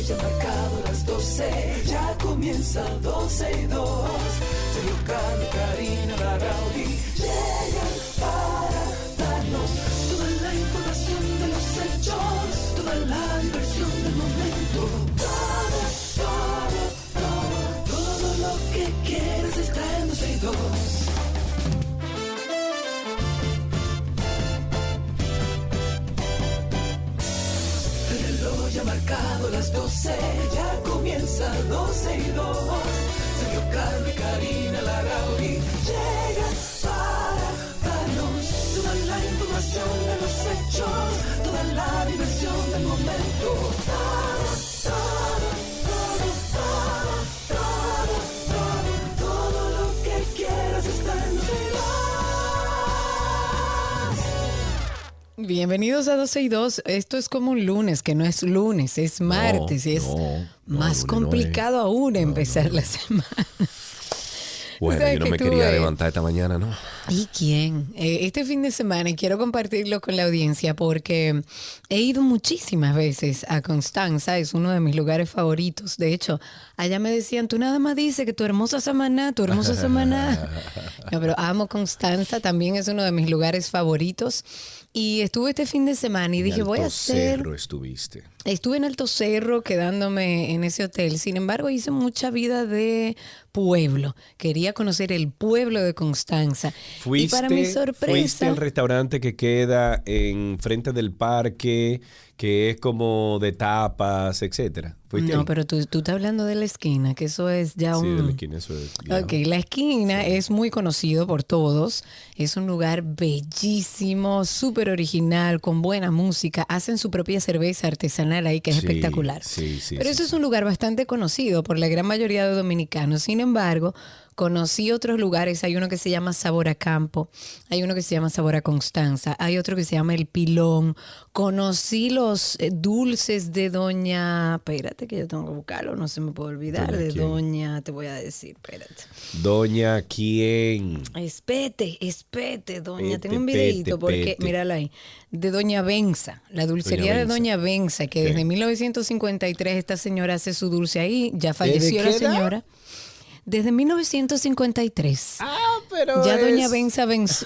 ya han marcado las 12, ya comienza 12 y 2. Sergio, Carlos, Karina, Larrauri llegan para darnos toda la información de los hechos, toda la diversión del momento. Todo lo que quieres está en 12 y 2. Ya marcado las 12, ya comienza 12 y 2. Sergio, Carlos y Karina Larrauri llegan para darnos toda la información de los hechos, toda la diversión del momento. Todo lo que quieras está en 12 y 2. Bienvenidos a 12 y 2. Esto es como un lunes, que no es lunes, es martes y es más complicado aún empezar la semana. Bueno, yo no me quería levantar esta mañana, ¿no? ¿Y quién? Este fin de semana, y quiero compartirlo con la audiencia porque he ido muchísimas veces a Constanza, es uno de mis lugares favoritos. De hecho, allá me decían, tú nada más dices que tu hermosa Samaná. No, pero amo Constanza, también es uno de mis lugares favoritos. Y estuve este fin de semana y dije, voy a hacer... Cerro estuviste. Estuve en Alto Cerro quedándome en ese hotel. Sin embargo, hice mucha vida de pueblo. Quería conocer el pueblo de Constanza. Y para mi sorpresa... ¿Fuiste al restaurante que queda en frente del parque, que es como de tapas, etcétera? No, pero tú estás hablando de la esquina, que eso es ya Sí, de la esquina, eso es... Ya. Ok, la esquina es muy conocido por todos. Es un lugar bellísimo, súper original, con buena música. Hacen su propia cerveza artesanal ahí, que es espectacular. Pero eso es un lugar bastante conocido por la gran mayoría de dominicanos. Sin embargo, conocí otros lugares. Hay uno que se llama Sabor a Campo, hay uno que se llama Sabor a Constanza, hay otro que se llama El Pilón. Conocí los dulces de Doña... Espérate que yo tengo que buscarlo, no se me puede olvidar. ¿Doña de quién? Doña, te voy a decir, espérate. ¿Doña quién? Espete, Doña. Pete, Tengo un videíto porque, pete. mírala ahí. De Doña Benza, la dulcería de Doña Benza, que desde 1953 esta señora hace su dulce ahí. Ya falleció la señora. Desde 1953. Pero ya Doña Benza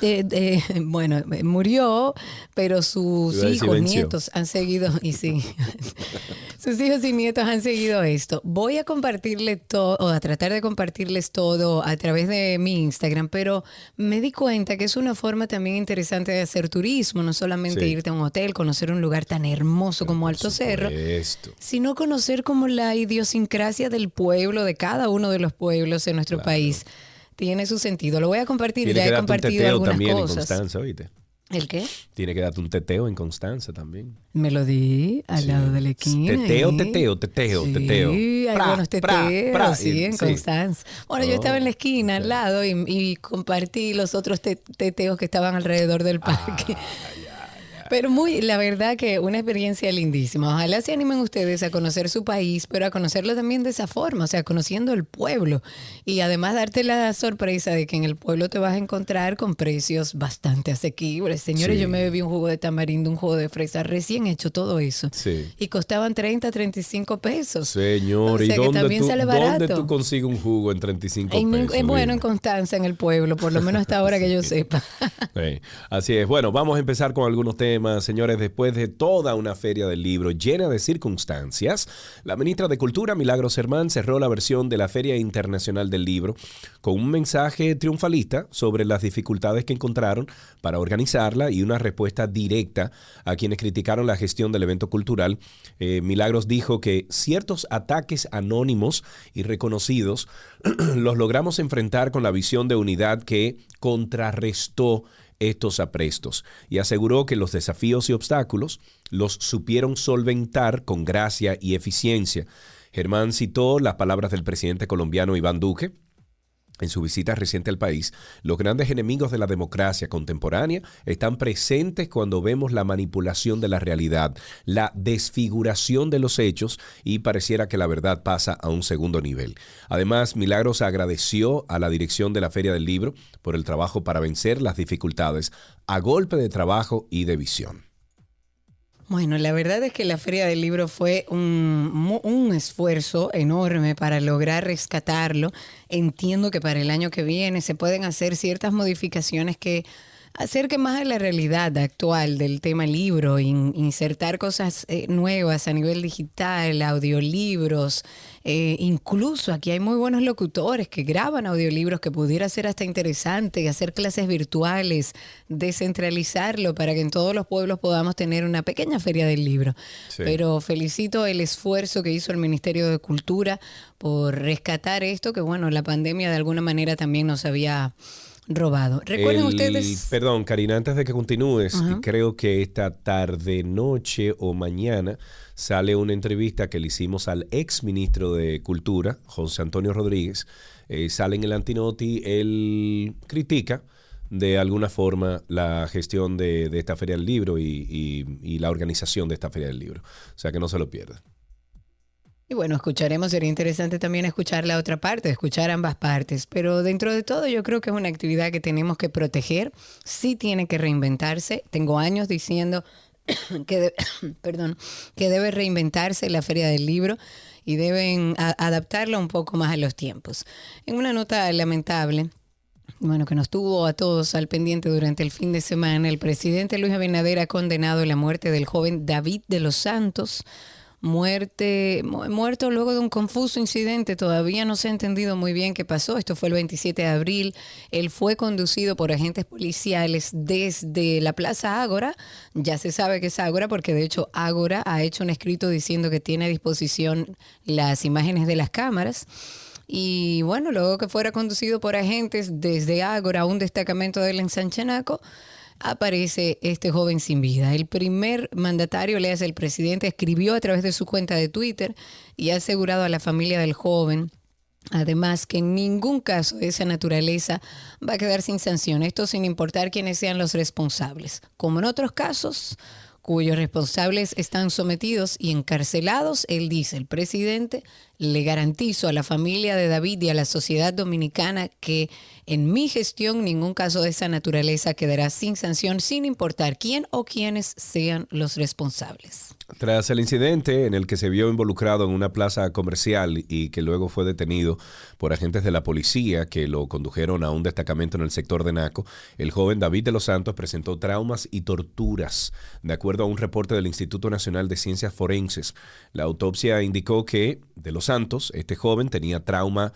murió, pero sus hijos, nietos han seguido, y sí, sus hijos y nietos han seguido esto. Voy a compartirle todo, o a tratar de compartirles todo a través de mi Instagram, pero me di cuenta que es una forma también interesante de hacer turismo, no solamente irte a un hotel, conocer un lugar tan hermoso como Alto Cerro, sino conocer como la idiosincrasia del pueblo, de cada uno de los pueblos en nuestro país. Tiene su sentido. Lo voy a compartir. Ya he compartido algunas también cosas. En Constanza, ¿oíste? ¿El qué? Tiene que darte un teteo en Constanza también. Me lo di al lado de la esquina. Teteo. Sí, hay buenos teteos, en Constanza. Bueno, yo estaba en la esquina al lado y compartí los otros teteos que estaban alrededor del parque. Pero la verdad que una experiencia lindísima. Ojalá se animen ustedes a conocer su país, pero a conocerlo también de esa forma, o sea, conociendo el pueblo. Y además darte la sorpresa de que en el pueblo te vas a encontrar con precios bastante asequibles. Señores, yo me bebí un jugo de tamarindo, un jugo de fresa, recién hecho todo eso. Y costaban 30, 35 pesos. Señor, o sea, ¿y dónde tú consigues un jugo en 35 pesos? Bueno, en Constanza, en el pueblo, por lo menos hasta ahora que yo sepa. Así es. Bueno, vamos a empezar con algunos temas. Señores, después de toda una feria del libro llena de circunstancias, la ministra de Cultura, Milagros Germán, cerró la versión de la Feria Internacional del Libro con un mensaje triunfalista sobre las dificultades que encontraron para organizarla y una respuesta directa a quienes criticaron la gestión del evento cultural. Milagros dijo que ciertos ataques anónimos y reconocidos los logramos enfrentar con la visión de unidad que contrarrestó estos aprestos, y aseguró que los desafíos y obstáculos los supieron solventar con gracia y eficiencia. Germán citó las palabras del presidente colombiano Iván Duque en su visita reciente al país. Los grandes enemigos de la democracia contemporánea están presentes cuando vemos la manipulación de la realidad, la desfiguración de los hechos, y pareciera que la verdad pasa a un segundo nivel. Además, Milagros agradeció a la dirección de la Feria del Libro por el trabajo para vencer las dificultades a golpe de trabajo y de visión. Bueno, la verdad es que la Feria del Libro fue un esfuerzo enorme para lograr rescatarlo. Entiendo que para el año que viene se pueden hacer ciertas modificaciones que acerquen más a la realidad actual del tema libro, insertar cosas nuevas a nivel digital, audiolibros. Incluso aquí hay muy buenos locutores que graban audiolibros que pudiera ser hasta interesante, hacer clases virtuales, descentralizarlo para que en todos los pueblos podamos tener una pequeña feria del libro. Sí. Pero felicito el esfuerzo que hizo el Ministerio de Cultura por rescatar esto, que bueno, la pandemia de alguna manera también nos había robado. ¿Recuerden ustedes? Perdón, Karina, antes de que continúes, creo que esta tarde, noche o mañana sale una entrevista que le hicimos al ex ministro de Cultura, José Antonio Rodríguez. Sale en el Antinoti, él critica de alguna forma la gestión de esta Feria del Libro y la organización de esta Feria del Libro. O sea que no se lo pierda. Y bueno, escucharemos, sería interesante también escuchar la otra parte, escuchar ambas partes, pero dentro de todo yo creo que es una actividad que tenemos que proteger, sí tiene que reinventarse. Tengo años diciendo que debe reinventarse la Feria del Libro y deben adaptarla un poco más a los tiempos. En una nota lamentable, bueno, que nos tuvo a todos al pendiente durante el fin de semana, el presidente Luis Abinader ha condenado la muerte del joven David de los Santos, muerto luego de un confuso incidente. Todavía no se ha entendido muy bien qué pasó. Esto fue el 27 de abril. Él fue conducido por agentes policiales desde la Plaza Ágora. Ya se sabe que es Ágora porque de hecho Ágora ha hecho un escrito diciendo que tiene a disposición las imágenes de las cámaras. Y bueno, luego que fuera conducido por agentes desde Ágora a un destacamento del Ensanchenaco, aparece este joven sin vida. El primer mandatario, el presidente, escribió a través de su cuenta de Twitter y ha asegurado a la familia del joven, además, que en ningún caso de esa naturaleza va a quedar sin sanción. Esto sin importar quiénes sean los responsables. Como en otros casos cuyos responsables están sometidos y encarcelados, él dice, el presidente, le garantizo a la familia de David y a la sociedad dominicana que en mi gestión ningún caso de esa naturaleza quedará sin sanción, sin importar quién o quiénes sean los responsables. Tras el incidente en el que se vio involucrado en una plaza comercial y que luego fue detenido por agentes de la policía que lo condujeron a un destacamento en el sector de Naco, el joven David de los Santos presentó traumas y torturas. De acuerdo a un reporte del Instituto Nacional de Ciencias Forenses, la autopsia indicó que de los Santos, este joven tenía trauma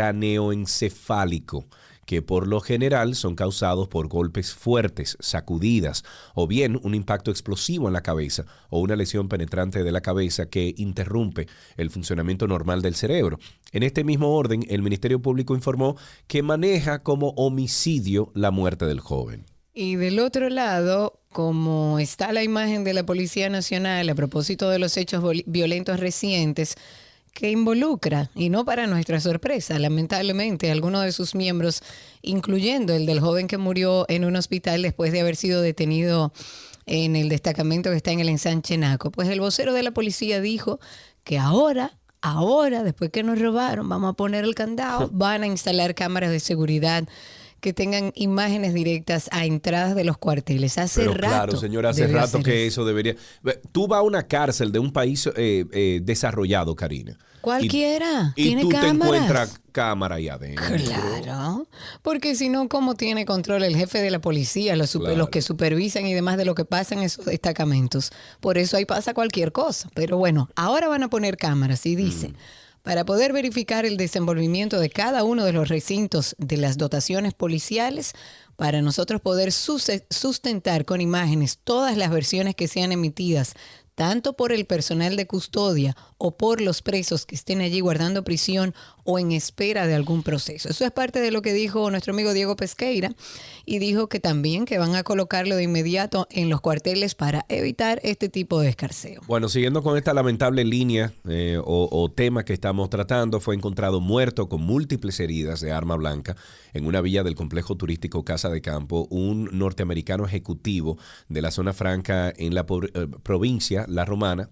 craneoencefálico, que por lo general son causados por golpes fuertes, sacudidas, o bien un impacto explosivo en la cabeza o una lesión penetrante de la cabeza que interrumpe el funcionamiento normal del cerebro. En este mismo orden, el Ministerio Público informó que maneja como homicidio la muerte del joven. Y del otro lado, como está la imagen de la Policía Nacional a propósito de los hechos violentos recientes, que involucra, y no para nuestra sorpresa, lamentablemente, algunos de sus miembros, incluyendo el del joven que murió en un hospital después de haber sido detenido en el destacamento que está en el Ensanchenaco. Pues el vocero de la policía dijo que ahora, después que nos robaron, vamos a poner el candado, van a instalar cámaras de seguridad que tengan imágenes directas a entradas de los cuarteles. Pero claro, señora, hace rato que eso debería... Tú vas a una cárcel de un país desarrollado, Karina. Cualquiera. Y tiene tú cámaras. Te encuentras cámara ahí adentro. Claro. Porque si no, ¿cómo tiene control el jefe de la policía, los que supervisan y demás de lo que pasa en esos destacamentos? Por eso ahí pasa cualquier cosa. Pero bueno, ahora van a poner cámaras y dice... Para poder verificar el desenvolvimiento de cada uno de los recintos de las dotaciones policiales, para nosotros poder sustentar con imágenes todas las versiones que sean emitidas, tanto por el personal de custodia o por los presos que estén allí guardando prisión o en espera de algún proceso. Eso es parte de lo que dijo nuestro amigo Diego Pesqueira, y dijo que también que van a colocarlo de inmediato en los cuarteles para evitar este tipo de escarceo. Bueno, siguiendo con esta lamentable línea o tema que estamos tratando, fue encontrado muerto con múltiples heridas de arma blanca en una villa del complejo turístico Casa de Campo, un norteamericano ejecutivo de la zona franca en la provincia La Romana.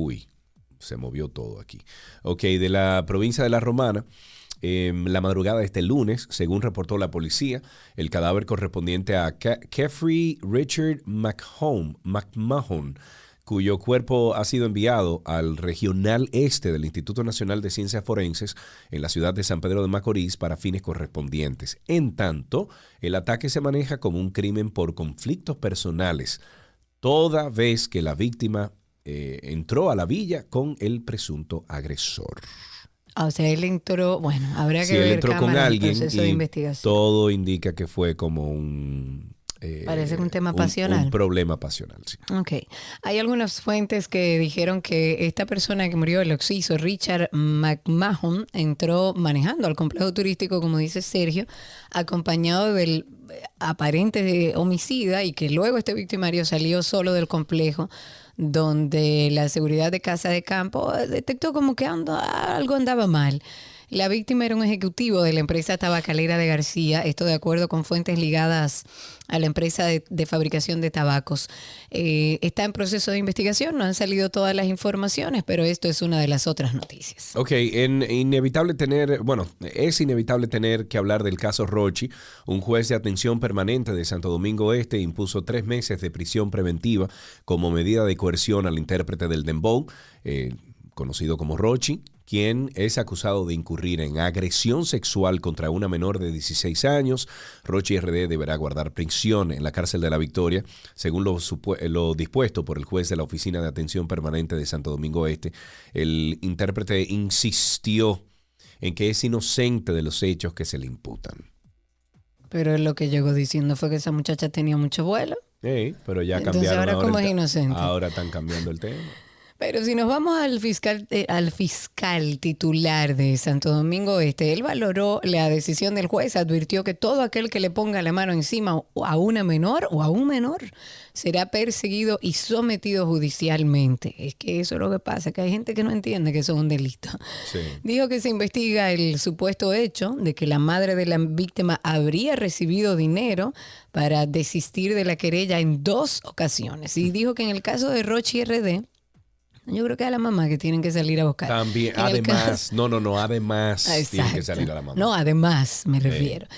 Se movió todo aquí. De la provincia de La Romana, la madrugada de este lunes, según reportó la policía, el cadáver correspondiente a Kefri Richard McMahon, cuyo cuerpo ha sido enviado al Regional Este del Instituto Nacional de Ciencias Forenses en la ciudad de San Pedro de Macorís para fines correspondientes. En tanto, el ataque se maneja como un crimen por conflictos personales, toda vez que la víctima entró a la villa con el presunto agresor. O sea, él entró, bueno, habrá que él ver entró con alguien proceso de investigación. Todo indica que fue como parece un tema pasional. Un problema pasional, sí. Ok. Hay algunas fuentes que dijeron que esta persona que murió, el occiso, Richard McMahon, entró manejando al complejo turístico, como dice Sergio, acompañado del aparente homicida, y que luego este victimario salió solo del complejo, donde la seguridad de Casa de Campo detectó como que algo andaba mal. La víctima era un ejecutivo de la empresa tabacalera de García, esto de acuerdo con fuentes ligadas a la empresa de fabricación de tabacos. Está en proceso de investigación, no han salido todas las informaciones, pero esto es una de las otras noticias. Ok, es inevitable tener que hablar del caso Rochy. Un juez de atención permanente de Santo Domingo Este impuso 3 meses de prisión preventiva como medida de coerción al intérprete del dembow, conocido como Rochy, quien es acusado de incurrir en agresión sexual contra una menor de 16 años. Rochy RD deberá guardar prisión en la cárcel de La Victoria, según lo dispuesto por el juez de la Oficina de Atención Permanente de Santo Domingo Este. El intérprete insistió en que es inocente de los hechos que se le imputan. Pero lo que llegó diciendo fue que esa muchacha tenía mucho vuelo. Pero ya entonces cambiaron. Ahora ¿cómo es inocente? Ahora están cambiando el tema. Pero si nos vamos al fiscal titular de Santo Domingo Este, él valoró la decisión del juez, advirtió que todo aquel que le ponga la mano encima a una menor o a un menor será perseguido y sometido judicialmente. Es que eso es lo que pasa, que hay gente que no entiende que eso es un delito. Sí. Dijo que se investiga el supuesto hecho de que la madre de la víctima habría recibido dinero para desistir de la querella en 2 ocasiones. Y dijo que en el caso de Rochy RD, yo creo que a la mamá que tienen que salir a buscar. También, además, tienen que salir a la mamá. No, además me refiero.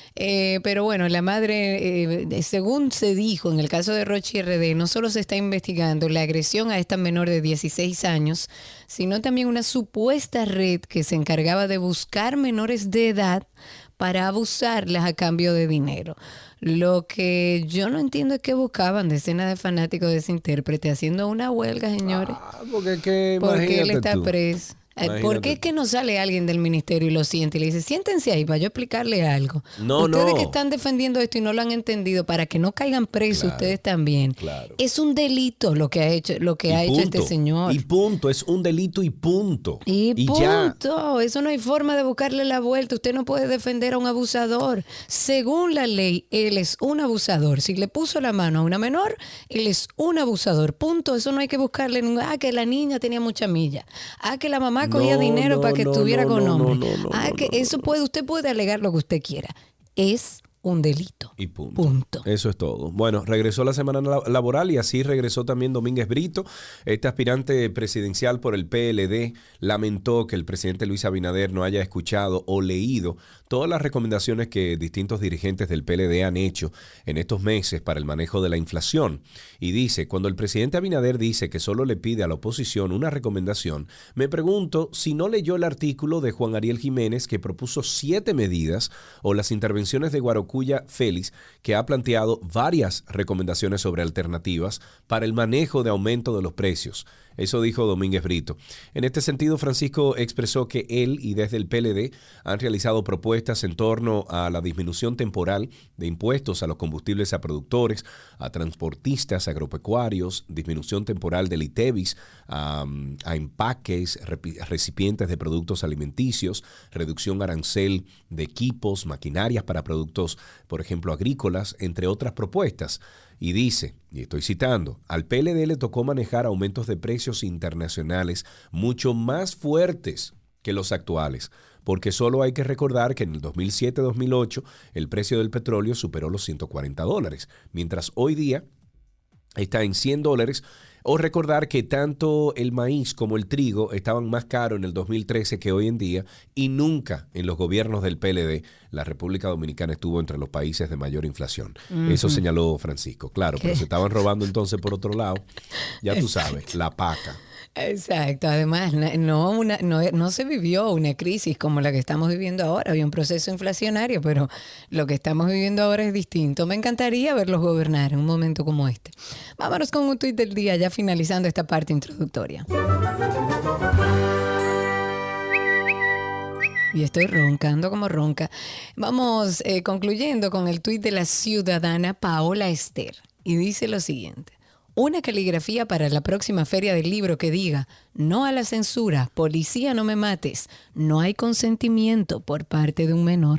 Pero bueno, la madre, según se dijo en el caso de Rochy RD, no solo se está investigando la agresión a esta menor de 16 años, sino también una supuesta red que se encargaba de buscar menores de edad para abusarlas a cambio de dinero. Lo que yo no entiendo es qué buscaban decenas de fanáticos de ese intérprete haciendo una huelga, señores. Porque él está preso. ¿Por qué es que no sale alguien del ministerio y lo siente y le dice, siéntense ahí para yo explicarle algo? Ustedes que están defendiendo esto y no lo han entendido, para que no caigan presos ustedes también. Claro. Es un delito lo que ha hecho este señor. Y punto, es un delito y punto. Y punto. Ya. Eso no hay forma de buscarle la vuelta. Usted no puede defender a un abusador. Según la ley, él es un abusador. Si le puso la mano a una menor, él es un abusador. Punto. Eso no hay que buscarle. Que la niña tenía mucha milla. Que la mamá cogía dinero para que estuviera con hombre. Usted puede alegar lo que usted quiera. Es un delito. Y punto. Eso es todo. Bueno, regresó la semana laboral y así regresó también Domínguez Brito. Este aspirante presidencial por el PLD lamentó que el presidente Luis Abinader no haya escuchado o leído todas las recomendaciones que distintos dirigentes del PLD han hecho en estos meses para el manejo de la inflación. Y dice, cuando el presidente Abinader dice que solo le pide a la oposición una recomendación, me pregunto si no leyó el artículo de Juan Ariel Jiménez que propuso 7 medidas o las intervenciones de Guarocuya Félix, que ha planteado varias recomendaciones sobre alternativas para el manejo de aumento de los precios. Eso dijo Domínguez Brito. En este sentido, Francisco expresó que él y desde el PLD han realizado propuestas en torno a la disminución temporal de impuestos a los combustibles a productores, a transportistas, agropecuarios, disminución temporal del ITEVIS, a empaques, recipientes de productos alimenticios, reducción arancel de equipos, maquinarias para productos, por ejemplo, agrícolas, entre otras propuestas. Y dice, y estoy citando, al PLD le tocó manejar aumentos de precios internacionales mucho más fuertes que los actuales, porque solo hay que recordar que en el 2007-2008 el precio del petróleo superó los $140, mientras hoy día está en $100 O recordar que tanto el maíz como el trigo estaban más caros en el 2013 que hoy en día, y nunca en los gobiernos del PLD la República Dominicana estuvo entre los países de mayor inflación. Eso señaló Francisco. Claro, pero se estaban robando entonces por otro lado. Ya tú sabes, la paca. Exacto. Además, no se vivió una crisis como la que estamos viviendo ahora. Había un proceso inflacionario, pero lo que estamos viviendo ahora es distinto. Me encantaría verlos gobernar en un momento como este. Vámonos con un tuit del día, ya finalizando esta parte introductoria. Y estoy roncando como ronca. Vamos concluyendo con el tuit de la ciudadana Paola Esther. Y dice lo siguiente. Una caligrafía para la próxima feria del libro que diga: no a la censura, policía no me mates, no hay consentimiento por parte de un menor.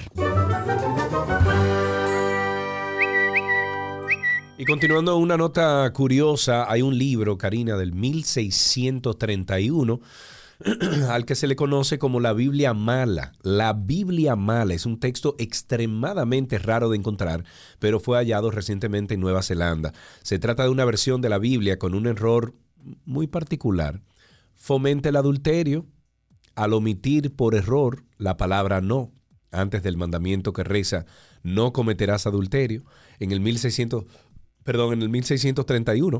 Y continuando una nota curiosa, hay un libro, Karina, del 1631, al que se le conoce como la Biblia Mala. La Biblia Mala es un texto extremadamente raro de encontrar, pero fue hallado recientemente en Nueva Zelanda. Se trata de una versión de la Biblia con un error muy particular. Fomenta el adulterio al omitir por error la palabra no, antes del mandamiento que reza: no cometerás adulterio. En el 1631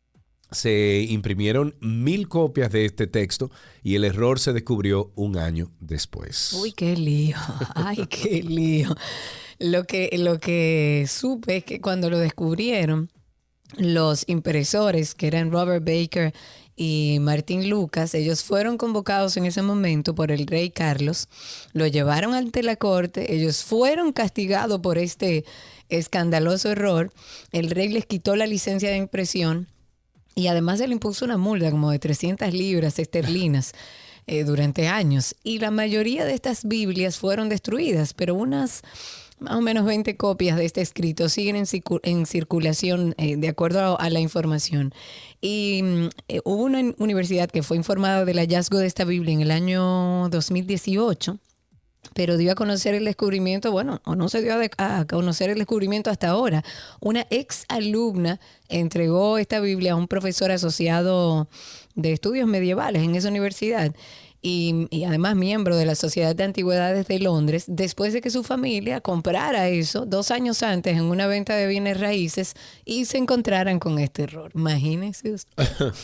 se imprimieron 1000 copias de este texto y el error se descubrió un año después. Uy, qué lío. Ay, qué lío. Lo que supe es que cuando lo descubrieron, los impresores, que eran Robert Baker y Martín Lucas, ellos fueron convocados en ese momento por el rey Carlos, lo llevaron ante la corte, ellos fueron castigados por este escandaloso error, el rey les quitó la licencia de impresión y además se le impuso una multa como de 300 libras esterlinas durante años. Y la mayoría de estas Biblias fueron destruidas, pero unas más o menos 20 copias de este escrito siguen en circulación de acuerdo a la información. Y hubo una universidad que fue informada del hallazgo de esta Biblia en el año 2018, pero dio a conocer el descubrimiento, bueno, o no se dio a conocer el descubrimiento hasta ahora. Una ex alumna entregó esta Biblia a un profesor asociado de estudios medievales en esa universidad y además miembro de la Sociedad de Antigüedades de Londres, después de que su familia comprara eso 2 años antes en una venta de bienes raíces y se encontraran con este error. Imagínese usted.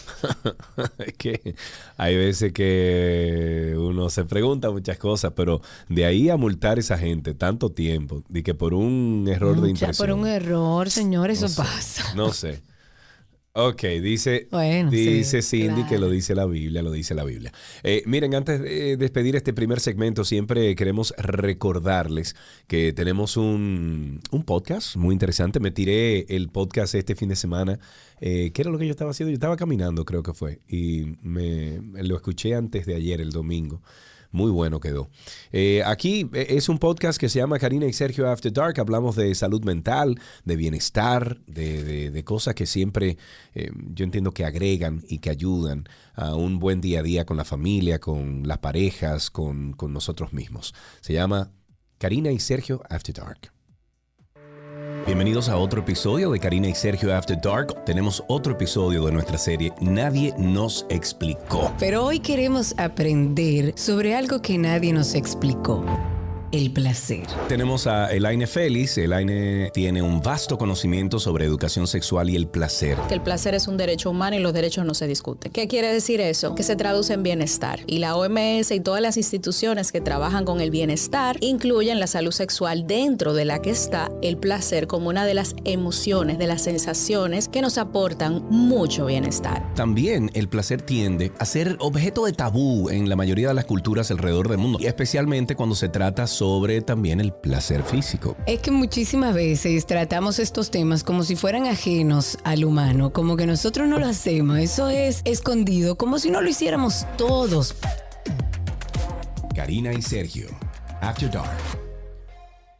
Es que hay veces que uno se pregunta muchas cosas, pero de ahí a multar a esa gente tanto tiempo, de que por un error de impresión. Por un error, señor, eso pasa. No sé. Ok, dice Cindy, claro, que lo dice la Biblia. Miren, antes de despedir este primer segmento, siempre queremos recordarles que tenemos un podcast muy interesante. Me tiré el podcast este fin de semana. ¿Qué era lo que yo estaba haciendo? Yo estaba caminando, creo que fue, y lo escuché antes de ayer, el domingo. Muy bueno quedó. Aquí es un podcast que se llama Karina y Sergio After Dark. Hablamos de salud mental, de bienestar, de cosas que siempre yo entiendo que agregan y que ayudan a un buen día a día con la familia, con las parejas, con nosotros mismos. Se llama Karina y Sergio After Dark. Bienvenidos a otro episodio de Karina y Sergio After Dark. Tenemos otro episodio de nuestra serie Nadie nos explicó. Pero hoy queremos aprender sobre algo que nadie nos explicó. El placer. Tenemos a Elaine Félix. Elaine tiene un vasto conocimiento sobre educación sexual y el placer. Que el placer es un derecho humano y los derechos no se discuten. ¿Qué quiere decir eso? Que se traduce en bienestar. Y la OMS y todas las instituciones que trabajan con el bienestar incluyen la salud sexual, dentro de la que está el placer como una de las emociones, de las sensaciones que nos aportan mucho bienestar. También el placer tiende a ser objeto de tabú en la mayoría de las culturas alrededor del mundo, y especialmente cuando se trata sobre también el placer físico. Es que muchísimas veces tratamos estos temas como si fueran ajenos al humano, como que nosotros no lo hacemos, eso es escondido, como si no lo hiciéramos todos. Karina y Sergio, After Dark.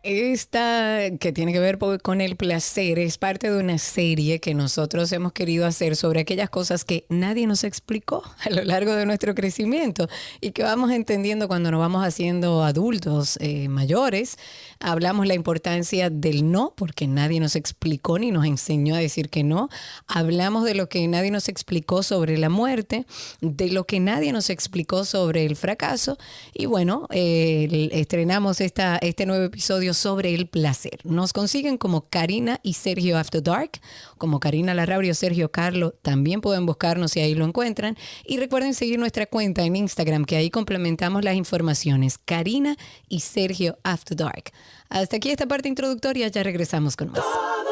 Esta que tiene que ver con el placer es parte de una serie que nosotros hemos querido hacer sobre aquellas cosas que nadie nos explicó a lo largo de nuestro crecimiento y que vamos entendiendo cuando nos vamos haciendo adultos mayores. Hablamos la importancia del no, porque nadie nos explicó ni nos enseñó a decir que no. Hablamos de lo que nadie nos explicó sobre la muerte, de lo que nadie nos explicó sobre el fracaso. Y bueno, estrenamos este nuevo episodio sobre el placer. Nos consiguen como Karina y Sergio After Dark, como Karina Larrauri o Sergio Carlo. También pueden buscarnos y ahí lo encuentran. Y recuerden seguir nuestra cuenta en Instagram, que ahí complementamos las informaciones. Karina y Sergio After Dark. Hasta aquí esta parte introductoria, ya regresamos con más.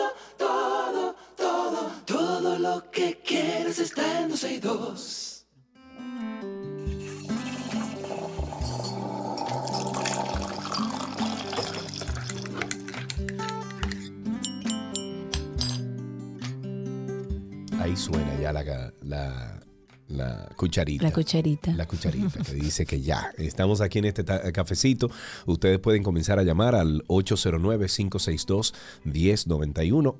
Todo lo que quieres está en 262. Ahí suena ya la cucharita. La cucharita. La cucharita que dice que ya. Estamos aquí en este cafecito. Ustedes pueden comenzar a llamar al 809-562-1091.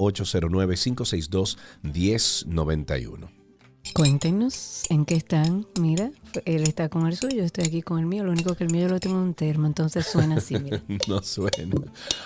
809-562-1091. Cuéntenos en qué están. Mira, él está con el suyo, estoy aquí con el mío. Lo único que el mío yo lo tengo en un termo, entonces suena así. Mira. No suena.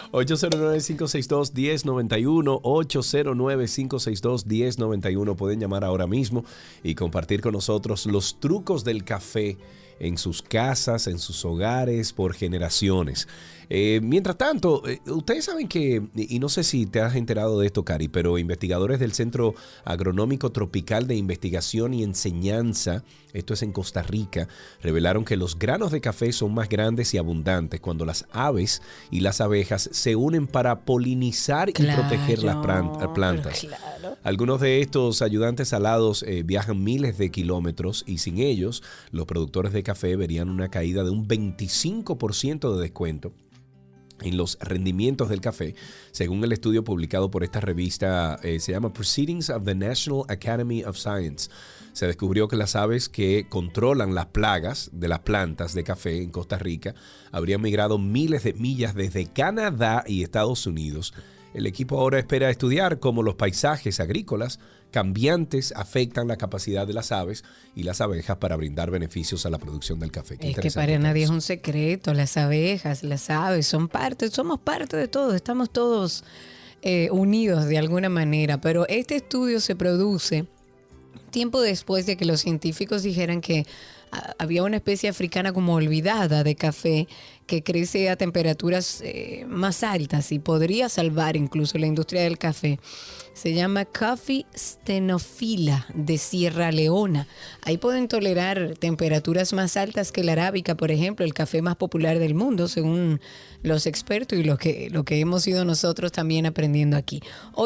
809-562-1091. 809-562-1091. Pueden llamar ahora mismo y compartir con nosotros los trucos del café en sus casas, en sus hogares, por generaciones. Mientras tanto, ustedes saben que, y no sé si te has enterado de esto, Cari, pero investigadores del Centro Agronómico Tropical de Investigación y Enseñanza, esto es en Costa Rica, revelaron que los granos de café son más grandes y abundantes cuando las aves y las abejas se unen para polinizar y proteger las plantas. Claro. Algunos de estos ayudantes alados viajan miles de kilómetros y sin ellos, los productores de café verían una caída de un 25% de descuento en los rendimientos del café, según el estudio publicado por esta revista, se llama Proceedings of the National Academy of Science. Se descubrió que las aves que controlan las plagas de las plantas de café en Costa Rica habrían migrado miles de millas desde Canadá y Estados Unidos. El equipo ahora espera estudiar cómo los paisajes agrícolas cambiantes afectan la capacidad de las aves y las abejas para brindar beneficios a la producción del café. Es que para nadie es un secreto, las abejas, las aves somos parte de todo, estamos todos unidos de alguna manera, pero este estudio se produce tiempo después de que los científicos dijeran que había una especie africana como olvidada de café que crece a temperaturas más altas y podría salvar incluso la industria del café. Se llama Coffea stenophila de Sierra Leona. Ahí pueden tolerar temperaturas más altas que la arábica, por ejemplo, el café más popular del mundo, según los expertos y lo que hemos ido nosotros también aprendiendo aquí.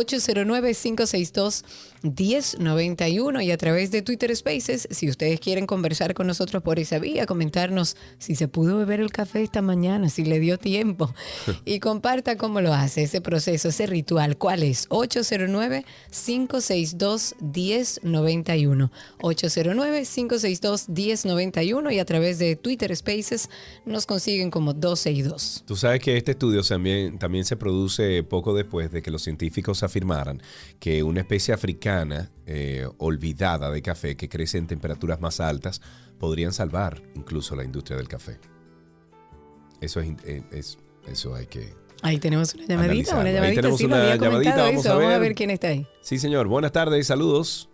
809-562-1091 y a través de Twitter Spaces, si ustedes quieren conversar con nosotros por esa vía, comentarnos si se pudo beber el café esta mañana, si le dio tiempo y comparta cómo lo hace, ese proceso, ese ritual. ¿Cuál es? 809-562-1091. 809-562-1091 y a través de Twitter Spaces nos consiguen como 262. Tú sabes que este estudio también se produce poco después de que los científicos afirmaran que una especie africana olvidada de café que crece en temperaturas más altas podrían salvar incluso la industria del café. Eso hay que... Ahí tenemos una llamadita. Ahí tenemos sí, una llamadita. Vamos a ver quién está ahí. Sí, señor. Buenas tardes. Saludos.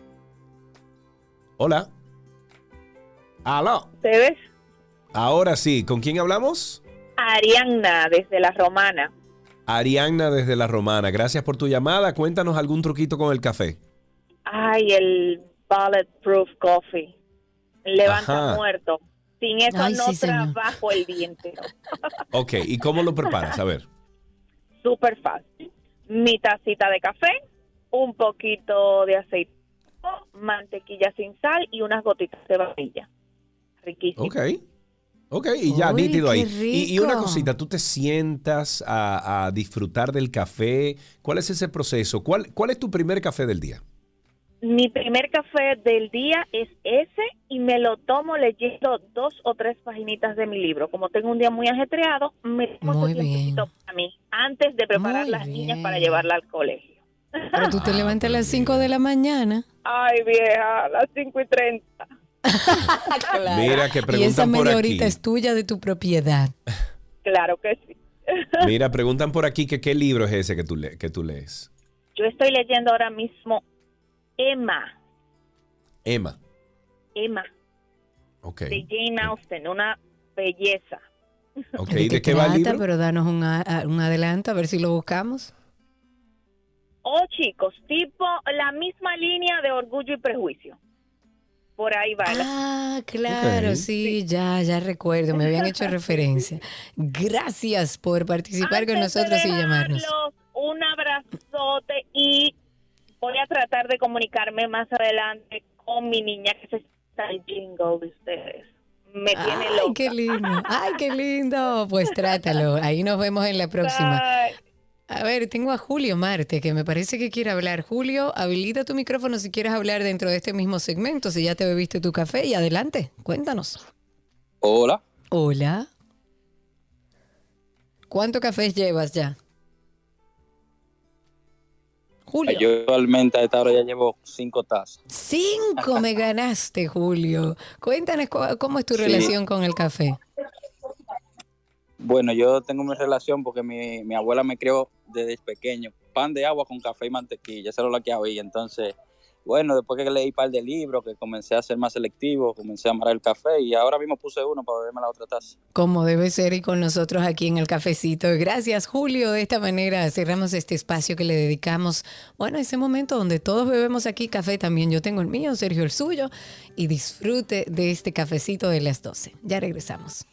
Hola. ¿Aló? ¿Ustedes? Ahora sí. ¿Con quién hablamos? Arianna, desde La Romana. Arianna, desde La Romana. Gracias por tu llamada. Cuéntanos algún truquito con el café. Ay, el Bulletproof Coffee. Levanta muerto. Sin eso trabajo el día entero. Ok, ¿y cómo lo preparas? A ver. Súper fácil. Mi tacita de café, un poquito de aceite, mantequilla sin sal y unas gotitas de vainilla. Riquísimo. Ok, y ya, nítido ahí. Y una cosita, ¿tú te sientas a disfrutar del café? ¿Cuál es ese proceso? ¿Cuál es tu primer café del día? Mi primer café del día es ese y me lo tomo leyendo 2 o 3 paginitas de mi libro. Como tengo un día muy ajetreado, me tomo ese tiempito para mí, antes de preparar las niñas para llevarla al colegio. Pero tú te levantas a las 5 de la mañana. Ay, vieja, a las 5:30. Claro. Mira que preguntan y esa media por aquí. horita es tuya, de tu propiedad. Claro que sí. Mira, preguntan por aquí que qué libro es ese que tú lees. Yo estoy leyendo ahora mismo Emma. Okay. De Jane Austen, una belleza. Okay. ¿De qué va el libro? Pero danos un adelanto, a ver si lo buscamos. Oh, chicos, tipo la misma línea de Orgullo y Prejuicio. Por ahí va. Claro, Okay. sí, ya recuerdo, me habían hecho referencia. Gracias por participar con nosotros y llamarnos. Un abrazote y voy a tratar de comunicarme más adelante con mi niña que se está el jingle de ustedes. Me tiene loca. Ay, qué lindo. Pues trátalo. Ahí nos vemos en la próxima. Bye. A ver, tengo a Julio Marte, que me parece que quiere hablar. Julio, habilita tu micrófono si quieres hablar dentro de este mismo segmento, si ya te bebiste tu café, y adelante, cuéntanos. Hola. Hola. ¿Cuántos cafés llevas ya? Julio. Yo actualmente a esta hora ya llevo 5 tazas. 5 me ganaste, Julio. Cuéntanos cómo es tu relación con el café. Bueno, yo tengo mi relación porque mi abuela me crió desde pequeño. Pan de agua con café y mantequilla, esa era la que había. Entonces, bueno, después que leí un par de libros, que comencé a ser más selectivo, comencé a amar el café y ahora mismo puse uno para beberme la otra taza. Como debe ser, y con nosotros aquí en el cafecito. Gracias, Julio. De esta manera cerramos este espacio que le dedicamos, bueno, ese momento donde todos bebemos aquí café también. Yo tengo el mío, Sergio el suyo, y disfrute de este cafecito de las 12. Ya regresamos.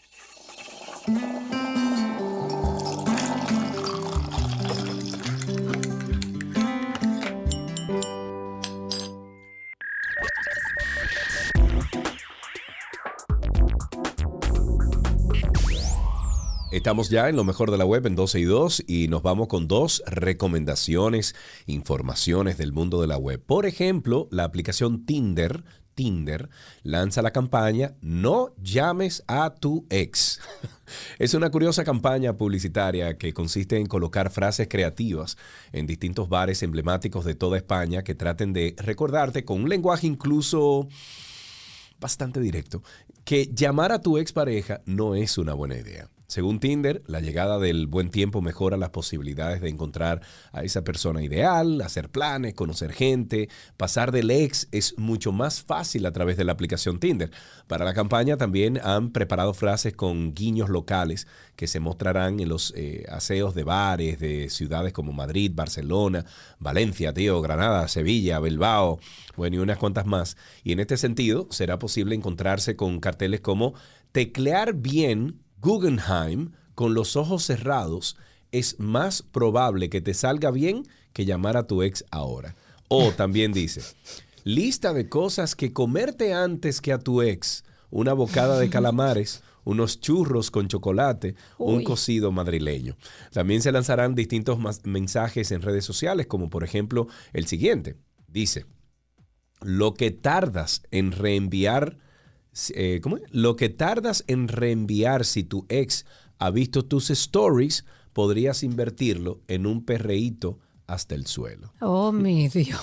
Estamos ya en lo mejor de la web en 12 y 2 y nos vamos con 2 recomendaciones, informaciones del mundo de la web. Por ejemplo, la aplicación Tinder lanza la campaña No llames a tu ex. Es una curiosa campaña publicitaria que consiste en colocar frases creativas en distintos bares emblemáticos de toda España que traten de recordarte con un lenguaje incluso bastante directo que llamar a tu expareja no es una buena idea. Según Tinder, la llegada del buen tiempo mejora las posibilidades de encontrar a esa persona ideal, hacer planes, conocer gente. Pasar del ex es mucho más fácil a través de la aplicación Tinder. Para la campaña también han preparado frases con guiños locales que se mostrarán en los aseos de bares de ciudades como Madrid, Barcelona, Valencia, Granada, Sevilla, Bilbao, bueno, y unas cuantas más. Y en este sentido, será posible encontrarse con carteles como teclear bien Guggenheim con los ojos cerrados es más probable que te salga bien que llamar a tu ex ahora. O también dice, lista de cosas que comerte antes que a tu ex, una bocada de calamares, unos churros con chocolate, un cocido madrileño. También se lanzarán distintos mensajes en redes sociales, como por ejemplo el siguiente. Dice, lo que tardas en reenviar... Lo que tardas en reenviar si tu ex ha visto tus stories, podrías invertirlo en un perreíto hasta el suelo. Oh, mi Dios.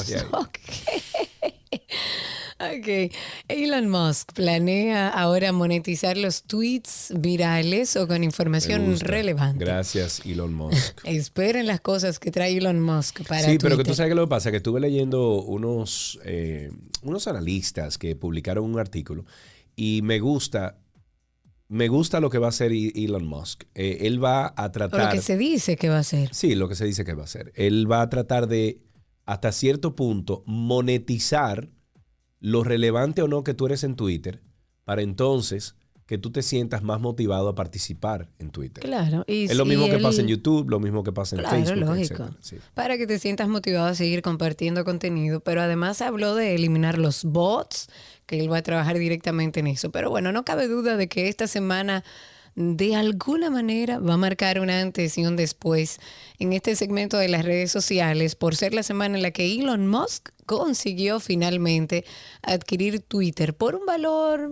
Ok. Elon Musk planea ahora monetizar los tweets virales o con información relevante. Gracias, Elon Musk. Esperen las cosas que trae Elon Musk para Sí, pero Twitter. que tú sabes que lo que pasa, que estuve leyendo unos analistas que publicaron un artículo y me gusta lo que va a hacer Elon Musk. Él va a tratar... O lo que se dice que va a hacer. Sí, lo que se dice que va a hacer. Él va a tratar de, hasta cierto punto, monetizar lo relevante o no que tú eres en Twitter, para entonces que tú te sientas más motivado a participar en Twitter. Claro. Es lo mismo que pasa en YouTube, lo mismo que pasa en Facebook. Claro, lógico. Sí. Para que te sientas motivado a seguir compartiendo contenido, pero además habló de eliminar los bots, que él va a trabajar directamente en eso. Pero bueno, no cabe duda de que esta semana de alguna manera va a marcar un antes y un después en este segmento de las redes sociales por ser la semana en la que Elon Musk consiguió finalmente adquirir Twitter por un valor,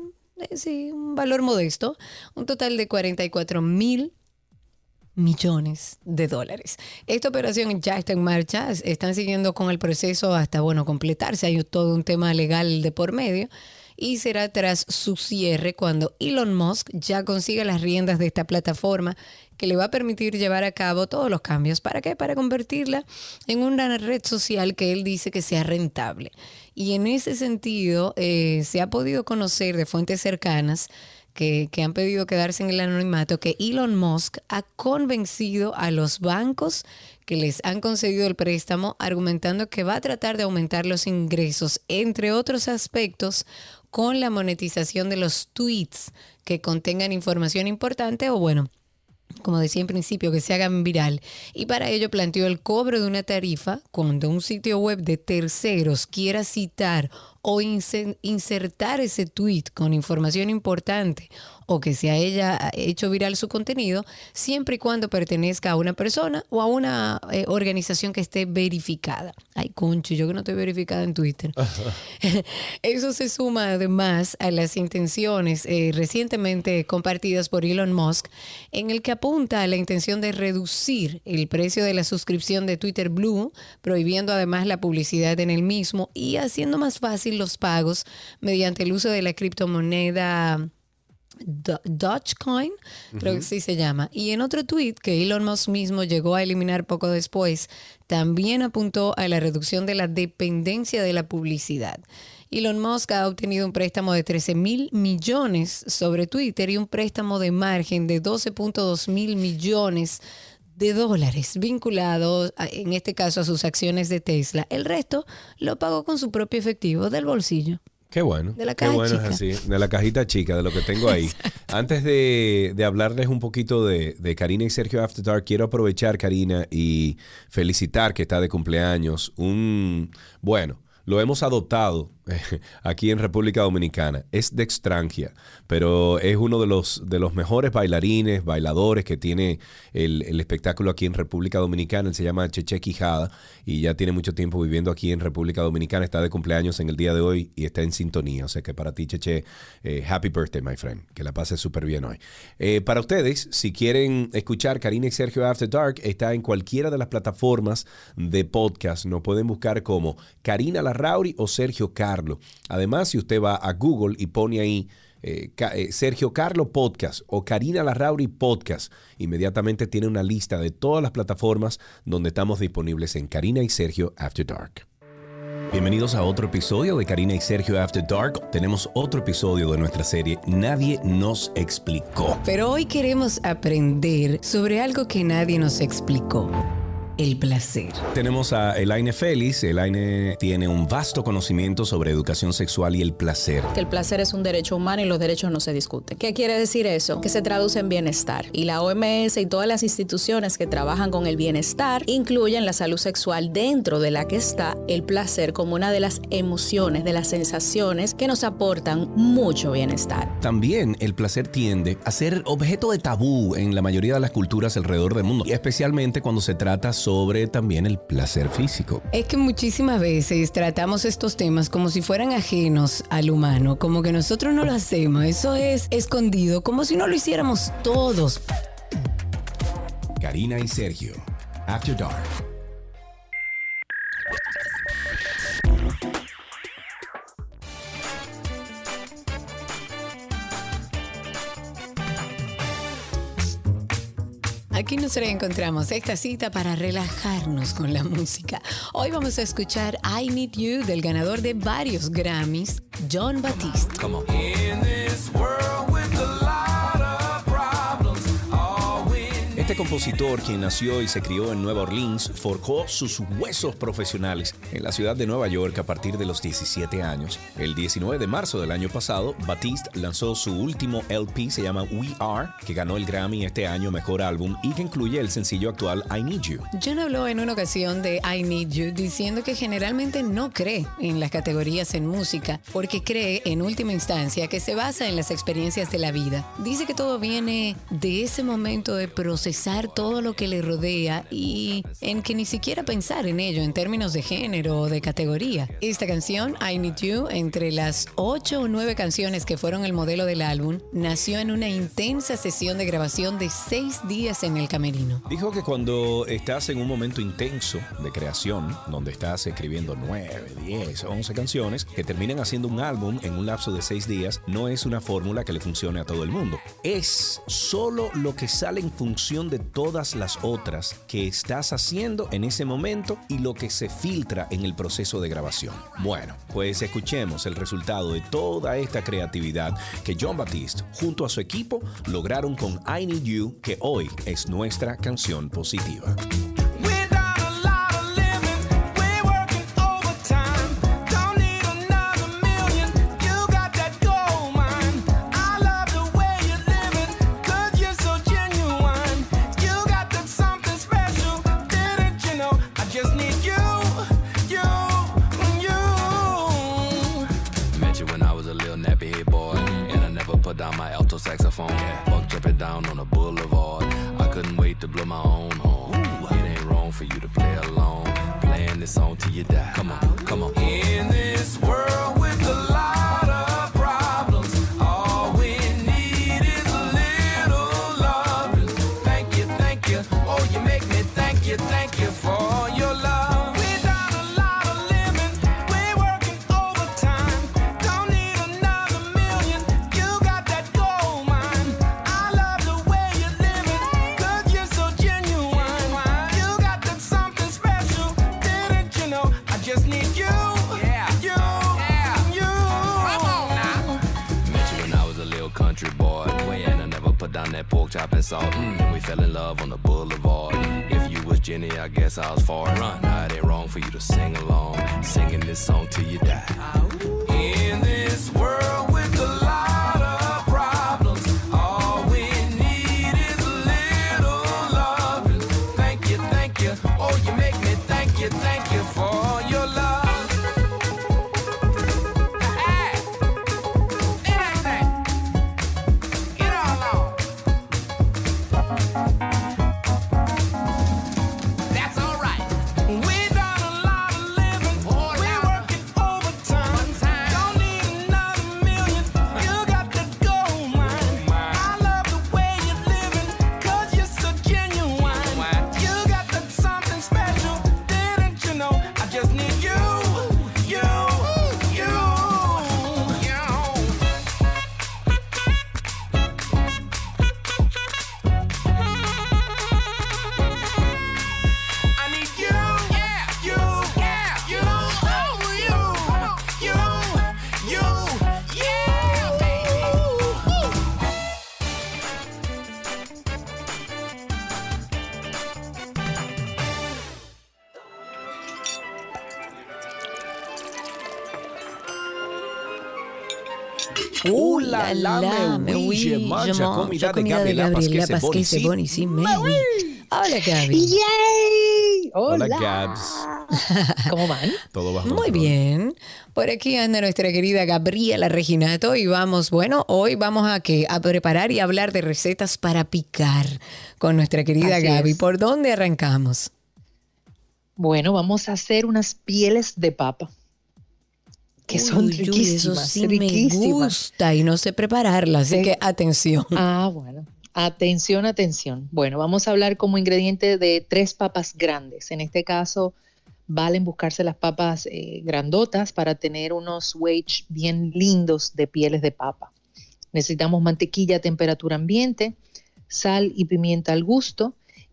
un valor modesto, un total de $44,000 millones. Esta operación ya está en marcha, están siguiendo con el proceso hasta, completarse. Hay todo un tema legal de por medio y será tras su cierre cuando Elon Musk ya consiga las riendas de esta plataforma que le va a permitir llevar a cabo todos los cambios. ¿Para qué? Para convertirla en una red social que él dice que sea rentable. Y en ese sentido se ha podido conocer de fuentes cercanas que han pedido quedarse en el anonimato, que Elon Musk ha convencido a los bancos que les han concedido el préstamo, argumentando que va a tratar de aumentar los ingresos, entre otros aspectos, con la monetización de los tweets que contengan información importante o, como decía en principio, que se hagan viral. Y para ello planteó el cobro de una tarifa cuando un sitio web de terceros quiera citar o insertar ese tweet con información importante o que se haya hecho viral su contenido, siempre y cuando pertenezca a una persona o a una organización que esté verificada. Ay, concho, yo que no estoy verificada en Twitter. Eso se suma además a las intenciones recientemente compartidas por Elon Musk, en el que apunta a la intención de reducir el precio de la suscripción de Twitter Blue, prohibiendo además la publicidad en el mismo y haciendo más fácil los pagos mediante el uso de la criptomoneda Dogecoin, creo que sí se llama. Y en otro tweet que Elon Musk mismo llegó a eliminar poco después, también apuntó a la reducción de la dependencia de la publicidad. Elon Musk ha obtenido un préstamo de $13,000 millones sobre Twitter y un préstamo de margen de $12.2 mil millones vinculados, en este caso, a sus acciones de Tesla. El resto lo pagó con su propio efectivo del bolsillo. Qué bueno. De la caja qué bueno chica. Es así, de la cajita chica, de lo que tengo ahí. Antes de hablarles un poquito de Karina y Sergio After Dark, quiero aprovechar, Karina, y felicitar que está de cumpleaños. Lo hemos adoptado aquí en República Dominicana. Es de Extranjia, pero es uno de los mejores bailadores que tiene el espectáculo aquí en República Dominicana. Él se llama Cheche Quijada y ya tiene mucho tiempo viviendo aquí en República Dominicana. Está de cumpleaños en el día de hoy y está en sintonía. O sea que para ti, Cheche, happy birthday, my friend. Que la pases súper bien hoy. Para ustedes, si quieren escuchar Karina y Sergio After Dark, está en cualquiera de las plataformas de podcast. Nos pueden buscar como Karina Larrauri o Sergio Carlo. Además, si usted va a Google y pone ahí Sergio Carlo Podcast o Karina Larrauri Podcast, inmediatamente tiene una lista de todas las plataformas donde estamos disponibles en Karina y Sergio After Dark. Bienvenidos a otro episodio de Karina y Sergio After Dark. Tenemos otro episodio de nuestra serie Nadie nos explicó. Pero hoy queremos aprender sobre algo que nadie nos explicó. El placer. Tenemos a Elaine Félix. Elaine tiene un vasto conocimiento sobre educación sexual y el placer. Que el placer es un derecho humano y los derechos no se discuten. ¿Qué quiere decir eso? Que se traduce en bienestar. Y la OMS y todas las instituciones que trabajan con el bienestar incluyen la salud sexual, dentro de la que está el placer como una de las emociones, de las sensaciones que nos aportan mucho bienestar. También el placer tiende a ser objeto de tabú en la mayoría de las culturas alrededor del mundo, y especialmente cuando se trata sobre también el placer físico. Es que muchísimas veces tratamos estos temas como si fueran ajenos al humano, como que nosotros no lo hacemos, eso es escondido, como si no lo hiciéramos todos. Karina y Sergio, After Dark. Aquí nos reencontramos, esta cita para relajarnos con la música. Hoy vamos a escuchar I Need You del ganador de varios Grammys, Jon Batiste. Come on. Este Este compositor, quien nació y se crió en Nueva Orleans, forjó sus huesos profesionales en la ciudad de Nueva York a partir de los 17 años. El 19 de marzo del año pasado, Batiste lanzó su último LP, se llama We Are, que ganó el Grammy este año Mejor Álbum y que incluye el sencillo actual I Need You. John habló en una ocasión de I Need You, diciendo que generalmente no cree en las categorías en música, porque cree en última instancia que se basa en las experiencias de la vida. Dice que todo viene de ese momento de procesar todo lo que le rodea y en que ni siquiera pensar en ello en términos de género o de categoría. Esta canción, I Need You, entre las 8 o 9 canciones que fueron el modelo del álbum, nació en una intensa sesión de grabación de 6 días en el camerino. Dijo que cuando estás en un momento intenso de creación, donde estás escribiendo 9, 10, 11 canciones, que terminan haciendo un álbum en un lapso de 6 días, no es una fórmula que le funcione a todo el mundo. Es solo lo que sale en función de todas las otras que estás haciendo en ese momento y lo que se filtra en el proceso de grabación. Bueno, pues escuchemos el resultado de toda esta creatividad que Jon Batiste junto a su equipo lograron con I Need You, que hoy es nuestra canción positiva. Down my alto saxophone, buck jumping down on the boulevard. I couldn't wait to blow my own horn. It ain't wrong for you to play along, playing this song till you die. Come on, come on. In this world with a lot of problems, all we need is a little loving. Thank you, oh you make me thank you for your love. Down that pork chop and salt, then we fell in love on the boulevard. If you was Jenny, I guess I was Forrest. Now it ain't wrong for you to sing along, singing this song till you die. In this world with a lot of problems, all we need is a little loving. Thank you, oh you make me thank you for your love. Me huye, mancha, comida de Gabriela Pasquese Boni, sí, Hola, Gaby. ¡Yay! Hola, Gabs. ¿Cómo van? Todo bajo Muy bien. Por aquí anda nuestra querida Gabriela Reginato y hoy vamos a preparar y hablar de recetas para picar con nuestra querida Gaby. ¿Por dónde arrancamos? Bueno, vamos a hacer unas pieles de papa. Que son riquísimas. Eso sí riquísimas. Me gusta y no sé prepararlas, así que atención. Bueno. Atención. Bueno, vamos a hablar como ingrediente de 3 papas grandes. En este caso, valen buscarse las papas grandotas para tener unos wedges bien lindos de pieles de papa. Necesitamos mantequilla a temperatura ambiente, sal y pimienta al gusto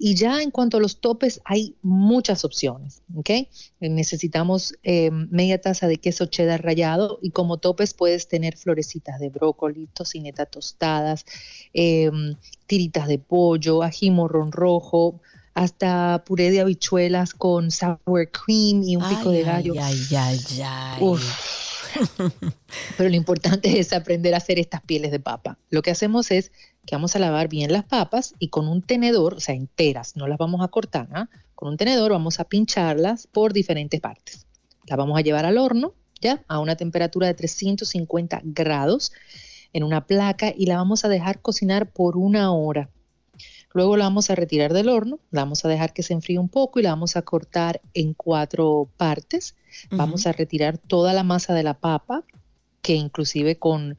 Y ya en cuanto a los topes, hay muchas opciones, ¿ok? Necesitamos media taza de queso cheddar rallado y como topes puedes tener florecitas de brócoli, tocineta tostadas, tiritas de pollo, ají morrón rojo, hasta puré de habichuelas con sour cream y un pico de gallo. Pero lo importante es aprender a hacer estas pieles de papa. Lo que hacemos es que vamos a lavar bien las papas y con un tenedor, o sea, enteras, no las vamos a cortar, ¿eh? Con un tenedor vamos a pincharlas por diferentes partes. Las vamos a llevar al horno, ¿ya? A una temperatura de 350 grados en una placa y la vamos a dejar cocinar por 1 hora. Luego la vamos a retirar del horno, la vamos a dejar que se enfríe un poco y la vamos a cortar en 4 partes. Vamos a retirar toda la masa de la papa, que inclusive con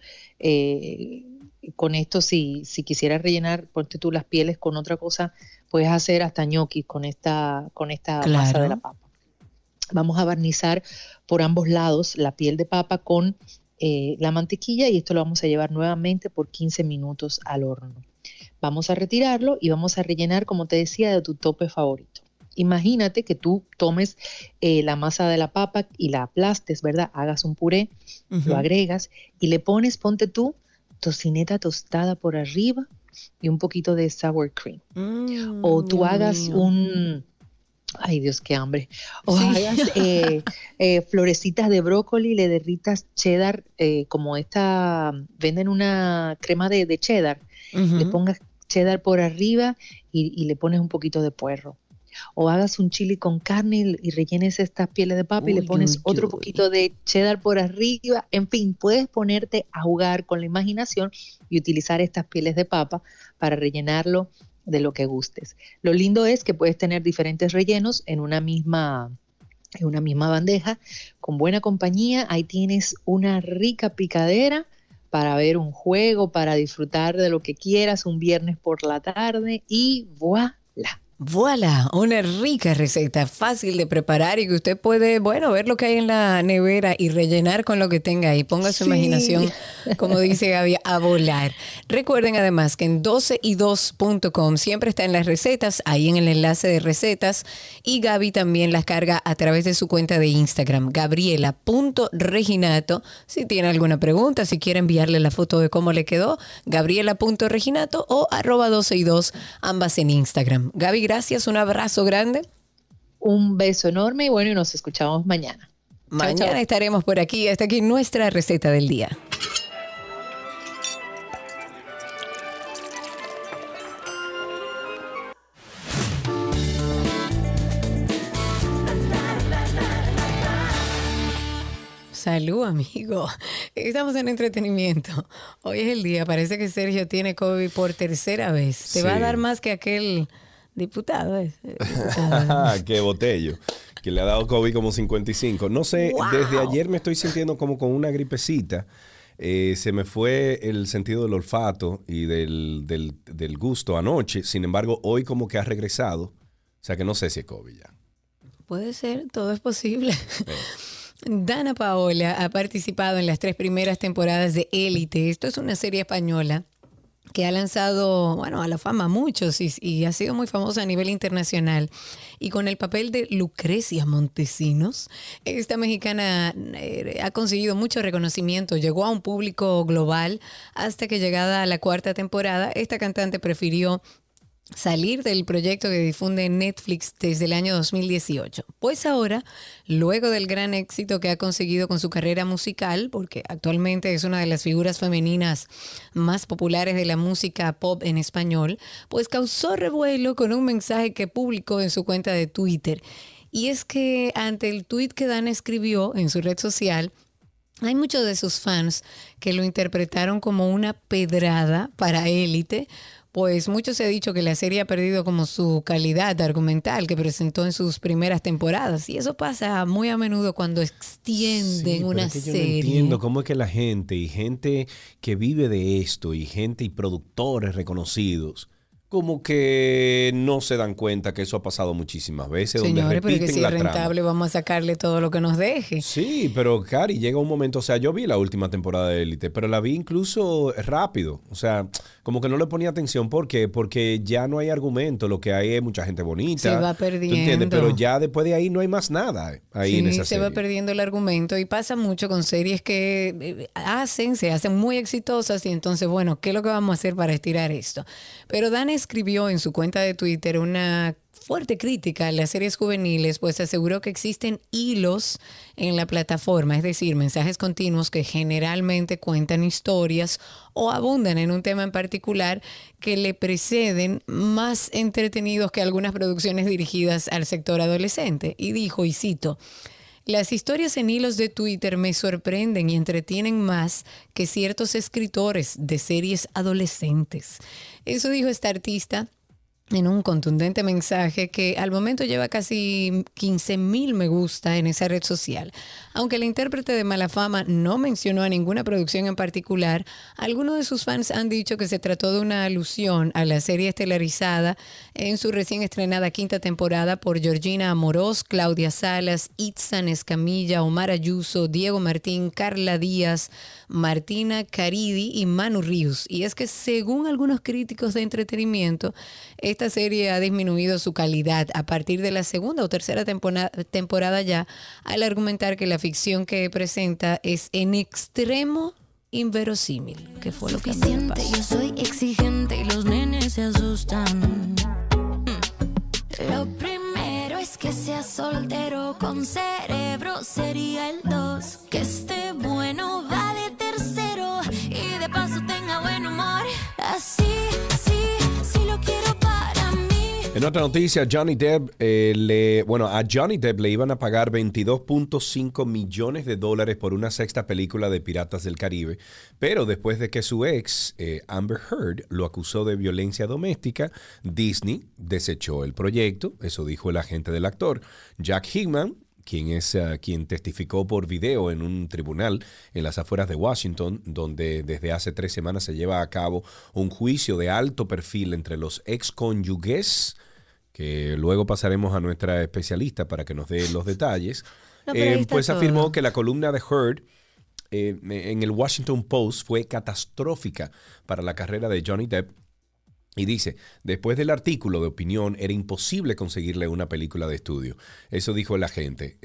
esto, si quisieras rellenar, ponte tú las pieles con otra cosa, puedes hacer hasta ñoquis con esta masa de la papa. Vamos a barnizar por ambos lados la piel de papa con la mantequilla y esto lo vamos a llevar nuevamente por 15 minutos al horno. Vamos a retirarlo y vamos a rellenar, como te decía, de tu tope favorito. Imagínate que tú tomes la masa de la papa y la aplastes, ¿verdad? Hagas un puré, lo agregas y le pones, ponte tú, tocineta tostada por arriba y un poquito de sour cream. O tú hagas ay Dios, qué hambre. O hagas florecitas de brócoli, le derritas cheddar, como venden una crema de cheddar, le pongas cheddar por arriba y le pones un poquito de puerro. O hagas un chili con carne y rellenes estas pieles de papa y le pones otro poquito de cheddar por arriba. En fin, puedes ponerte a jugar con la imaginación y utilizar estas pieles de papa para rellenarlo de lo que gustes. Lo lindo es que puedes tener diferentes rellenos en una misma bandeja, con buena compañía. Ahí tienes una rica picadera para ver un juego, para disfrutar de lo que quieras un viernes por la tarde y ¡voilá! Voilà, una rica receta, fácil de preparar y que usted puede, ver lo que hay en la nevera y rellenar con lo que tenga ahí. Ponga su imaginación, como dice Gaby, a volar. Recuerden además que en 12y2.com siempre están las recetas, ahí en el enlace de recetas, y Gaby también las carga a través de su cuenta de Instagram, gabriela.reginato. Si tiene alguna pregunta, si quiere enviarle la foto de cómo le quedó, gabriela.reginato o @12y2, ambas en Instagram. Gaby, gracias, un abrazo grande. Un beso enorme y nos escuchamos mañana. Mañana chao. Estaremos por aquí. Hasta aquí nuestra receta del día. Salud, amigo. Estamos en entretenimiento. Hoy es el día. Parece que Sergio tiene COVID por tercera vez. Te va a dar más que aquel diputado. Qué botello. Que le ha dado COVID como 55. No sé, desde ayer me estoy sintiendo como con una gripecita. Se me fue el sentido del olfato y del gusto anoche. Sin embargo, hoy como que ha regresado. O sea que no sé si es COVID ya. Puede ser, todo es posible. Dana Paola ha participado en las 3 primeras temporadas de Élite. Esto es una serie española que ha lanzado, a la fama a muchos y ha sido muy famosa a nivel internacional. Y con el papel de Lucrecia Montesinos, esta mexicana ha conseguido mucho reconocimiento. Llegó a un público global hasta que, llegada a la 4ª temporada, esta cantante prefirió salir del proyecto que difunde Netflix desde el año 2018. Pues ahora, luego del gran éxito que ha conseguido con su carrera musical, porque actualmente es una de las figuras femeninas más populares de la música pop en español, pues causó revuelo con un mensaje que publicó en su cuenta de Twitter. Y es que ante el tuit que Dana escribió en su red social, hay muchos de sus fans que lo interpretaron como una pedrada para Élite. Pues mucho se ha dicho que la serie ha perdido como su calidad argumental que presentó en sus primeras temporadas. Y eso pasa muy a menudo cuando extienden una serie. Yo no entiendo cómo es que la gente y gente que vive de esto y productores reconocidos, como que no se dan cuenta que eso ha pasado muchísimas veces. Señores, donde pero que si es rentable trama. vamos a sacarle todo lo que nos deje. Sí, pero Cari, llega un momento, o sea, yo vi la última temporada de Élite, pero la vi incluso rápido. O sea, como que no le ponía atención. ¿Por qué? Porque ya no hay argumento, lo que hay es mucha gente bonita. Se va perdiendo. ¿Tú entiendes? Pero ya después de ahí no hay más nada ahí en esa se serie. va perdiendo el argumento y pasa mucho con series que se hacen muy exitosas y entonces, bueno, ¿qué es lo que vamos a hacer para estirar esto? Pero Dan escribió en su cuenta de Twitter una fuerte crítica a las series juveniles, pues aseguró que existen hilos en la plataforma, es decir, mensajes continuos que generalmente cuentan historias o abundan en un tema en particular que le preceden más entretenidos que algunas producciones dirigidas al sector adolescente. Y dijo, y cito, las historias en hilos de Twitter me sorprenden y entretienen más que ciertos escritores de series adolescentes. Eso dijo esta artista en un contundente mensaje que al momento lleva casi 15,000 me gusta en esa red social. Aunque el intérprete de Mala Fama no mencionó a ninguna producción en particular, algunos de sus fans han dicho que se trató de una alusión a la serie estelarizada en su recién estrenada 5ª temporada por Georgina Amorós, Claudia Salas, Itzan Escamilla, Omar Ayuso, Diego Martín, Carla Díaz, Martina Caridi y Manu Ríos. Y es que según algunos críticos de entretenimiento, esta serie ha disminuido su calidad a partir de la 2ª o 3ª temporada ya, al argumentar que la ficción que presenta es en extremo inverosímil, que fue lo que a mí me pasó. Yo soy exigente y los nenes se asustan. Lo primero es que sea soltero con cerebro, sería el 2. Que esté bueno, va de tercero y de paso tenga buen humor. Así lo quiero para mí. En otra noticia, Johnny Depp, a Johnny Depp le iban a pagar $22.5 millones por una 6ª película de Piratas del Caribe, pero después de que su ex, Amber Heard, lo acusó de violencia doméstica, Disney desechó el proyecto, eso dijo el agente del actor. Jack Hickman, quien testificó por video en un tribunal en las afueras de Washington, donde desde hace 3 semanas se lleva a cabo un juicio de alto perfil entre los excónyuges, que luego pasaremos a nuestra especialista para que nos dé los detalles, pues todo afirmó que la columna de Heard en el Washington Post fue catastrófica para la carrera de Johnny Depp. Y dice, después del artículo de opinión era imposible conseguirle una película de estudio. Eso dijo el agente,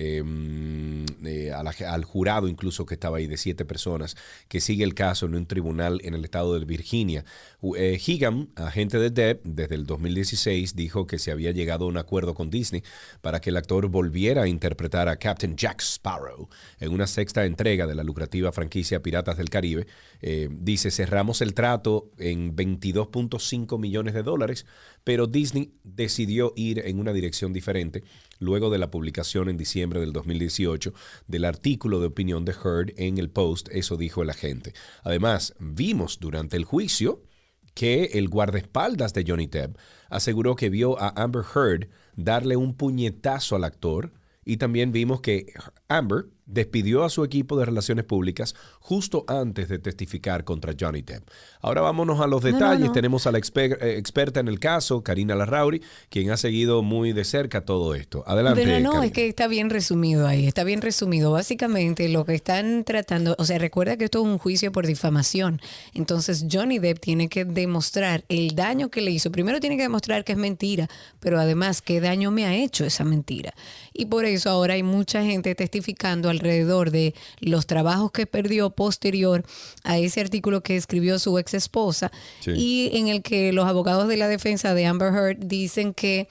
al jurado incluso que estaba ahí de 7 personas, que sigue el caso en un tribunal en el estado de Virginia. Higham, agente de Depp, desde el 2016 dijo que se había llegado a un acuerdo con Disney para que el actor volviera a interpretar a Captain Jack Sparrow en una 6ª entrega de la lucrativa franquicia Piratas del Caribe. Dice, cerramos el trato en $22.5 millones, pero Disney decidió ir en una dirección diferente luego de la publicación en diciembre del 2018 del artículo de opinión de Heard en el Post. Eso dijo el agente. Además, vimos durante el juicio que el guardaespaldas de Johnny Depp aseguró que vio a Amber Heard darle un puñetazo al actor, y también vimos que Amber despidió a su equipo de relaciones públicas justo antes de testificar contra Johnny Depp. Ahora vámonos a los detalles. Tenemos a la experta en el caso, Karina Larrauri, quien ha seguido muy de cerca todo esto. Adelante, Karina. Es que está bien resumido ahí, está bien resumido. Básicamente lo que están tratando, o sea, recuerda que esto es un juicio por difamación. Entonces Johnny Depp tiene que demostrar el daño que le hizo. Primero tiene que demostrar que es mentira, pero además qué daño me ha hecho esa mentira. Y por eso ahora hay mucha gente testificando alrededor de los trabajos que perdió posterior a ese artículo que escribió su ex esposa, sí, y en el que los abogados de la defensa de Amber Heard dicen que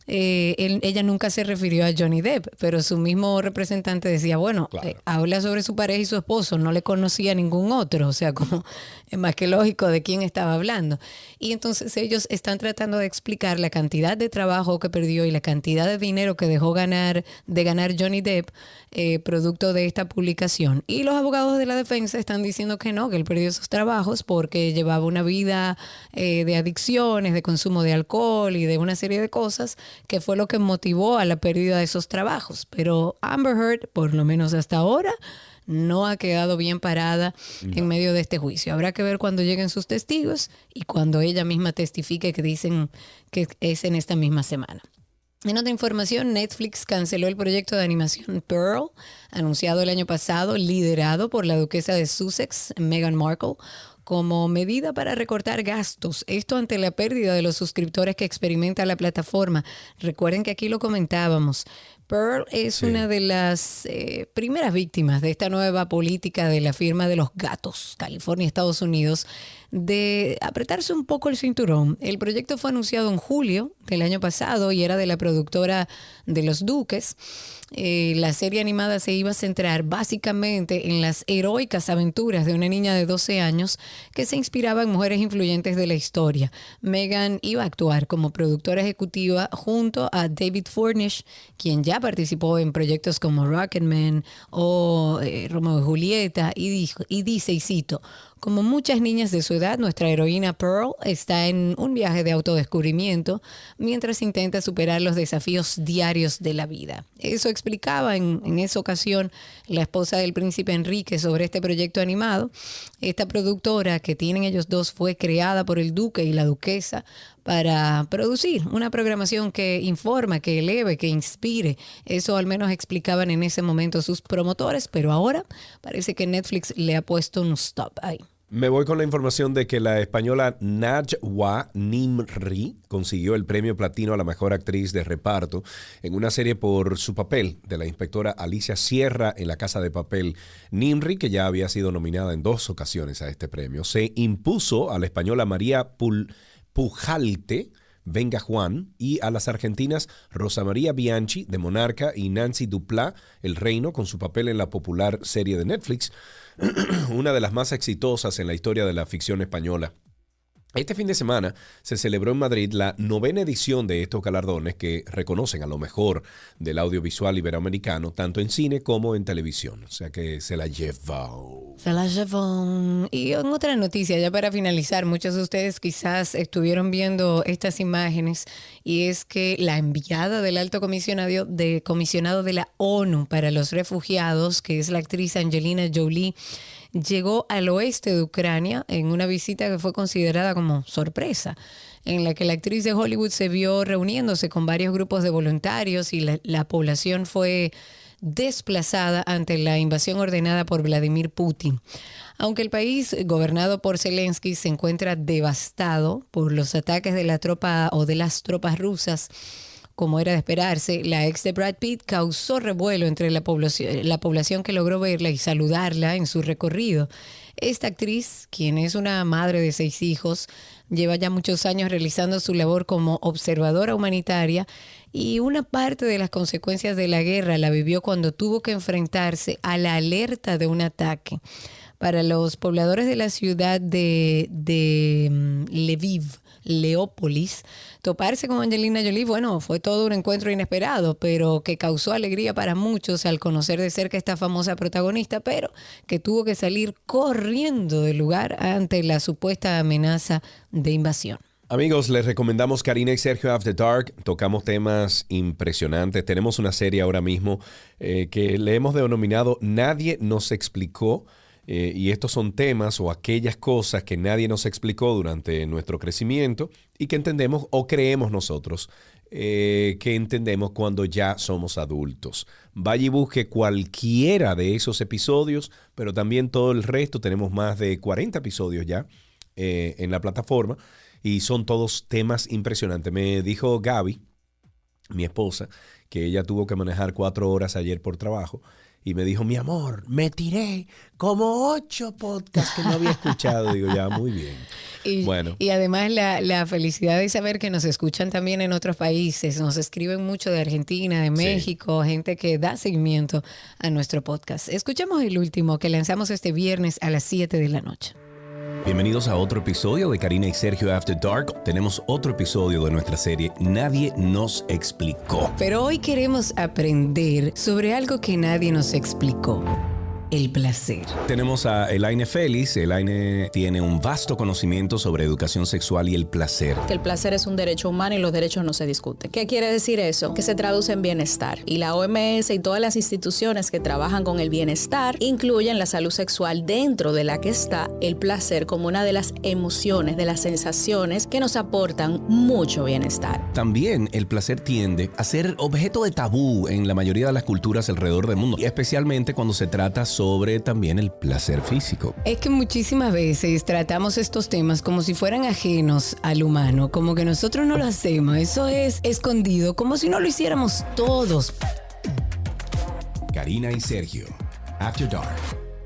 ella nunca se refirió a Johnny Depp, pero su mismo representante decía, bueno, claro, habla sobre su pareja y su esposo, no le conocía a ningún otro, o sea, como es más que lógico de quién estaba hablando. Y entonces ellos están tratando de explicar la cantidad de trabajo que perdió y la cantidad de dinero que dejó ganar Johnny Depp producto de esta publicación. Y los abogados de la defensa están diciendo que no, que él perdió esos trabajos porque llevaba una vida de adicciones, de consumo de alcohol y de una serie de cosas que fue lo que motivó a la pérdida de esos trabajos. Pero Amber Heard, por lo menos hasta ahora, no ha quedado bien parada en medio de este juicio. Habrá que ver cuando lleguen sus testigos y cuando ella misma testifique, que dicen que es en esta misma semana. En otra información, Netflix canceló el proyecto de animación Pearl, anunciado el año pasado, liderado por la duquesa de Sussex, Meghan Markle, como medida para recortar gastos. Esto ante la pérdida de los suscriptores que experimenta la plataforma. Recuerden que aquí lo comentábamos. Pearl es una de las primeras víctimas de esta nueva política de la firma de los gatos, California, Estados Unidos, de apretarse un poco el cinturón. El proyecto fue anunciado en julio del año pasado y era de la productora de Los Duques. La serie animada se iba a centrar básicamente en las heroicas aventuras de una niña de 12 años que se inspiraba en mujeres influyentes de la historia. Meghan iba a actuar como productora ejecutiva junto a David Furnish, quien ya participó en proyectos como Rocketman o Romeo y Julieta, y dice, y cito: como muchas niñas de su edad, nuestra heroína Pearl está en un viaje de autodescubrimiento mientras intenta superar los desafíos diarios de la vida. Eso explicaba en esa ocasión la esposa del príncipe Enrique sobre este proyecto animado. Esta productora que tienen ellos dos fue creada por el duque y la duquesa para producir una programación que informa, que eleve, que inspire. Eso al menos explicaban en ese momento sus promotores, pero ahora parece que Netflix le ha puesto un stop ahí. Me voy con la información de que la española Najwa Nimri consiguió el premio platino a la mejor actriz de reparto en una serie por su papel de la inspectora Alicia Sierra en La Casa de Papel. Nimri, que ya había sido nominada en 2 ocasiones a este premio, se impuso a la española María Pujalte, Venga Juan, y a las argentinas Rosa María Bianchi de Monarca y Nancy Duplat, El Reino, con su papel en la popular serie de Netflix, una de las más exitosas en la historia de la ficción española. Este fin de semana se celebró en Madrid la 9ª edición de estos galardones que reconocen a lo mejor del audiovisual iberoamericano, tanto en cine como en televisión. O sea que se la llevó. Se la llevó. Y en otra noticia, ya para finalizar, muchos de ustedes quizás estuvieron viendo estas imágenes, y es que la enviada del alto comisionado de la ONU para los refugiados, que es la actriz Angelina Jolie, llegó al oeste de Ucrania en una visita que fue considerada como sorpresa, en la que la actriz de Hollywood se vio reuniéndose con varios grupos de voluntarios y la población fue desplazada ante la invasión ordenada por Vladimir Putin. Aunque el país gobernado por Zelensky se encuentra devastado por los ataques de la tropa o de las tropas rusas, como era de esperarse, la ex de Brad Pitt causó revuelo entre la población que logró verla y saludarla en su recorrido. Esta actriz, quien es una madre de 6 hijos, lleva ya muchos años realizando su labor como observadora humanitaria, y una parte de las consecuencias de la guerra la vivió cuando tuvo que enfrentarse a la alerta de un ataque. Para los pobladores de la ciudad de Leópolis, toparse con Angelina Jolie, bueno, fue todo un encuentro inesperado, pero que causó alegría para muchos al conocer de cerca a esta famosa protagonista, pero que tuvo que salir corriendo del lugar ante la supuesta amenaza de invasión. Amigos, les recomendamos Karina y Sergio After Dark. Tocamos temas impresionantes. Tenemos una serie ahora mismo que le hemos denominado Nadie nos explicó. Y estos son temas o aquellas cosas que nadie nos explicó durante nuestro crecimiento y que entendemos o creemos nosotros que entendemos cuando ya somos adultos. Vaya y busque cualquiera de esos episodios, pero también todo el resto. Tenemos más de 40 episodios ya en la plataforma y son todos temas impresionantes. Me dijo Gaby, mi esposa, que ella tuvo que manejar 4 horas ayer por trabajo. Y me dijo, mi amor, me tiré como 8 podcasts que no había escuchado. Digo, ya, muy bien. Y además la felicidad de saber que nos escuchan también en otros países. Nos escriben mucho de Argentina, de México, gente que da seguimiento a nuestro podcast. Escuchamos el último que lanzamos este viernes a las 7 de la noche. Bienvenidos a otro episodio de Karina y Sergio After Dark. Tenemos otro episodio de nuestra serie Nadie nos explicó. Pero hoy queremos aprender sobre algo que nadie nos explicó. el placer. Tenemos a Elaine Félix. Elaine tiene un vasto conocimiento sobre educación sexual y el placer. Que el placer es un derecho humano y los derechos no se discuten. ¿Qué quiere decir eso? Que se traduce en bienestar. Y la OMS y todas las instituciones que trabajan con el bienestar incluyen la salud sexual, dentro de la que está el placer como una de las emociones, de las sensaciones que nos aportan mucho bienestar. También el placer tiende a ser objeto de tabú en la mayoría de las culturas alrededor del mundo, y especialmente cuando se trata sobre también el placer físico. Es que muchísimas veces tratamos estos temas como si fueran ajenos al humano, como que nosotros no lo hacemos, eso es escondido, como si no lo hiciéramos todos. Karina y Sergio, After Dark.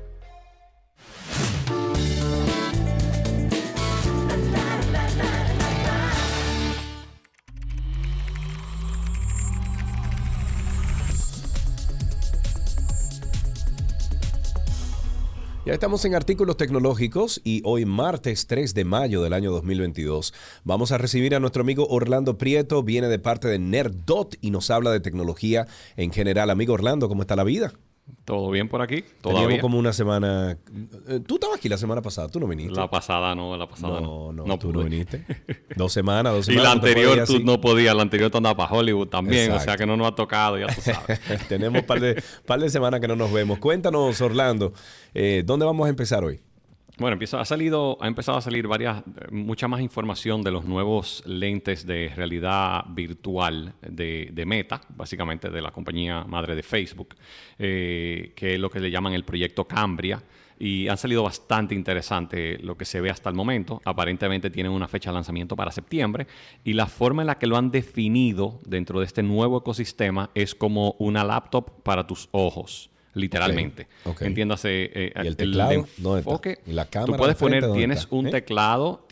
Ya estamos en artículos tecnológicos y hoy martes 3 de mayo del año 2022 vamos a recibir a nuestro amigo Orlando Prieto. Viene de parte de Nerdot y nos habla de tecnología en general. Amigo Orlando, ¿cómo está la vida? ¿Todo bien por aquí? Teníamos como una semana... Tú estabas aquí la semana pasada, tú no viniste. La pasada no. No, tú no viniste. 2 semanas. Y la anterior tú no podías, la anterior tú andabas para Hollywood también. Exacto. O sea que no nos ha tocado, ya tú sabes. Tenemos par de semanas que no nos vemos. Cuéntanos, Orlando, ¿dónde vamos a empezar hoy? Bueno, ha empezado a salir mucha más información de los nuevos lentes de realidad virtual de Meta, básicamente de la compañía madre de Facebook, que es lo que le llaman el proyecto Cambria. Y han salido bastante interesante lo que se ve hasta el momento. Aparentemente tienen una fecha de lanzamiento para septiembre. Y la forma en la que lo han definido dentro de este nuevo ecosistema es como una laptop para tus ojos. Literalmente. Okay. Entiéndase. ¿Y el teclado? ¿Dónde está? ¿Y la cámara? Tú puedes poner, tienes un teclado,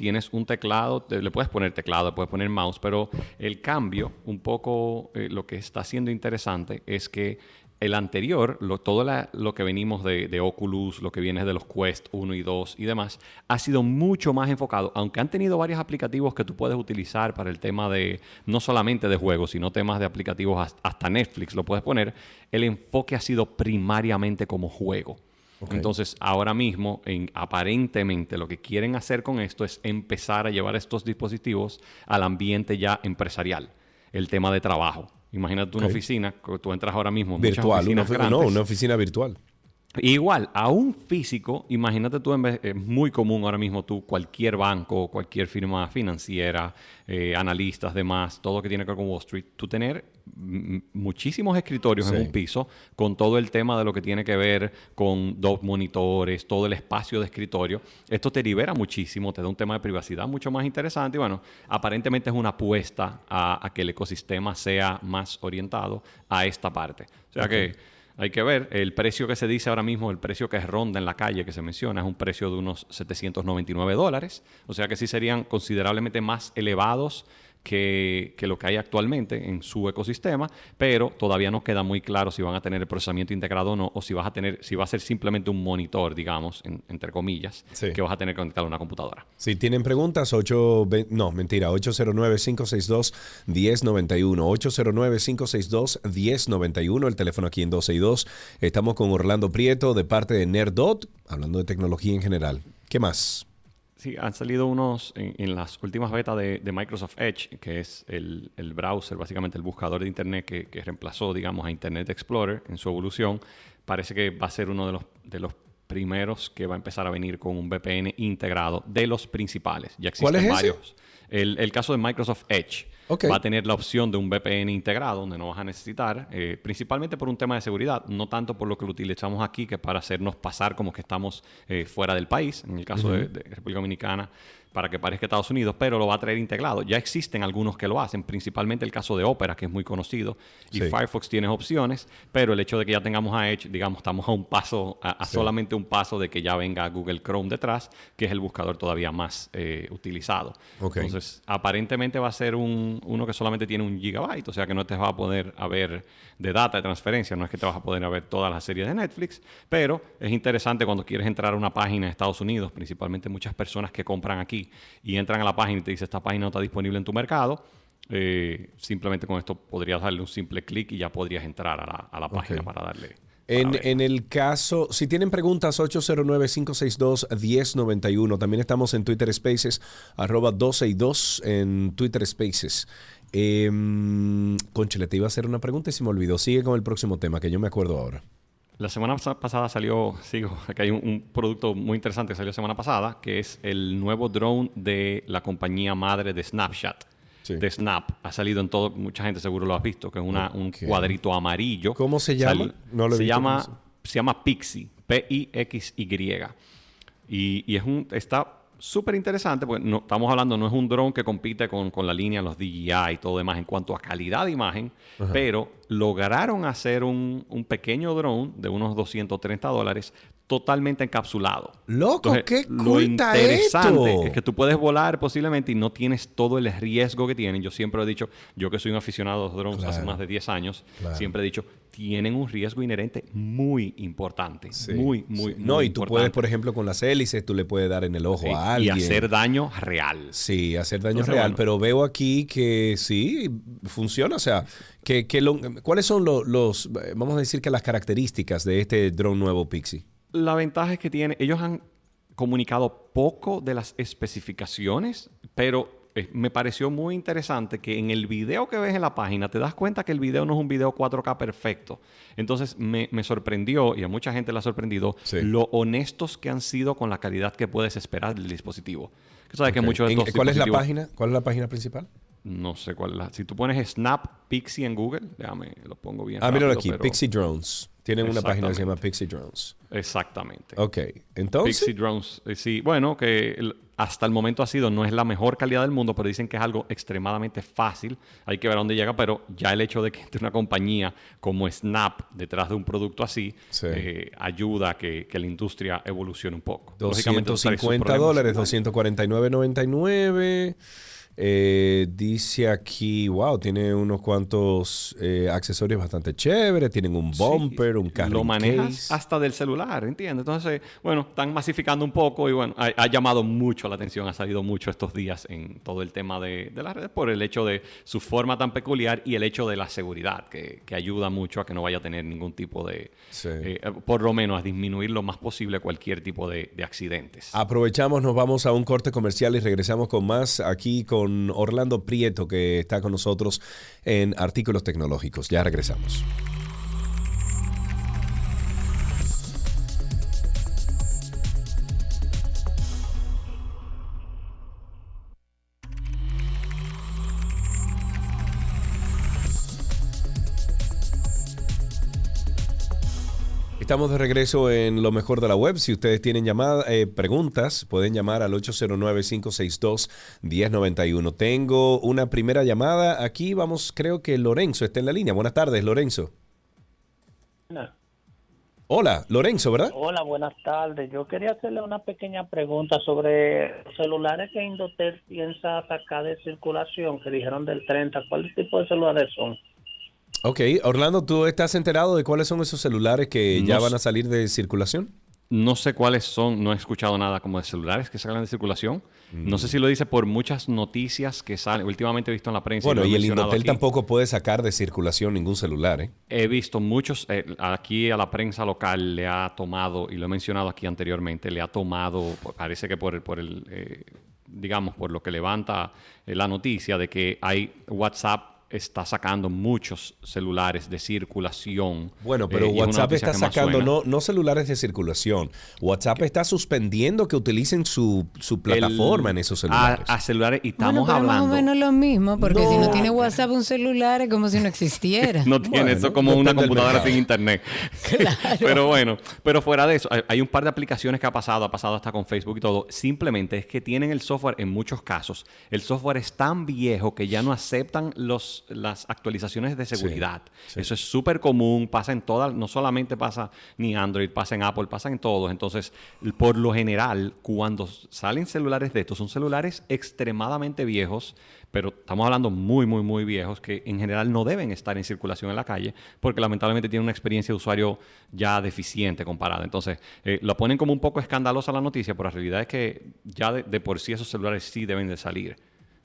le puedes poner teclado, le puedes poner mouse, pero el cambio, un poco lo que está siendo interesante es que el anterior, todo lo que venimos de Oculus, lo que viene de los Quest 1 y 2 y demás, ha sido mucho más enfocado, aunque han tenido varios aplicativos que tú puedes utilizar para el tema de, no solamente de juegos, sino temas de aplicativos, hasta Netflix lo puedes poner, el enfoque ha sido primariamente como juego. Okay. Entonces, ahora mismo, aparentemente, lo que quieren hacer con esto es empezar a llevar estos dispositivos al ambiente ya empresarial, el tema de trabajo. Imagínate una oficina, tú entras ahora mismo. Virtual, una oficina virtual. Igual, a un físico, imagínate tú, es muy común ahora mismo tú, cualquier banco, cualquier firma financiera, analistas, demás, todo lo que tiene que ver con Wall Street, tú tener muchísimos escritorios en un piso con todo el tema de lo que tiene que ver con 2 monitores, todo el espacio de escritorio. Esto te libera muchísimo, te da un tema de privacidad mucho más interesante y bueno, aparentemente es una apuesta a que el ecosistema sea más orientado a esta parte. O sea que hay que ver, el precio que se dice ahora mismo, el precio que ronda en la calle que se menciona, es un precio de unos $799. O sea que sí serían considerablemente más elevados que lo que hay actualmente en su ecosistema, pero todavía no queda muy claro si van a tener el procesamiento integrado o no, o si va a ser simplemente un monitor, digamos, entre comillas, que vas a tener que conectar a una computadora. Si tienen preguntas, 809-562-1091, 809-562-1091, el teléfono aquí en 12y2. Estamos con Orlando Prieto de parte de Nerdot, hablando de tecnología en general. ¿Qué más? Sí, han salido unos en las últimas betas de Microsoft Edge, que es el browser, básicamente el buscador de Internet que reemplazó, digamos, a Internet Explorer en su evolución. Parece que va a ser uno de los primeros que va a empezar a venir con un VPN integrado de los principales. Ya existen ¿Cuál es varios. El caso de Microsoft Edge. Va a tener la opción de un VPN integrado donde no vas a necesitar, principalmente por un tema de seguridad, no tanto por lo que lo utilizamos aquí, que es para hacernos pasar como que estamos fuera del país, en el caso de República Dominicana, para que parezca Estados Unidos, pero lo va a traer integrado. Ya existen algunos que lo hacen, principalmente el caso de Opera, que es muy conocido, y Firefox tiene opciones, pero el hecho de que ya tengamos a Edge, digamos, estamos a un paso, solamente un paso de que ya venga Google Chrome detrás, que es el buscador todavía más utilizado. Entonces, aparentemente va a ser uno que solamente tiene 1 GB, o sea que no te va a poder ver de data de transferencia, no es que te vas a poder ver todas las series de Netflix, pero es interesante cuando quieres entrar a una página de Estados Unidos, principalmente muchas personas que compran aquí y entran a la página y te dice esta página no está disponible en tu mercado, simplemente con esto podrías darle un simple clic y ya podrías entrar a la página para darle En el caso, si tienen preguntas, 809-562-1091. También estamos en Twitter Spaces, @12y2 en Twitter Spaces. Conchale, te iba a hacer una pregunta y se me olvidó. Sigue con el próximo tema, que yo me acuerdo ahora. La semana pasada salió, acá hay un producto muy interesante que salió la semana pasada, que es el nuevo drone de la compañía madre de Snapchat. Sí. De Snap. Ha salido en todo, mucha gente seguro lo ha visto, que es un cuadrito amarillo. ¿Cómo se llama? No lo he visto. Se llama Pixie, Pixy. Y está súper interesante, porque estamos hablando, no es un dron que compite con la línea, los DJI y todo demás en cuanto a calidad de imagen, pero lograron hacer un pequeño dron de unos $230 totalmente encapsulado. ¡Loco! Entonces, ¡Qué lo cool interesante esto! es que tú puedes volar posiblemente y no tienes todo el riesgo que tienen. Yo siempre he dicho, yo que soy un aficionado a los drones hace más de 10 años, siempre he dicho, tienen un riesgo inherente muy importante. Sí, muy no, y tú puedes, por ejemplo, con las hélices, tú le puedes dar en el ojo a alguien. Y hacer daño real. Sí, hacer daño real. Bueno, pero veo aquí que sí, funciona. O sea, ¿cuáles son los, vamos a decir que las características de este drone nuevo Pixie? La ventaja es que ellos han comunicado poco de las especificaciones, pero me pareció muy interesante que en el video que ves en la página te das cuenta que el video no es un video 4K perfecto. Entonces me sorprendió, y a mucha gente le ha sorprendido, lo honestos que han sido con la calidad que puedes esperar del dispositivo. ¿Sabes que muchos de estos ¿Cuál es la página? ¿Cuál es la página principal? No sé cuál es si tú pones Snap Pixie en Google, déjame, lo pongo bien. Míralo aquí, Pixie Drones. Tienen una página que se llama Pixie Drones. Exactamente. Ok, entonces. Pixie Drones, sí. Bueno, que hasta el momento no es la mejor calidad del mundo, pero dicen que es algo extremadamente fácil. Hay que ver a dónde llega, pero ya el hecho de que entre una compañía como Snap detrás de un producto así, ayuda a que la industria evolucione un poco. $250, $249.99. Dice aquí, wow, tiene unos cuantos accesorios bastante chéveres, tienen un bumper, un carry lo manejas case. Hasta del celular, ¿entiendes? Entonces, bueno, están masificando un poco y bueno, ha llamado mucho la atención, ha salido mucho estos días en todo el tema de las redes por el hecho de su forma tan peculiar y el hecho de la seguridad, que ayuda mucho a que no vaya a tener ningún tipo de, por lo menos a disminuir lo más posible cualquier tipo de accidentes. Aprovechamos, nos vamos a un corte comercial y regresamos con más aquí con Orlando Prieto, que está con nosotros en Artículos Tecnológicos. Ya regresamos. Estamos de regreso en Lo Mejor de la Web. Si ustedes tienen preguntas, pueden llamar al 809-562-1091. Tengo una primera llamada. Aquí vamos, creo que Lorenzo está en la línea. Buenas tardes, Lorenzo. Hola, Lorenzo, ¿verdad? Hola, buenas tardes. Yo quería hacerle una pequeña pregunta sobre los celulares que Indotel piensa sacar de circulación, que dijeron del 30. ¿Cuál tipo de celulares son? Ok, Orlando, ¿tú estás enterado de cuáles son esos celulares que ya van a salir de circulación? No sé cuáles son, no he escuchado nada como de celulares que salen de circulación. No sé si lo dice por muchas noticias que salen. Últimamente he visto en la prensa. Bueno, y el Indotel tampoco puede sacar de circulación ningún celular, ¿eh? He visto muchos, aquí a la prensa local le ha tomado, y lo he mencionado aquí anteriormente, le ha tomado, parece que por el digamos, por lo que levanta la noticia de que hay WhatsApp está sacando muchos celulares de circulación. Bueno, pero WhatsApp está sacando no celulares de circulación. WhatsApp está suspendiendo que utilicen su plataforma en esos celulares. A celulares, y estamos hablando... más o menos lo mismo, porque si no tiene WhatsApp un celular es como si no existiera. No tiene, eso como una computadora sin internet. Claro. pero fuera de eso, hay un par de aplicaciones que ha pasado hasta con Facebook y todo. Simplemente es que tienen el software, en muchos casos, el software es tan viejo que ya no aceptan las actualizaciones de seguridad. Sí. Eso es súper común, pasa en todas, no solamente pasa ni Android, pasa en Apple, pasa en todos. Entonces, por lo general, cuando salen celulares de estos, son celulares extremadamente viejos, pero estamos hablando muy, muy, muy viejos, que en general no deben estar en circulación en la calle, porque lamentablemente tienen una experiencia de usuario ya deficiente comparada. Entonces, lo ponen como un poco escandalosa la noticia, pero la realidad es que ya de por sí esos celulares sí deben de salir.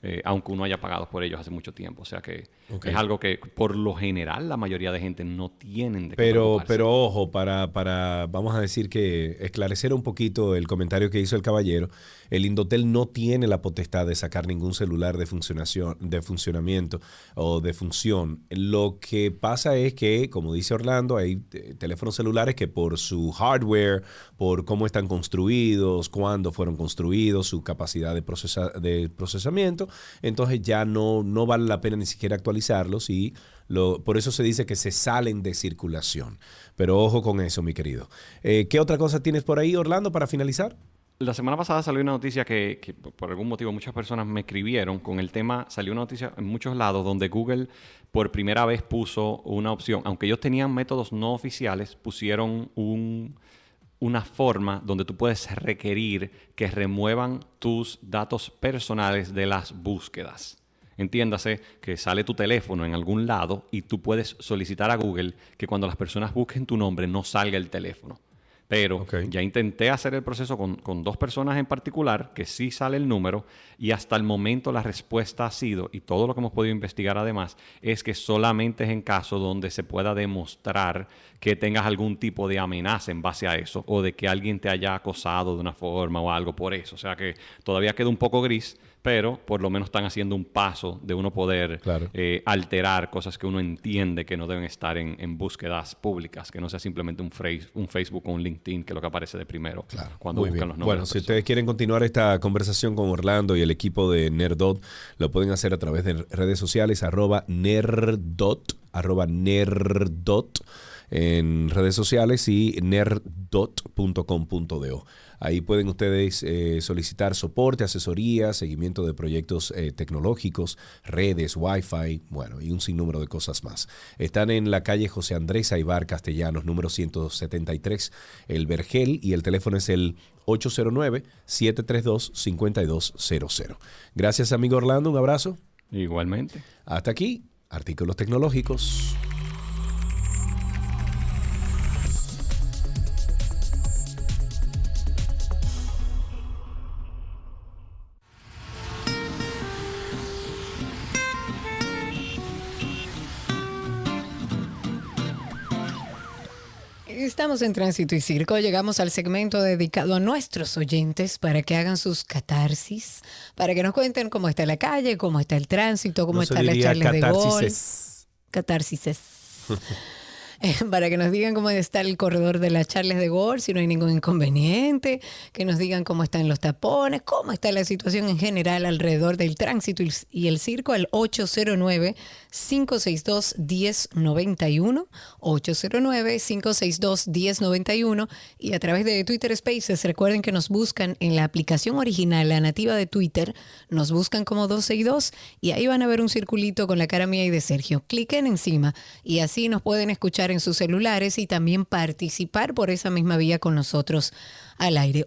aunque uno haya pagado por ellos hace mucho tiempo. O sea que es algo que por lo general la mayoría de gente no tienen de qué preocuparse. Pero ojo, para vamos a decir que esclarecer un poquito el comentario que hizo el caballero, el Indotel no tiene la potestad de sacar ningún celular de funcionamiento o de función. Lo que pasa es que, como dice Orlando, hay teléfonos celulares que por su hardware, por cómo están construidos, cuándo fueron construidos, su capacidad de procesamiento, entonces ya no vale la pena ni siquiera actualizarlos y por eso se dice que se salen de circulación. Pero ojo con eso, mi querido. ¿Qué otra cosa tienes por ahí, Orlando, para finalizar? La semana pasada salió una noticia que por algún motivo muchas personas me escribieron con el tema. Salió una noticia en muchos lados donde Google por primera vez puso una opción. Aunque ellos tenían métodos no oficiales, pusieron una forma donde tú puedes requerir que remuevan tus datos personales de las búsquedas. Entiéndase que sale tu teléfono en algún lado y tú puedes solicitar a Google que cuando las personas busquen tu nombre no salga el teléfono. Pero ya intenté hacer el proceso con 2 personas en particular, que sí sale el número, y hasta el momento la respuesta ha sido, y todo lo que hemos podido investigar además, es que solamente es en caso donde se pueda demostrar que tengas algún tipo de amenaza en base a eso, o de que alguien te haya acosado de una forma o algo por eso. O sea que todavía queda un poco gris, pero por lo menos están haciendo un paso de uno poder alterar cosas que uno entiende que no deben estar en búsquedas públicas, que no sea simplemente un Facebook o un LinkedIn, que es lo que aparece de primero cuando buscan los nombres. Bueno, si ustedes quieren continuar esta conversación con Orlando y el equipo de Nerdot, lo pueden hacer a través de redes sociales, @Nerdot en redes sociales y nerdot.com.do. Ahí pueden ustedes solicitar soporte, asesoría, seguimiento de proyectos tecnológicos, redes, Wi-Fi, bueno, y un sinnúmero de cosas más. Están en la calle José Andrés Aybar Castellanos, número 173, El Vergel, y el teléfono es el 809-732-5200. Gracias, amigo Orlando, un abrazo. Igualmente. Hasta aquí, artículos tecnológicos. Estamos en Tránsito y Circo. Llegamos al segmento dedicado a nuestros oyentes para que hagan sus catarsis, para que nos cuenten cómo está la calle, cómo está el tránsito, cómo está la charla de gol. Catarsis. Para que nos digan cómo está el corredor de las Charles de Gaulle, si no hay ningún inconveniente, que nos digan cómo están los tapones, cómo está la situación en general alrededor del tránsito y el circo al 809-562-1091, 809-562-1091, y a través de Twitter Spaces. Recuerden que nos buscan en la aplicación original, la nativa de Twitter, nos buscan como 12y2 y ahí van a ver un circulito con la cara mía y de Sergio. Cliquen encima y así nos pueden escuchar en sus celulares y también participar por esa misma vía con nosotros al aire.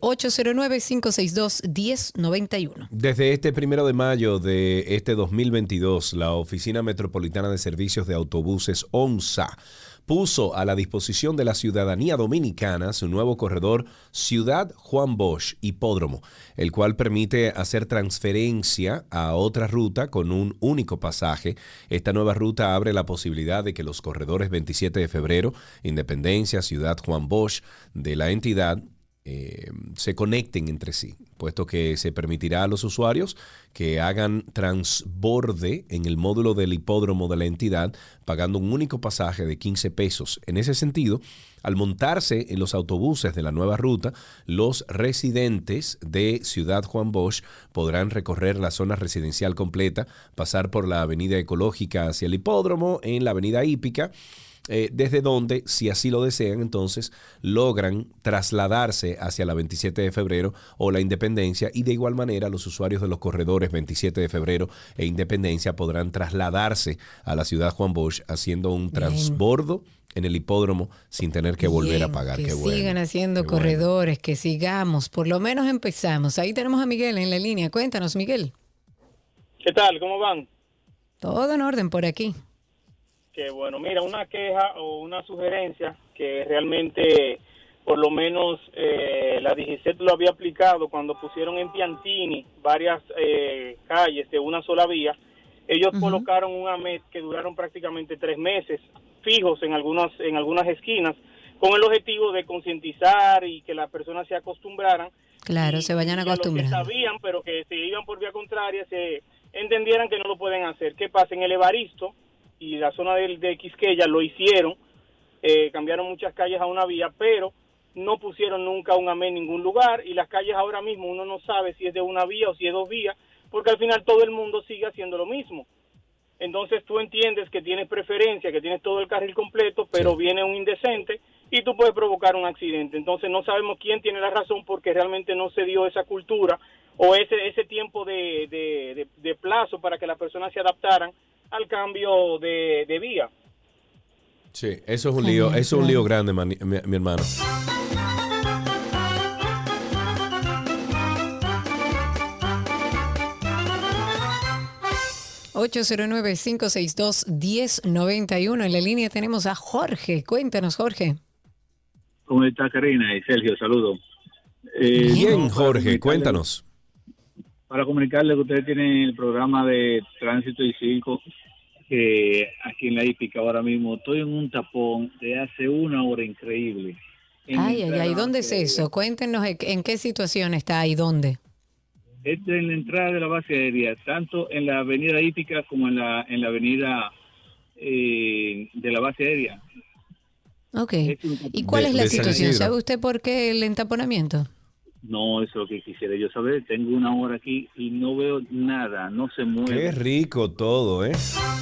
809-562-1091. Desde este 1 de mayo de este 2022, la Oficina Metropolitana de Servicios de Autobuses, OMSA, puso a la disposición de la ciudadanía dominicana su nuevo corredor Ciudad Juan Bosch Hipódromo, el cual permite hacer transferencia a otra ruta con un único pasaje. Esta nueva ruta abre la posibilidad de que los corredores 27 de febrero, Independencia, Ciudad Juan Bosch de la entidad se conecten entre sí, puesto que se permitirá a los usuarios que hagan transborde en el módulo del hipódromo de la entidad pagando un único pasaje de 15 pesos. En ese sentido, al montarse en los autobuses de la nueva ruta, los residentes de Ciudad Juan Bosch podrán recorrer la zona residencial completa, pasar por la avenida Ecológica hacia el hipódromo en la avenida Hípica, desde donde, si así lo desean, entonces logran trasladarse hacia la 27 de febrero o la Independencia, y de igual manera los usuarios de los corredores 27 de febrero e Independencia podrán trasladarse a la Ciudad Juan Bosch haciendo un transbordo en el hipódromo sin tener que volver a pagar. Que sigan haciendo corredores, que sigamos, por lo menos empezamos. Ahí tenemos a Miguel en la línea. Cuéntanos, Miguel. ¿Qué tal? ¿Cómo van? Todo en orden por aquí. Que bueno, mira, una queja o una sugerencia que realmente por lo menos la DGCET lo había aplicado cuando pusieron en Piantini varias calles de una sola vía. Ellos colocaron un AMET que duraron prácticamente 3 meses fijos en algunas esquinas, con el objetivo de concientizar y que las personas se acostumbraran. Claro, se vayan acostumbrando. Los que sabían, pero que se iban por vía contraria, se entendieran que no lo pueden hacer. ¿Qué pasa? En el Evaristo y la zona de Quisqueya lo hicieron, cambiaron muchas calles a una vía, pero no pusieron nunca un AMET en ningún lugar, y las calles ahora mismo uno no sabe si es de una vía o si es 2 vías, porque al final todo el mundo sigue haciendo lo mismo. Entonces tú entiendes que tienes preferencia, que tienes todo el carril completo, pero viene un indecente y tú puedes provocar un accidente. Entonces no sabemos quién tiene la razón, porque realmente no se dio esa cultura o ese tiempo de plazo para que las personas se adaptaran al cambio de vía. Sí, eso es un lío, eso es un lío grande, mi hermano. ...809-562-1091... En la línea tenemos a Jorge. Cuéntanos, Jorge. ¿Cómo está, Karina y Sergio? Saludos. Bien, Jorge, cuéntanos. Para comunicarle que ustedes tienen el programa de tránsito y circo, que aquí en la hípica ahora mismo estoy en un tapón de hace 1 hora increíble. Ay, ¿dónde es eso? Cuéntenos en qué situación está y dónde. Esto es en la entrada de la base aérea, tanto en la avenida hípica como en la avenida de la base aérea. Ok. ¿Y cuál es la situación? ¿Sabe usted por qué el entaponamiento? No, eso es lo que quisiera yo saber. Tengo 1 hora aquí y no veo nada, no se mueve. Qué rico todo, ¿eh?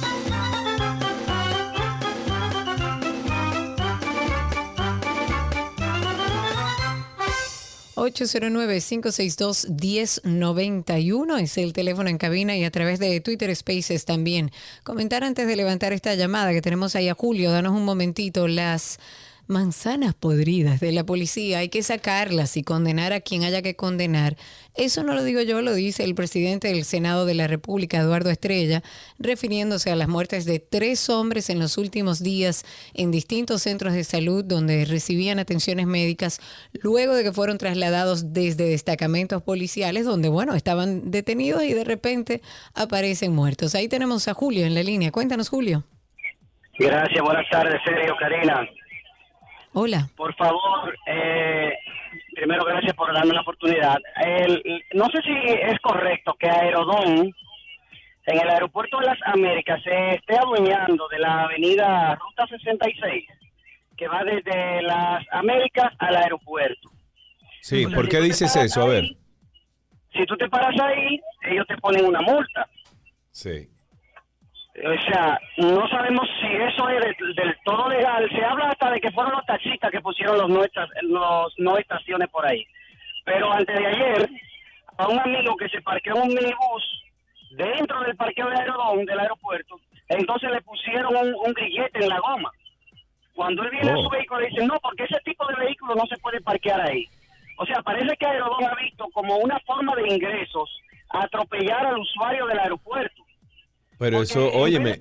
809-562-1091 es el teléfono en cabina, y a través de Twitter Spaces también. Comentar antes de levantar esta llamada que tenemos ahí a Julio. Danos un momentito. Las manzanas podridas de la policía hay que sacarlas y condenar a quien haya que condenar. Eso no lo digo yo, lo dice el presidente del Senado de la República, Eduardo Estrella, refiriéndose a las muertes de 3 hombres en los últimos días en distintos centros de salud donde recibían atenciones médicas luego de que fueron trasladados desde destacamentos policiales donde, bueno, estaban detenidos y de repente aparecen muertos. Ahí tenemos a Julio en la línea. Cuéntanos, Julio. Gracias, buenas tardes, Sergio, Karina. Hola. Por favor, primero gracias por darme la oportunidad. No sé si es correcto que Aerodón, en el aeropuerto de las Américas, se esté adueñando de la avenida Ruta 66, que va desde las Américas al aeropuerto. Sí, ¿por qué dices eso? A ver. Si tú te paras ahí, ellos te ponen una multa. Sí. O sea, no sabemos si eso es del todo legal. Se habla hasta de que fueron los taxistas que pusieron los no estaciones por ahí. Pero antes de ayer, a un amigo que se parqueó en un minibús dentro del parqueo de Aerodón, del aeropuerto, entonces le pusieron un grillete en la goma. Cuando él viene a su vehículo, le dicen, no, porque ese tipo de vehículo no se puede parquear ahí. O sea, parece que Aerodón ha visto como una forma de ingresos a atropellar al usuario del aeropuerto. Pero eso, óyeme,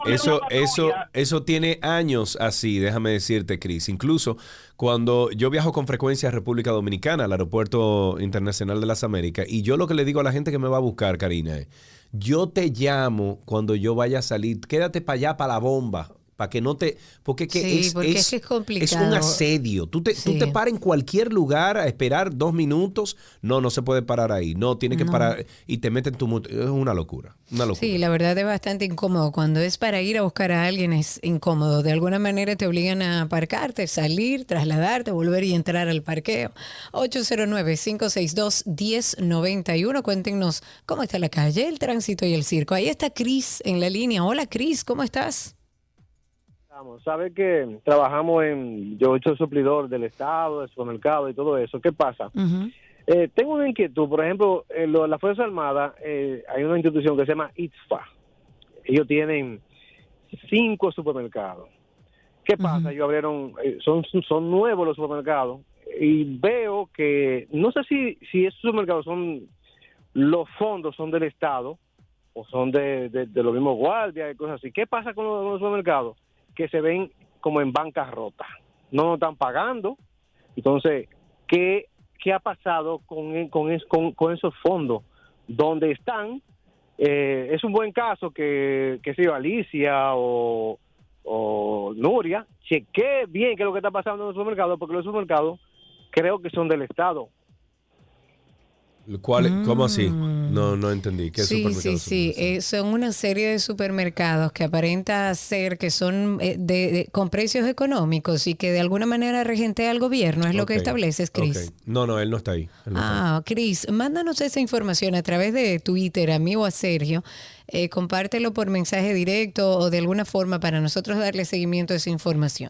eso tiene años así, déjame decirte, Cris. Incluso cuando yo viajo con frecuencia a República Dominicana, al Aeropuerto Internacional de las Américas, y yo lo que le digo a la gente que me va a buscar, Karina, es, yo te llamo cuando yo vaya a salir, quédate para allá, para la bomba, para que no te... Porque, es complicado. Es un asedio. Tú te paras en cualquier lugar a esperar 2 minutos. No se puede parar ahí. No, tienes que parar y te meten tu... Es una locura. Sí, la verdad es bastante incómodo. Cuando es para ir a buscar a alguien es incómodo. De alguna manera te obligan a aparcarte, salir, trasladarte, volver y entrar al parqueo. 809-562-1091. Cuéntenos cómo está la calle, el tránsito y el circo. Ahí está Cris en la línea. Hola, Cris, ¿cómo estás? Sabe que trabajamos yo soy suplidor del Estado, del supermercado y todo eso. ¿Qué pasa? Tengo una inquietud. Por ejemplo, en la Fuerza Armada hay una institución que se llama ITFA. Ellos tienen 5 supermercados. ¿Qué pasa? Ellos abrieron, son nuevos los supermercados y veo que, no sé si esos supermercados los fondos son del Estado o son de los mismos guardias y cosas así. ¿Qué pasa con los supermercados? Que se ven como en bancarrota. No nos están pagando, Entonces, ¿qué ha pasado con esos fondos? ¿Dónde están? Es un buen caso que sea Alicia o Nuria, chequee bien qué es lo que está pasando en los supermercados, porque los supermercados creo que son del Estado. ¿Cómo así? No entendí. ¿Qué Sí. Son una serie de supermercados que aparenta ser que son con precios económicos y que de alguna manera regentea el gobierno. ¿Es lo que estableces, Cris? No, él no está ahí. Cris, mándanos esa información a través de Twitter, a mí o a Sergio. Compártelo por mensaje directo o de alguna forma para nosotros darle seguimiento a esa información.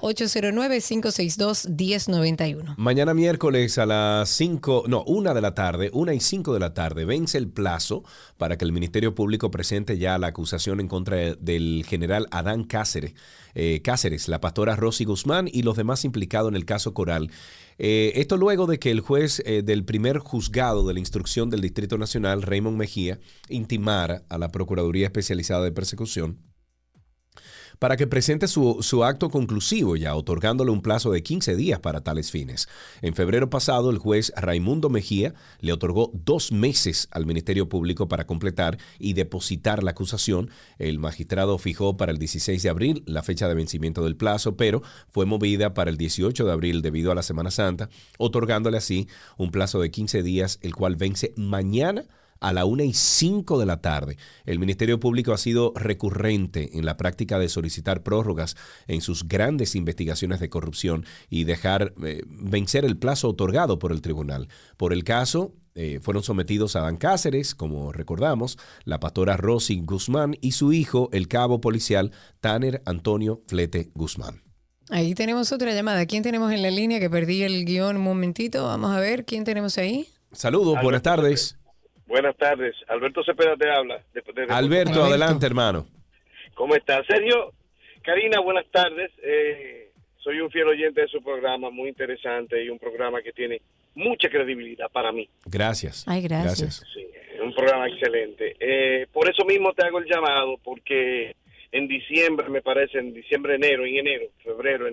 809-562-1091. Mañana miércoles a las 1 de la tarde, 1:05 de la tarde, vence el plazo para que el Ministerio Público presente ya la acusación en contra del general Adán Cáceres, la pastora Rosy Guzmán y los demás implicados en el caso Coral. Esto luego de que el juez del primer juzgado de la instrucción del Distrito Nacional, Raymond Mejía, intimara a la Procuraduría Especializada de Persecución para que presente su acto conclusivo ya, otorgándole un plazo de 15 días para tales fines. En febrero pasado, el juez Raimundo Mejía le otorgó 2 meses al Ministerio Público para completar y depositar la acusación. El magistrado fijó para el 16 de abril la fecha de vencimiento del plazo, pero fue movida para el 18 de abril debido a la Semana Santa, otorgándole así un plazo de 15 días, el cual vence mañana a la 1:05 de la tarde. El Ministerio Público ha sido recurrente en la práctica de solicitar prórrogas en sus grandes investigaciones de corrupción y dejar vencer el plazo otorgado por el tribunal. Por el caso, fueron sometidos a Adán Cáceres, como recordamos, la pastora Rosy Guzmán y su hijo, el cabo policial Tanner Antonio Flete Guzmán. Ahí tenemos otra llamada. ¿Quién tenemos en la línea? Que perdí el guión un momentito. Vamos a ver, ¿quién tenemos ahí? Saludos, buenas tardes. Buenas tardes, Alberto Cepeda te habla. Alberto, adelante, hermano. ¿Cómo estás? Sergio, Karina, buenas tardes. Soy un fiel oyente de su programa, muy interesante y un programa que tiene mucha credibilidad para mí. Gracias. Ay, gracias. Sí, un programa excelente. Por eso mismo te hago el llamado, porque en diciembre, me parece, febrero.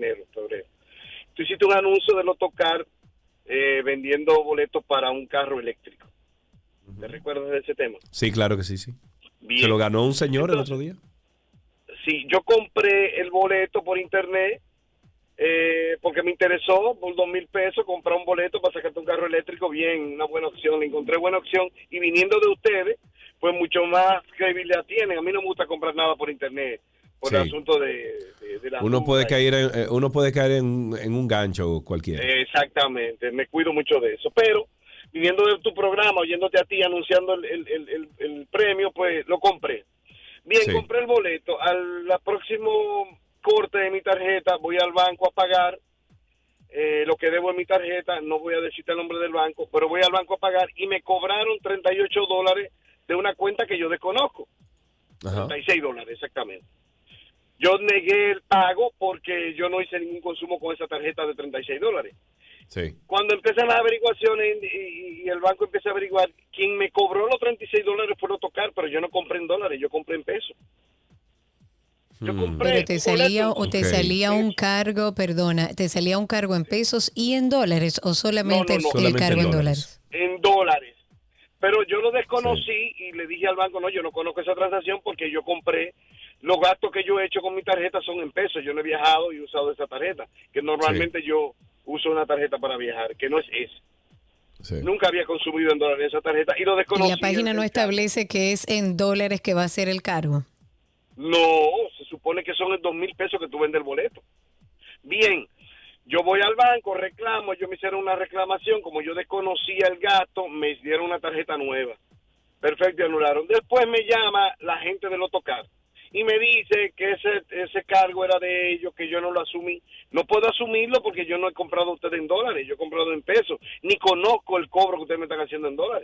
Tú hiciste un anuncio de Lotocar vendiendo boletos para un carro eléctrico. ¿Te recuerdas de ese tema? Sí, claro que sí. Bien. ¿Se lo ganó un señor el otro día? Sí, yo compré el boleto por internet porque me interesó por $2,000 comprar un boleto para sacarte un carro eléctrico. Bien, una buena opción, le encontré buena opción y viniendo de ustedes, pues mucho más credibilidad tienen. A mí no me gusta comprar nada por internet por el asunto de la uno puede caer en un gancho cualquiera. Exactamente, me cuido mucho de eso, pero viniendo de tu programa, oyéndote a ti anunciando el premio, pues lo compré. Bien, sí. Compré el boleto. Al próximo corte de mi tarjeta voy al banco a pagar lo que debo en mi tarjeta. No voy a decirte el nombre del banco, pero voy al banco a pagar y me cobraron $38 de una cuenta que yo desconozco. Ajá. $36 exactamente. Yo negué el pago porque yo no hice ningún consumo con esa tarjeta de $36. Sí. Cuando empiezan las averiguaciones y el banco empieza a averiguar, quien me cobró los $36 fue Lotocar, pero yo no compré en dólares, yo compré en pesos. Yo compré. Pero te salía un cargo, ¿te salía un cargo en pesos y en dólares o solamente el cargo en dólares? En dólares. Pero yo lo desconocí y le dije al banco, no, yo no conozco esa transacción porque yo compré, los gastos que yo he hecho con mi tarjeta son en pesos, yo no he viajado y he usado esa tarjeta, que normalmente yo uso una tarjeta para viajar, que no es esa. Sí. Nunca había consumido en dólares esa tarjeta y lo desconocí. ¿Y la página no establece que es en dólares que va a ser el cargo? No, se supone que son $2,000 que tú vendes el boleto. Bien, yo voy al banco, reclamo, yo me hicieron una reclamación, como yo desconocía el gasto, me dieron una tarjeta nueva. Perfecto, y anularon. Después me llama la gente de Lotocar y me dice que ese cargo era de ellos, que yo no lo asumí. No puedo asumirlo porque yo no he comprado a ustedes en dólares, yo he comprado en pesos, ni conozco el cobro que ustedes me están haciendo en dólares.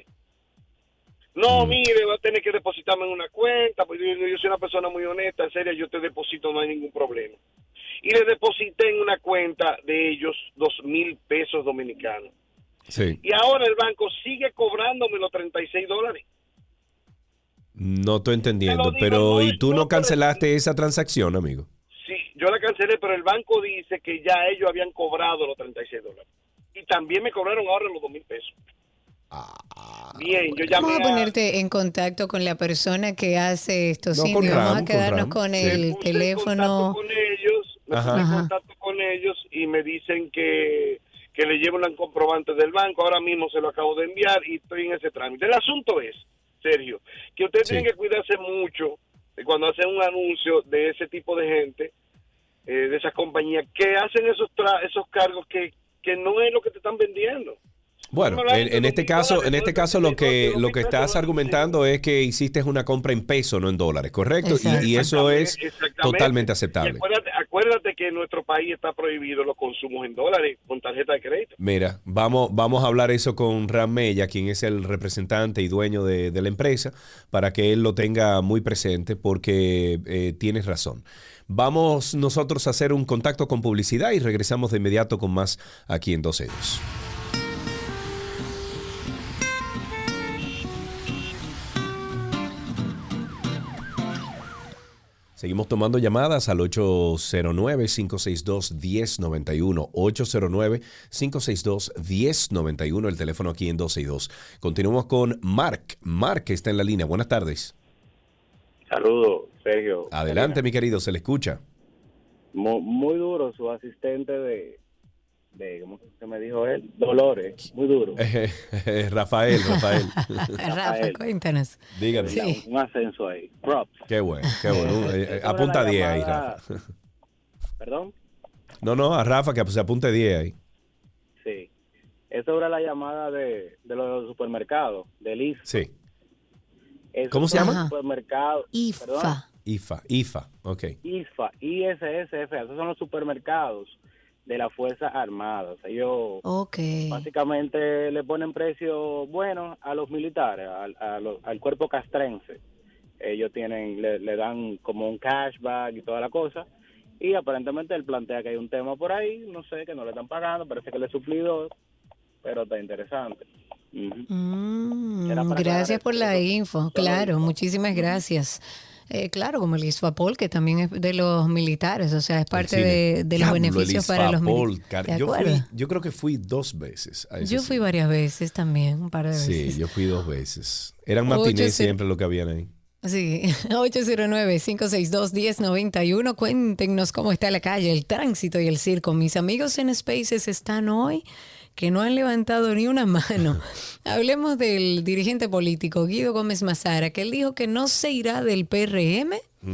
No, mire, va a tener que depositarme en una cuenta, pues yo soy una persona muy honesta, seria, yo te deposito, no hay ningún problema. Y le deposité en una cuenta de ellos $2,000 dominicanos. Sí. Y ahora el banco sigue cobrándome los $36. No estoy entendiendo, pero ¿y tú no cancelaste esa transacción, amigo? Sí, Yo la cancelé, pero el banco dice que ya ellos habían cobrado los $36. Y también me cobraron ahora los $2,000. Bien, yo llamé Vamos a ponerte en contacto con la persona que hace estos indios. Vamos a quedarnos con el teléfono. Me puse en contacto con ellos y me dicen que le llevo un comprobante del banco. Ahora mismo se lo acabo de enviar y estoy en ese trámite. El asunto es, Sergio, que ustedes tienen que cuidarse mucho de cuando hacen un anuncio de ese tipo de gente, de esas compañías que hacen esos cargos que no es lo que te están vendiendo. Bueno, en este caso lo que estás argumentando es que hiciste una compra en peso, no en dólares, ¿correcto? Y eso es totalmente aceptable. Acuérdate que en nuestro país está prohibido los consumos en dólares con tarjeta de crédito. Mira, vamos a hablar eso con Ram Mella, quien es el representante y dueño de la empresa, para que él lo tenga muy presente, porque tienes razón. Vamos nosotros a hacer un contacto con publicidad y regresamos de inmediato con más aquí en 12-2. Seguimos tomando llamadas al 809-562-1091, 809-562-1091, el teléfono aquí en 12-2. Continuamos con Mark. Mark está en la línea. Buenas tardes. Saludos, Sergio. Adelante, mi querido, se le escucha. Muy duro su asistente de ¿cómo se me dijo él? Dolores, muy duro. Rafael. Rafa, cuéntanos. Dígame. Sí. Un ascenso ahí. Props. Qué bueno. Apunta 10 ahí, Rafa. ¿Perdón? No, a Rafa que se apunte 10 ahí. Sí. Es sobre la llamada de los supermercados, del IFA. Sí. ¿Cómo se llama? Supermercado. IFA. IFA, ok. ISSF, esos son los supermercados de las Fuerzas Armadas. Ellos básicamente le ponen precio bueno a los militares, al cuerpo castrense. Ellos le dan como un cashback y toda la cosa, y aparentemente él plantea que hay un tema por ahí, no sé, que no le están pagando, parece que le suplido, pero está interesante. Gracias por la info, claro, muchísimas gracias. Claro, como el ISFAPOL, que también es de los militares, o sea, es parte de los beneficios para los militares. Yo creo que fui 2 veces a ese Yo fui varias veces también, un par de veces. Sí, yo fui 2 veces. Eran matinés siempre lo que habían ahí. Sí, 809-562-1091. Cuéntenos cómo está la calle, el tránsito y el circo. Mis amigos en Spaces están hoy que no han levantado ni una mano. Hablemos del dirigente político Guido Gómez Mazara, que él dijo que no se irá del PRM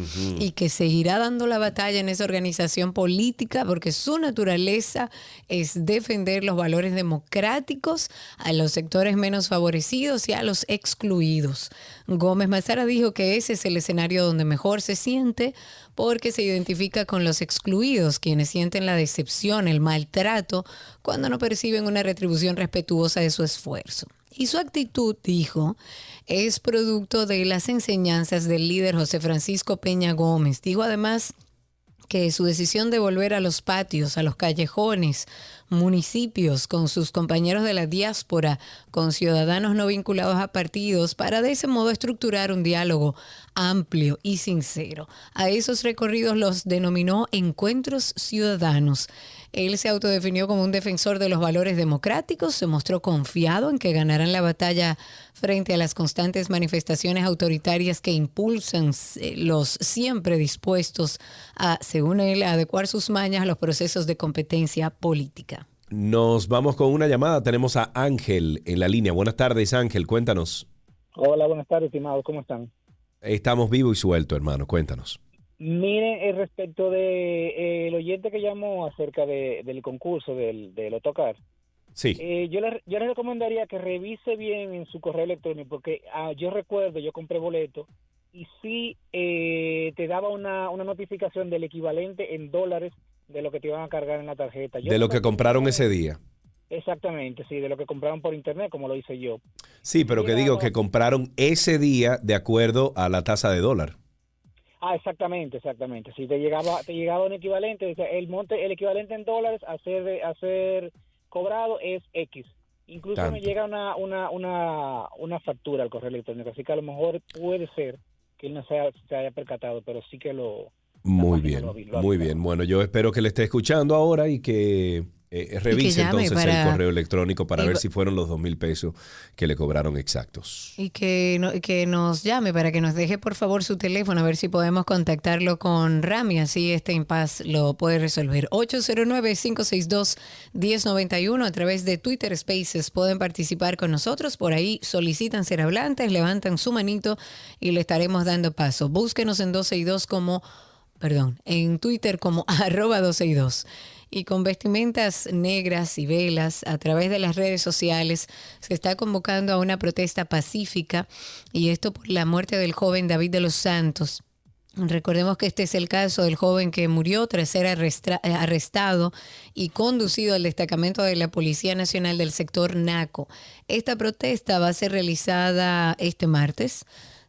y que seguirá dando la batalla en esa organización política porque su naturaleza es defender los valores democráticos a los sectores menos favorecidos y a los excluidos. Gómez Mazara dijo que ese es el escenario donde mejor se siente porque se identifica con los excluidos, quienes sienten la decepción, el maltrato, cuando no perciben una retribución respetuosa de su esfuerzo. Y su actitud, dijo, es producto de las enseñanzas del líder José Francisco Peña Gómez. Dijo además que su decisión de volver a los patios, a los callejones, municipios, con sus compañeros de la diáspora, con ciudadanos no vinculados a partidos, para de ese modo estructurar un diálogo amplio y sincero. A esos recorridos los denominó encuentros ciudadanos. Él se autodefinió como un defensor de los valores democráticos, se mostró confiado en que ganarán la batalla frente a las constantes manifestaciones autoritarias que impulsan los siempre dispuestos a, según él, adecuar sus mañas a los procesos de competencia política. Nos vamos con una llamada. Tenemos a Ángel en la línea. Buenas tardes, Ángel. Cuéntanos. Hola, buenas tardes, estimados. ¿Cómo están? Estamos vivos y sueltos, hermano. Cuéntanos. Miren, respecto de el oyente que llamó acerca del concurso del autocar. Sí. Yo le recomendaría que revise bien en su correo electrónico, porque yo recuerdo, yo compré boleto y sí te daba una notificación del equivalente en dólares de lo que te iban a cargar en la tarjeta. De lo que compraron ese día. Exactamente, sí, de lo que compraron por internet, como lo hice yo. Sí, pero que digo que compraron ese día de acuerdo a la tasa de dólar. Exactamente. Si te llegaba un equivalente, o sea, el equivalente en dólares a ser cobrado es X. Incluso me llega una factura al correo electrónico, así que a lo mejor puede ser que él no se haya percatado, pero sí que lo Muy bien, muy bien. Bueno, yo espero que le esté escuchando ahora y que revise entonces el correo electrónico para ver si fueron los 2,000 pesos que le cobraron exactos. Y que nos llame para que nos deje por favor su teléfono, a ver si podemos contactarlo con Rami, así este impasse lo puede resolver. 809-562-1091 a través de Twitter Spaces pueden participar con nosotros, por ahí solicitan ser hablantes, levantan su manito y le estaremos dando paso. Búsquenos en 12y2 en Twitter como @12y2. Y con vestimentas negras y velas a través de las redes sociales se está convocando a una protesta pacífica, y esto por la muerte del joven David de los Santos. Recordemos que este es el caso del joven que murió tras ser arrestado y conducido al destacamento de la Policía Nacional del sector Naco. Esta protesta va a ser realizada este martes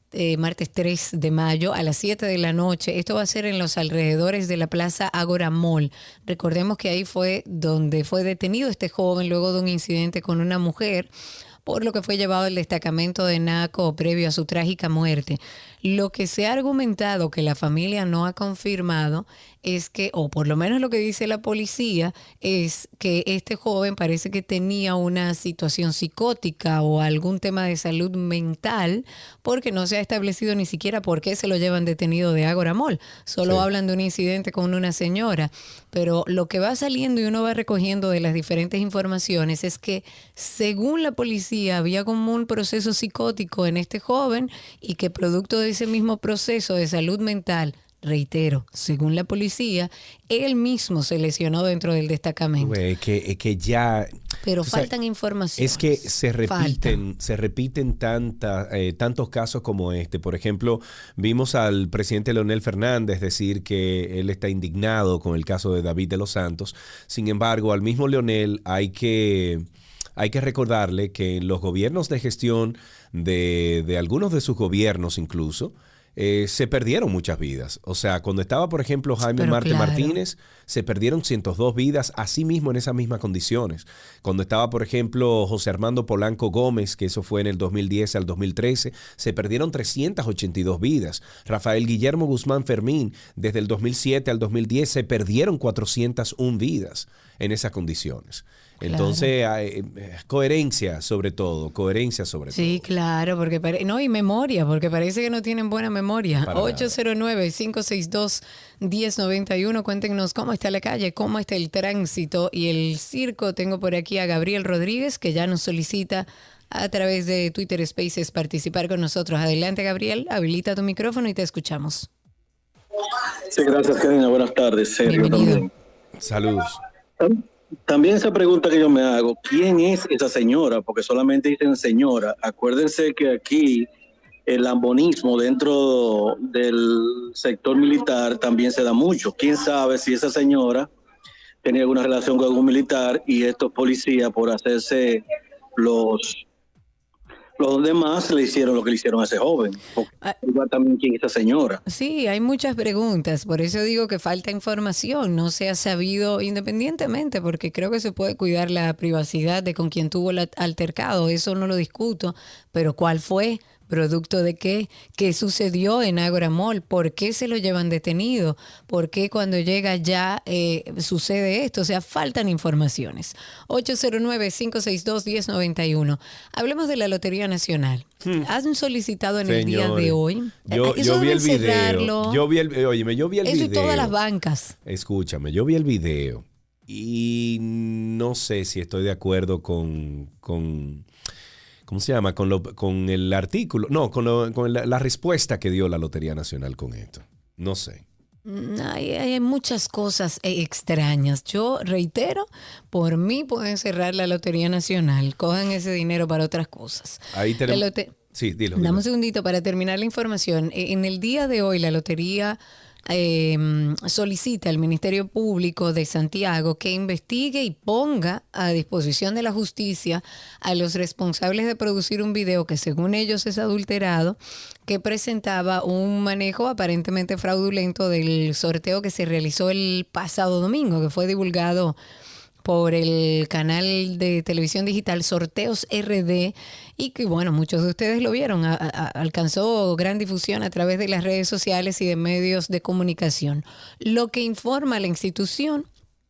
3 de mayo a las 7 de la noche. Esto va a ser en los alrededores de la Plaza Ágora Mall. Recordemos que ahí fue donde fue detenido este joven luego de un incidente con una mujer, por lo que fue llevado al destacamento de Naco previo a su trágica muerte. Lo que se ha argumentado, que la familia no ha confirmado, es que, o por lo menos lo que dice la policía, es que este joven parece que tenía una situación psicótica o algún tema de salud mental, porque no se ha establecido ni siquiera por qué se lo llevan detenido de Ágora Mall. Solo hablan de un incidente con una señora. Pero lo que va saliendo y uno va recogiendo de las diferentes informaciones es que, según la policía, había como un proceso psicótico en este joven y que producto de ese mismo proceso de salud mental, reitero, según la policía, él mismo se lesionó dentro del destacamento. Que ya... Pero faltan informaciones. Es que se repiten tantos casos como este. Por ejemplo, vimos al presidente Leonel Fernández decir que él está indignado con el caso de David de los Santos. Sin embargo, al mismo Leonel hay que recordarle que en los gobiernos de gestión de algunos de sus gobiernos incluso, se perdieron muchas vidas. O sea, cuando estaba, por ejemplo, Jaime Martínez, se perdieron 102 vidas, así mismo en esas mismas condiciones. Cuando estaba, por ejemplo, José Armando Polanco Gómez, que eso fue en el 2010 al 2013, se perdieron 382 vidas. Rafael Guillermo Guzmán Fermín, desde el 2007 al 2010, se perdieron 401 vidas en esas condiciones. Entonces, coherencia sobre todo. Sí, claro, porque y memoria, porque parece que no tienen buena memoria. 809-562-1091, cuéntenos cómo está la calle, cómo está el tránsito y el circo. Tengo por aquí a Gabriel Rodríguez, que ya nos solicita a través de Twitter Spaces participar con nosotros. Adelante, Gabriel, habilita tu micrófono y te escuchamos. Sí, gracias, Karina. Buenas tardes. Bienvenido. Saludos. También esa pregunta que yo me hago, ¿quién es esa señora? Porque solamente dicen señora. Acuérdense que aquí el lambonismo dentro del sector militar también se da mucho. ¿Quién sabe si esa señora tenía alguna relación con algún militar y estos policías, por hacerse los demás, le hicieron lo que le hicieron a ese joven? Igual también quién es esa señora. Sí, hay muchas preguntas, por eso digo que falta información, no se ha sabido independientemente, porque creo que se puede cuidar la privacidad de con quien tuvo el altercado, eso no lo discuto, pero ¿cuál fue? ¿Producto de qué? ¿Qué sucedió en Ágora Mall? ¿Por qué se lo llevan detenido? ¿Por qué cuando llega ya sucede esto? O sea, faltan informaciones. 809-562-1091. Hablemos de la Lotería Nacional. ¿Han solicitado en el día de hoy? Yo vi el video. Yo vi el video. Eso y todas las bancas. Escúchame, yo vi el video y no sé si estoy de acuerdo con ¿cómo se llama? Con el artículo, no, con la respuesta que dio la Lotería Nacional con esto. No sé. Hay muchas cosas extrañas. Yo reitero, por mí pueden cerrar la Lotería Nacional. Cojan ese dinero para otras cosas. Ahí tenemos... Sí, dilo. Dame un segundito para terminar la información. En el día de hoy la Lotería solicita al Ministerio Público de Santiago que investigue y ponga a disposición de la justicia a los responsables de producir un video que según ellos es adulterado, que presentaba un manejo aparentemente fraudulento del sorteo que se realizó el pasado domingo, que fue divulgado por el canal de televisión digital Sorteos RD y que, bueno, muchos de ustedes lo vieron, alcanzó gran difusión a través de las redes sociales y de medios de comunicación. Lo que informa la institución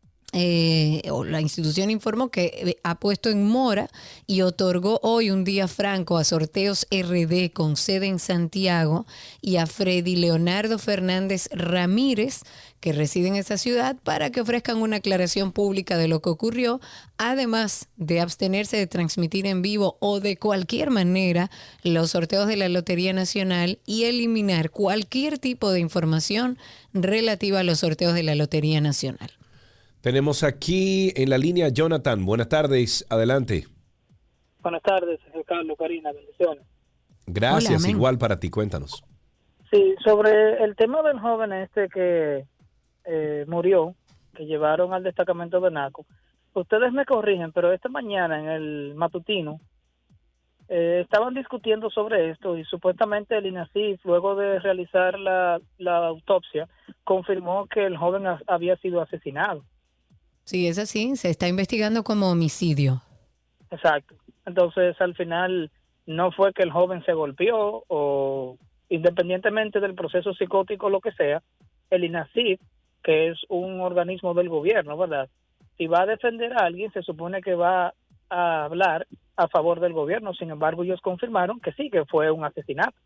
la institución informó que ha puesto en mora y otorgó hoy un día franco a Sorteos RD con sede en Santiago y a Freddy Leonardo Fernández Ramírez, que reside en esa ciudad, para que ofrezcan una aclaración pública de lo que ocurrió, además de abstenerse de transmitir en vivo o de cualquier manera los sorteos de la Lotería Nacional y eliminar cualquier tipo de información relativa a los sorteos de la Lotería Nacional. Tenemos aquí en la línea Jonathan. Buenas tardes, adelante. Buenas tardes, Carlos, Karina, bendiciones. Gracias, Hola, igual para ti, cuéntanos. Sí, sobre el tema del joven que murió, que llevaron al destacamento de Naco. Ustedes me corrigen, pero esta mañana en el matutino estaban discutiendo sobre esto y supuestamente el INASIF, luego de realizar la autopsia, confirmó que el joven había sido asesinado. Sí, es así, se está investigando como homicidio. Exacto. Entonces, al final, no fue que el joven se golpeó o, independientemente del proceso psicótico o lo que sea, el INASIF, que es un organismo del gobierno, ¿verdad? Si va a defender a alguien, se supone que va a hablar a favor del gobierno. Sin embargo, ellos confirmaron que sí, que fue un asesinato.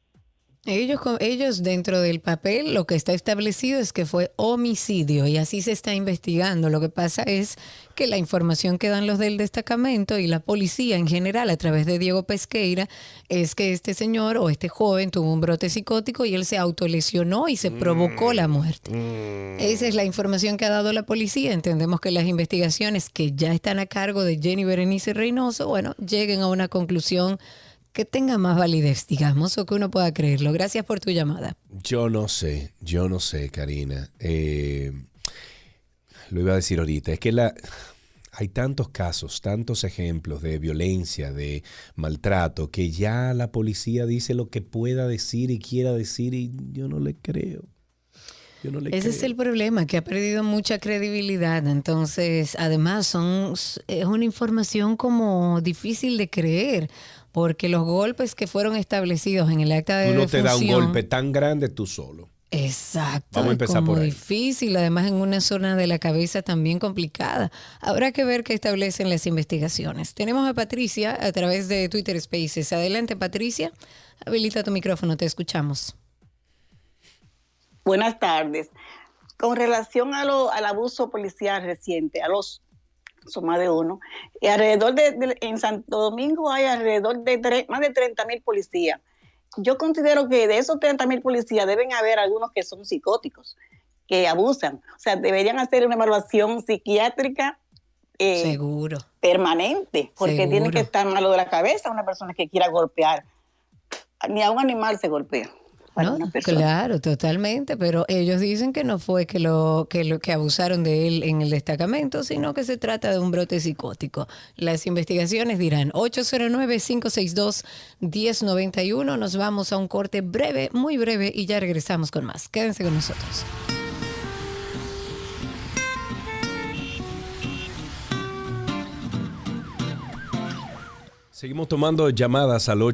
Ellos dentro del papel lo que está establecido es que fue homicidio y así se está investigando. Lo que pasa es que la información que dan los del destacamento y la policía en general a través de Diego Pesqueira es que este señor o este joven tuvo un brote psicótico y él se autolesionó y se provocó la muerte. Esa es la información que ha dado la policía. Entendemos que las investigaciones que ya están a cargo de Jenny Berenice Reynoso, bueno, lleguen a una conclusión que tenga más validez, digamos, o que uno pueda creerlo. Gracias por tu llamada. Yo no sé, Karina. Lo iba a decir ahorita. Es que hay tantos casos, tantos ejemplos de violencia, de maltrato, que ya la policía dice lo que pueda decir y quiera decir y yo no le creo. Ese es el problema, que ha perdido mucha credibilidad. Entonces, además, es una información como difícil de creer. Porque los golpes que fueron establecidos en el acta de defunción... Tú no te da un golpe tan grande tú solo. Exacto. Vamos a empezar por ahí. Difícil, además en una zona de la cabeza también complicada. Habrá que ver qué establecen las investigaciones. Tenemos a Patricia a través de Twitter Spaces. Adelante, Patricia. Habilita tu micrófono, te escuchamos. Buenas tardes. Con relación al abuso policial reciente, son más de uno. Y alrededor en Santo Domingo hay alrededor de más de 30,000 policías. Yo considero que de esos 30,000 policías deben haber algunos que son psicóticos, que abusan. O sea, deberían hacer una evaluación psiquiátrica seguro, permanente, porque seguro. Tiene que estar malo de la cabeza una persona que quiera golpear. Ni a un animal se golpea. No, claro, totalmente, pero ellos dicen que no fue que abusaron de él en el destacamento, sino que se trata de un brote psicótico. Las investigaciones dirán. 809-562-1091. Nos vamos a un corte breve, muy breve, y ya regresamos con más. Quédense con nosotros. Seguimos tomando llamadas al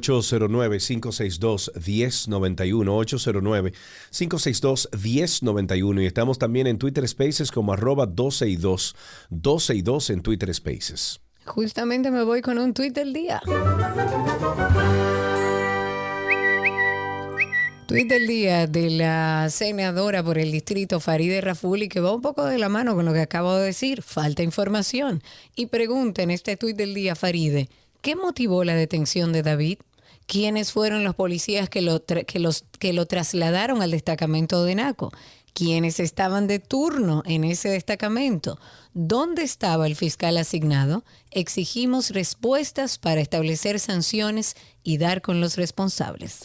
809-562-1091, 809-562-1091 y estamos también en Twitter Spaces como @12y2, 12y2 en Twitter Spaces. Justamente me voy con un tweet del día. Tweet del día de la senadora por el distrito Farideh Rafuli, que va un poco de la mano con lo que acabo de decir. Falta información. Y pregunta en este tweet del día, Farideh, ¿qué motivó la detención de David? ¿Quiénes fueron los policías que lo trasladaron al destacamento de Naco? ¿Quiénes estaban de turno en ese destacamento? ¿Dónde estaba el fiscal asignado? Exigimos respuestas para establecer sanciones y dar con los responsables.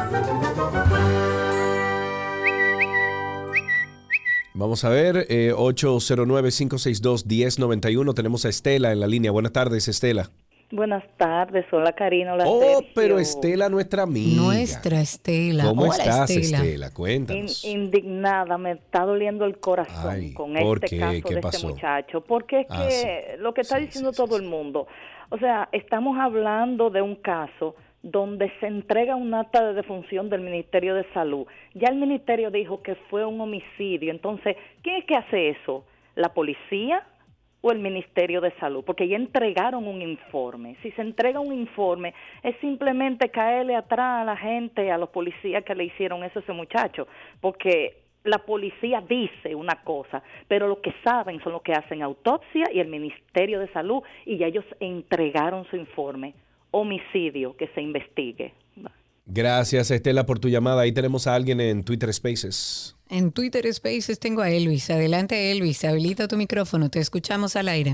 Vamos a ver, 809-562-1091. Tenemos a Estela en la línea. Buenas tardes, Estela. Buenas tardes, hola Karina, hola Oh, Sergio. pero Estela, nuestra amiga. Nuestra Estela. ¿Cómo Hola, estás, Estela? Cuéntanos. Indignada, me está doliendo el corazón con ¿por este qué? caso ¿Qué de pasó? este muchacho, porque es que lo que está diciendo todo el mundo, o sea, estamos hablando de un caso donde se entrega un acta de defunción del Ministerio de Salud. Ya el Ministerio dijo que fue un homicidio, entonces, ¿quién es que hace eso? ¿La policía o el Ministerio de Salud? Porque ya entregaron un informe. Si se entrega un informe, es simplemente caerle atrás a la gente, a los policías que le hicieron eso a ese muchacho, porque la policía dice una cosa, pero lo que saben son los que hacen autopsia y el Ministerio de Salud, y ya ellos entregaron su informe. Homicidio, que se investigue. Gracias, Estela, por tu llamada. Ahí tenemos a alguien en Twitter Spaces. En Twitter Spaces tengo a Elvis. Adelante, Elvis. Habilita tu micrófono. Te escuchamos al aire.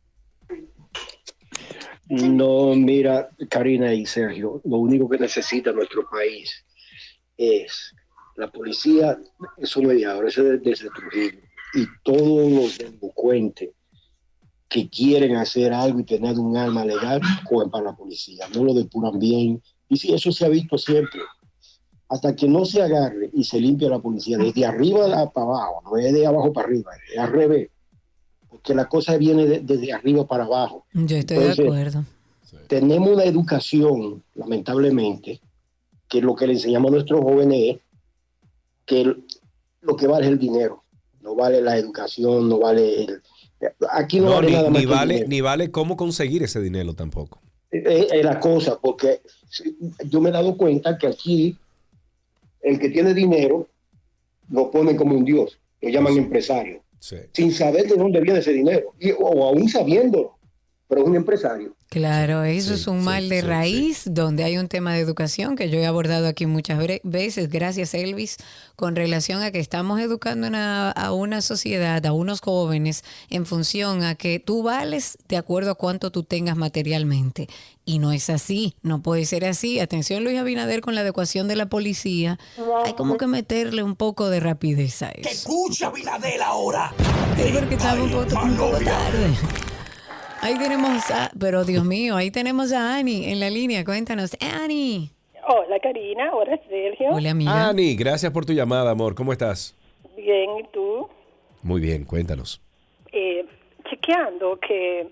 No, mira, Karina y Sergio, lo único que necesita nuestro país es la policía, eso no es de ahora, eso es desde Trujillo, y todos los delincuentes que quieren hacer algo y tener un arma legal, cogen para la policía, no lo depuran bien. Y sí, eso se ha visto siempre. Hasta que no se agarre y se limpie la policía, desde arriba para abajo, no es de abajo para arriba, es al revés. Porque la cosa viene desde arriba para abajo. Yo estoy Entonces, de acuerdo. Tenemos una educación, lamentablemente, que lo que le enseñamos a nuestros jóvenes es que lo que vale es el dinero. No vale la educación, no vale el... Aquí no vale nada más ni vale cómo conseguir ese dinero tampoco. Es la cosa, porque yo me he dado cuenta que aquí el que tiene dinero lo ponen como un dios, lo llaman empresario, sin saber de dónde viene ese dinero, o aún sabiéndolo, pero es un empresario. Claro, eso es un mal de raíz donde hay un tema de educación que yo he abordado aquí muchas veces, gracias Elvis, con relación a que estamos educando a una sociedad, a unos jóvenes, en función a que tú vales de acuerdo a cuánto tú tengas materialmente. Y no es así, no puede ser así. Atención Luis Abinader con la adecuación de la policía. Hay como que meterle un poco de rapidez a eso. ¡Que escuche Abinader ahora! Sí, porque estamos un poco tarde. Ahí tenemos pero Dios mío, ahí tenemos a Ani en la línea. Cuéntanos, Ani. Hola Karina, hola Sergio. Hola amiga. Ani, gracias por tu llamada, amor. ¿Cómo estás? Bien, ¿y tú? Muy bien, cuéntanos. Chequeando que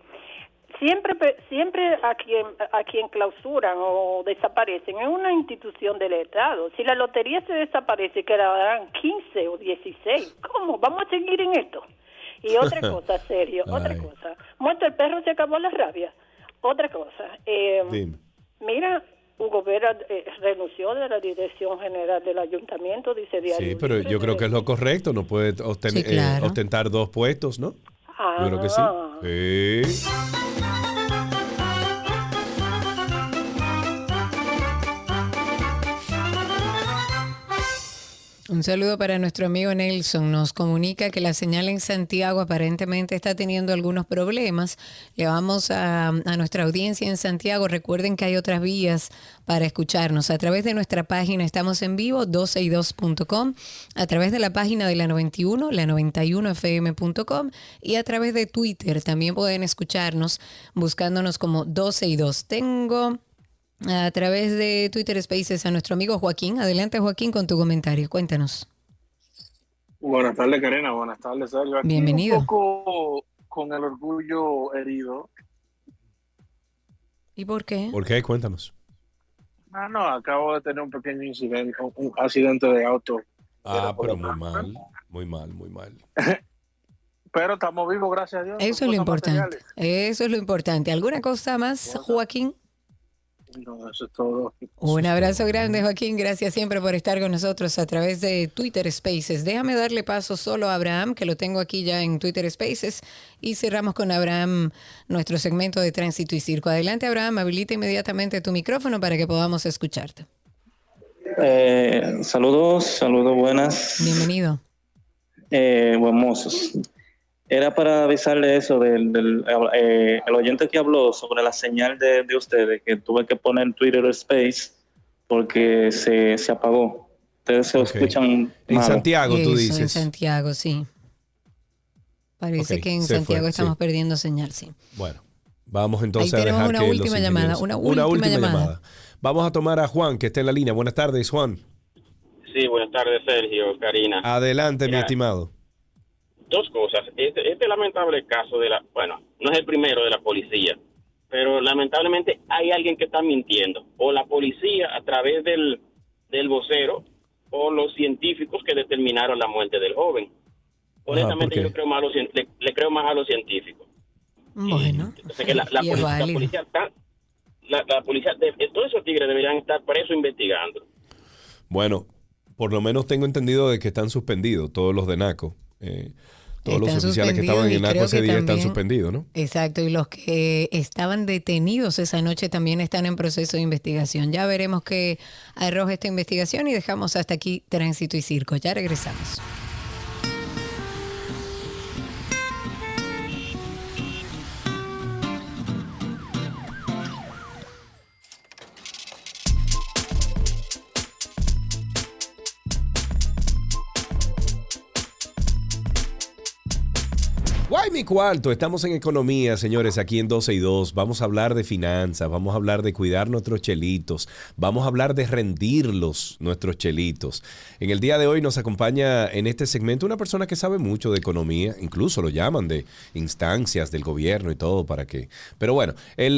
siempre a quien clausuran o desaparecen es una institución del Estado. Si la lotería se desaparece, quedarán 15 o 16. ¿Cómo? ¿Vamos a seguir en esto? Y otra cosa, Sergio, otra cosa. Muerto el perro, se acabó la rabia. Otra cosa. Mira, Hugo Vera renunció de la dirección general del ayuntamiento, dice Diario. Sí, pero yo creo que es lo correcto. No puede ostentar dos puestos, ¿no? Yo creo que sí. Un saludo para nuestro amigo Nelson. Nos comunica que la señal en Santiago aparentemente está teniendo algunos problemas. Le vamos a nuestra audiencia en Santiago. Recuerden que hay otras vías para escucharnos. A través de nuestra página estamos en vivo, 12y2.com, a través de la página de la 91, la 91fm.com, y a través de Twitter también pueden escucharnos buscándonos como 12y2. Tengo a través de Twitter Spaces a nuestro amigo Joaquín. Adelante Joaquín con tu comentario, cuéntanos. Buenas tardes Karina, buenas tardes Sergio. Aquí bienvenido. Un poco con el orgullo herido. ¿Y por qué? ¿Por qué? Cuéntanos. No, acabo de tener un pequeño incidente, un accidente de auto. Pero muy mal. Pero estamos vivos, gracias a Dios. Eso es lo importante. Eso es lo importante. ¿Alguna cosa más, Joaquín? No, eso es todo. Un abrazo grande, Joaquín. Gracias siempre por estar con nosotros a través de Twitter Spaces. Déjame darle paso solo a Abraham, que lo tengo aquí ya en Twitter Spaces, y cerramos con Abraham nuestro segmento de Tránsito y Circo. Adelante, Abraham, habilita inmediatamente tu micrófono para que podamos escucharte. Saludos, buenas. Bienvenido. Buen mozos. Era para avisarle eso el oyente que habló sobre la señal de ustedes, que tuve que poner en Twitter Space porque se apagó. Ustedes se escuchan en mal. Santiago, tú dices. En Santiago, sí. Parece que en Santiago estamos perdiendo señal, sí. Bueno. Vamos entonces Ahí a dejar tenemos que una última llamada. Una última llamada. Vamos a tomar a Juan, que está en la línea. Buenas tardes, Juan. Sí, buenas tardes, Sergio, Karina. Adelante, mi estimado. Dos cosas. Este lamentable caso bueno, no es el primero de la policía, pero lamentablemente hay alguien que está mintiendo. O la policía a través del vocero o los científicos que determinaron la muerte del joven. Honestamente, yo creo más le creo más a los científicos. Bueno, entonces, que la policía, todos esos tigres deberían estar presos investigando. Bueno, por lo menos tengo entendido de que están suspendidos todos los de NACO. Todos los oficiales que estaban en NACO ese día están suspendidos, ¿no? Exacto, y los que estaban detenidos esa noche también están en proceso de investigación. Ya veremos qué arroja esta investigación y dejamos hasta aquí Tránsito y Circo. Ya regresamos. Guay, mi cuarto. Estamos en economía, señores, aquí en 12 y 2. Vamos a hablar de finanzas, vamos a hablar de cuidar nuestros chelitos, vamos a hablar de rendirlos, nuestros chelitos. En el día de hoy nos acompaña en este segmento una persona que sabe mucho de economía, incluso lo llaman de instancias del gobierno y todo para que... Pero bueno, él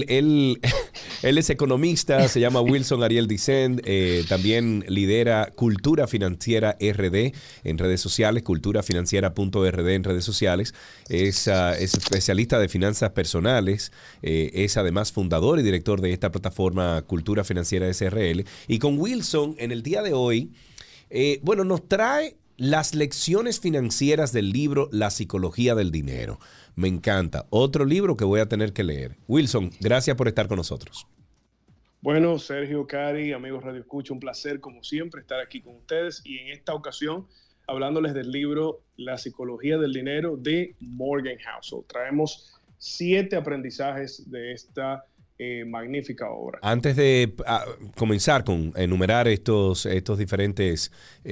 es economista, se llama Wilson Ariel Dicen, también lidera Cultura Financiera RD en redes sociales, culturafinanciera.rd en redes sociales. Es especialista de finanzas personales, es además fundador y director de esta plataforma Cultura Financiera SRL. Y con Wilson, en el día de hoy, nos trae las lecciones financieras del libro La Psicología del Dinero. Me encanta. Otro libro que voy a tener que leer. Wilson, gracias por estar con nosotros. Bueno, Sergio, Cari, amigos Radio Escucha, un placer como siempre estar aquí con ustedes y en esta ocasión hablándoles del libro La Psicología del Dinero de Morgan Housel. Traemos 7 aprendizajes de esta magnífica obra. Antes de comenzar con enumerar estos diferentes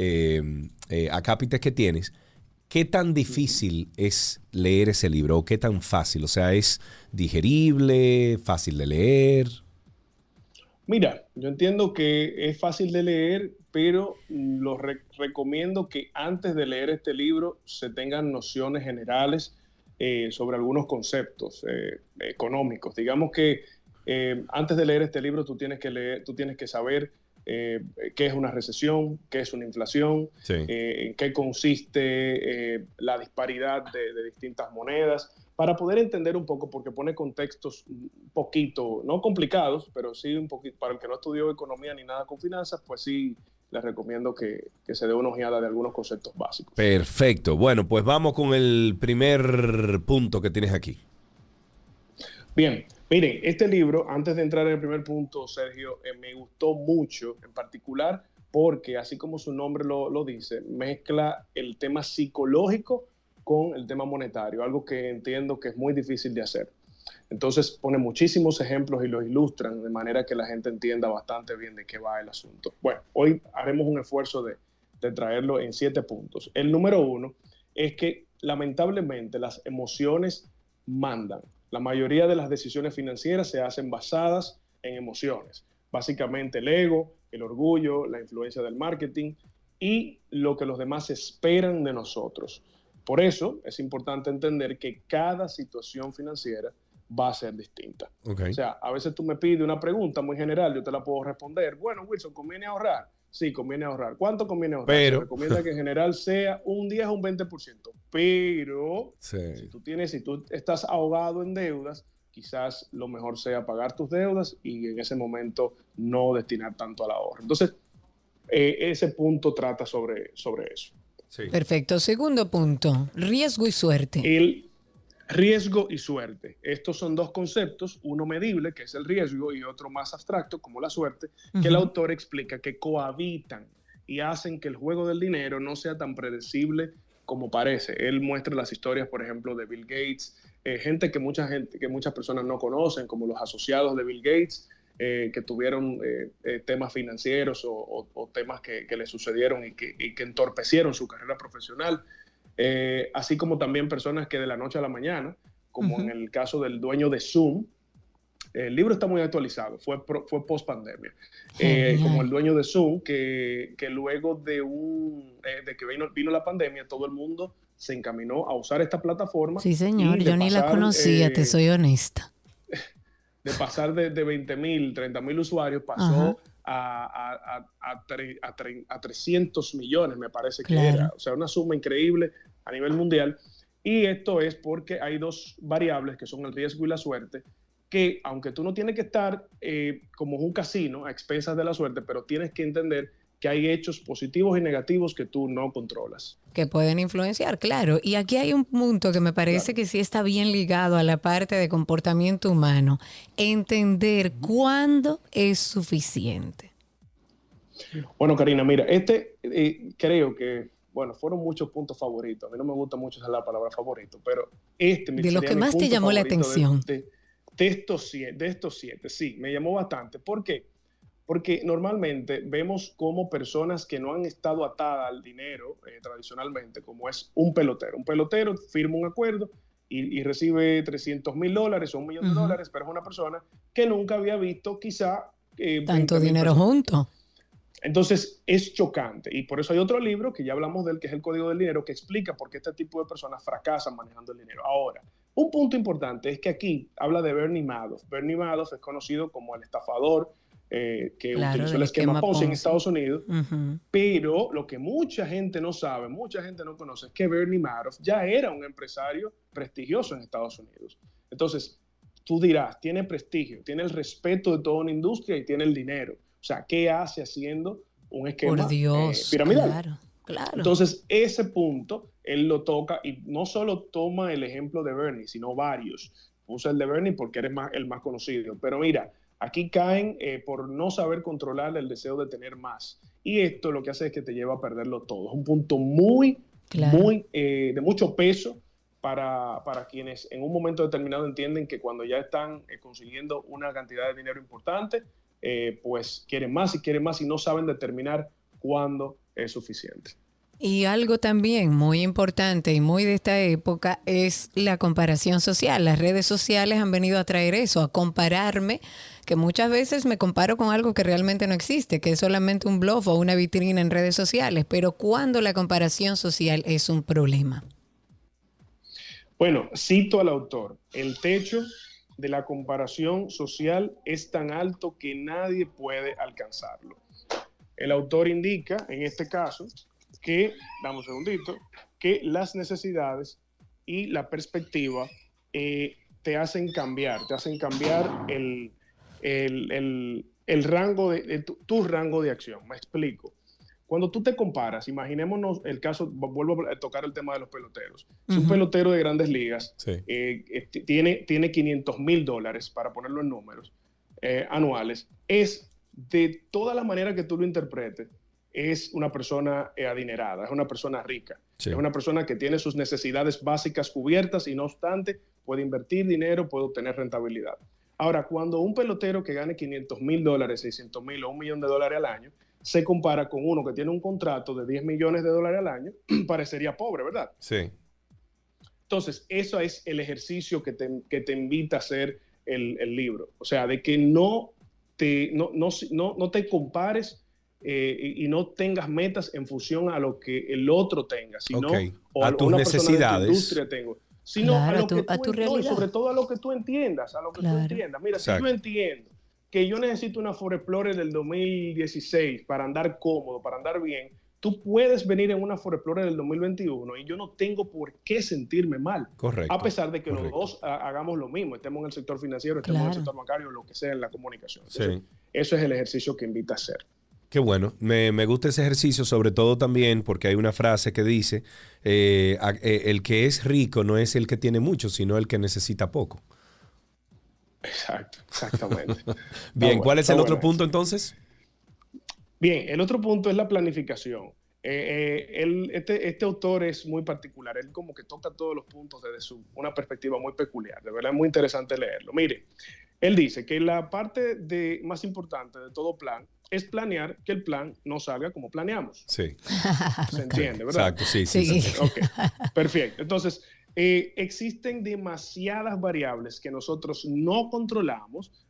acápites que tienes, ¿qué tan difícil es leer ese libro o qué tan fácil? O sea, ¿es digerible, fácil de leer? Mira, yo entiendo que es fácil de leer, pero lo recomiendo que antes de leer este libro se tengan nociones generales sobre algunos conceptos económicos. Digamos que antes de leer este libro tú tienes que saber qué es una recesión, qué es una inflación, sí, en qué consiste la disparidad de distintas monedas, para poder entender un poco, porque pone contextos un poquito, no complicados, pero sí un poquito, para el que no estudió economía ni nada con finanzas, pues sí les recomiendo que se dé una ojeada de algunos conceptos básicos. Perfecto. Bueno, pues vamos con el primer punto que tienes aquí. Bien, miren, este libro, antes de entrar en el primer punto, Sergio, me gustó mucho, en particular porque, así como su nombre lo dice, mezcla el tema psicológico con el tema monetario, algo que entiendo que es muy difícil de hacer. Entonces pone muchísimos ejemplos y los ilustran de manera que la gente entienda bastante bien de qué va el asunto. Bueno, hoy haremos un esfuerzo de traerlo en 7 puntos. El número 1 es que lamentablemente las emociones mandan. La mayoría de las decisiones financieras se hacen basadas en emociones. Básicamente el ego, el orgullo, la influencia del marketing y lo que los demás esperan de nosotros. Por eso es importante entender que cada situación financiera va a ser distinta. Okay. O sea, a veces tú me pides una pregunta muy general, yo te la puedo responder. Bueno, Wilson, ¿conviene ahorrar? Sí, conviene ahorrar. ¿Cuánto conviene ahorrar? Pero... Se recomienda que en general sea un 10 o un 20%. Pero sí, si tú estás ahogado en deudas, quizás lo mejor sea pagar tus deudas y en ese momento no destinar tanto al ahorro. Entonces, ese punto trata sobre eso. Sí. Perfecto. Segundo punto, riesgo y suerte. El riesgo y suerte. Estos son 2 conceptos, uno medible, que es el riesgo, y otro más abstracto, como la suerte, que el autor explica que cohabitan y hacen que el juego del dinero no sea tan predecible como parece. Él muestra las historias, por ejemplo, de Bill Gates, gente que muchas personas no conocen, como los asociados de Bill Gates, que tuvieron temas financieros o temas que le sucedieron y que entorpecieron su carrera profesional, así como también personas que de la noche a la mañana, como en el caso del dueño de Zoom, el libro está muy actualizado, fue post pandemia. Como el dueño de Zoom, que luego de que vino la pandemia, todo el mundo se encaminó a usar esta plataforma. Sí, señor, yo ni la conocía, te soy honesta. De pasar de 20,000, 30,000 usuarios, pasó a 300 millones, me parece que era. O sea, una suma increíble a nivel mundial. Y esto es porque hay dos variables que son el riesgo y la suerte, que aunque tú no tienes que estar como un casino a expensas de la suerte, pero tienes que entender que hay hechos positivos y negativos que tú no controlas. Que pueden influenciar, claro. Y aquí hay un punto que me parece que sí está bien ligado a la parte de comportamiento humano. Entender cuándo es suficiente. Bueno, Karina, mira, creo que, bueno, fueron muchos puntos favoritos. A mí no me gusta mucho usar la palabra favorito, pero de los que más te llamó la atención. De estos 7, sí, me llamó bastante. ¿Por qué? Porque normalmente vemos como personas que no han estado atadas al dinero tradicionalmente, como es un pelotero. Un pelotero firma un acuerdo y recibe $300,000 o $1 millón de dólares, pero es una persona que nunca había visto quizá... tanto dinero junto. Entonces es chocante, y por eso hay otro libro que ya hablamos de él, que es El Código del Dinero, que explica por qué este tipo de personas fracasan manejando el dinero. Ahora, un punto importante es que aquí habla de Bernie Madoff. Bernie Madoff es conocido como el estafador que utilizó el esquema Ponzi en Estados Unidos, pero lo que mucha gente no sabe, mucha gente no conoce, es que Bernie Madoff ya era un empresario prestigioso en Estados Unidos. Entonces, tú dirás, tiene prestigio, tiene el respeto de toda una industria y tiene el dinero. O sea, ¿qué hace haciendo un esquema piramidal? Claro. Entonces, ese punto, él lo toca y no solo toma el ejemplo de Bernie, sino varios. Usa el de Bernie porque eres el más conocido. Pero mira, aquí caen por no saber controlar el deseo de tener más. Y esto lo que hace es que te lleva a perderlo todo. Es un punto muy de mucho peso para quienes en un momento determinado entienden que cuando ya están consiguiendo una cantidad de dinero importante, pues quieren más y no saben determinar cuándo es suficiente. Y algo también muy importante y muy de esta época es la comparación social. Las redes sociales han venido a traer eso, a compararme, que muchas veces me comparo con algo que realmente no existe, que es solamente un bluff o una vitrina en redes sociales, pero ¿cuándo la comparación social es un problema? Bueno, cito al autor, el techo de la comparación social es tan alto que nadie puede alcanzarlo. El autor indica, en este caso, que, dame un segundito, que las necesidades y la perspectiva te hacen cambiar el rango tu rango de acción. Me explico. Cuando tú te comparas, imaginémonos el caso, vuelvo a tocar el tema de los peloteros. Si un pelotero de Grandes Ligas tiene $500,000, para ponerlo en números, anuales, es de toda la manera que tú lo interpretes, es una persona adinerada, es una persona rica, es una persona que tiene sus necesidades básicas cubiertas y no obstante puede invertir dinero, puede obtener rentabilidad. Ahora, cuando un pelotero que gane $500,000, $600,000 o $1 millón al año se compara con uno que tiene un contrato de $10 millones al año, parecería pobre, ¿verdad? Sí. Entonces, eso es el ejercicio que te invita a hacer el libro. O sea, de que no te compares y no tengas metas en función a lo que el otro tenga, sino o a tus necesidades, industria tengo, sino claro, a lo que tú realidad. Sobre todo a lo que tú entiendas, tú entiendas. Mira, si yo entiendo que yo necesito una Ford Explorer del 2016 para andar cómodo, para andar bien, tú puedes venir en una Ford Explorer del 2021 y yo no tengo por qué sentirme mal. Correcto. A pesar de que los dos hagamos lo mismo, estemos en el sector financiero, estemos en el sector bancario, lo que sea, en la comunicación. Entonces, eso es el ejercicio que invita a hacer. Qué bueno, me gusta ese ejercicio, sobre todo también porque hay una frase que dice, el que es rico no es el que tiene mucho, sino el que necesita poco. Exacto, exactamente. Bien, ¿cuál es el otro punto entonces? Bien, el otro punto es la planificación. Este autor es muy particular, él como que toca todos los puntos desde una perspectiva muy peculiar, de verdad es muy interesante leerlo. Mire, él dice que la parte más importante de todo plan es planear que el plan no salga como planeamos. Sí. Se entiende, ¿verdad? Exacto, sí. Okay. Perfecto. Entonces, existen demasiadas variables que nosotros no controlamos,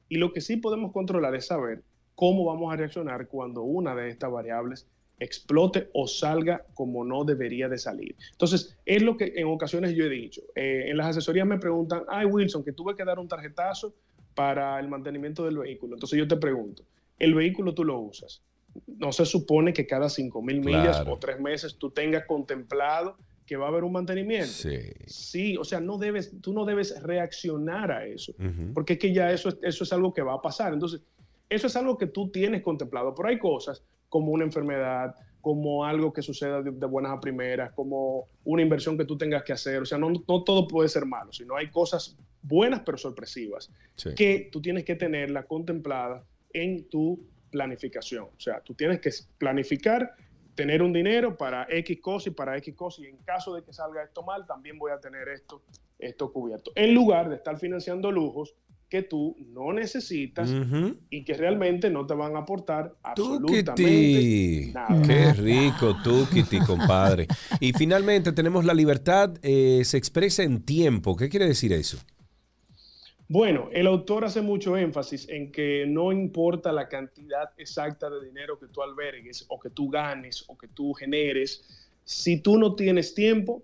Y lo que sí podemos controlar es saber cómo vamos a reaccionar cuando una de estas variables explote o salga como no debería de salir. Entonces, es lo que en ocasiones yo he dicho. En las asesorías me preguntan, ay Wilson, que tuve que dar un tarjetazo para el mantenimiento del vehículo. Entonces yo te pregunto, ¿el vehículo tú lo usas? No se supone que cada 5,000 millas o 3 meses tú tengas contemplado que va a haber un mantenimiento. Sí, o sea, tú no debes reaccionar a eso, porque es que ya eso es algo que va a pasar. Entonces, eso es algo que tú tienes contemplado, pero hay cosas como una enfermedad, como algo que suceda de buenas a primeras, como una inversión que tú tengas que hacer. O sea, no todo puede ser malo, sino hay cosas buenas pero sorpresivas que tú tienes que tenerla contemplada en tu planificación. O sea, tú tienes que planificar, tener un dinero para X cosa y para X cosa, y en caso de que salga esto mal, también voy a tener esto cubierto. En lugar de estar financiando lujos que tú no necesitas y que realmente no te van a aportar absolutamente nada. Qué rico, Tukiti, compadre. Y finalmente tenemos la libertad, se expresa en tiempo. ¿Qué quiere decir eso? Bueno, el autor hace mucho énfasis en que no importa la cantidad exacta de dinero que tú albergues o que tú ganes o que tú generes, si tú no tienes tiempo,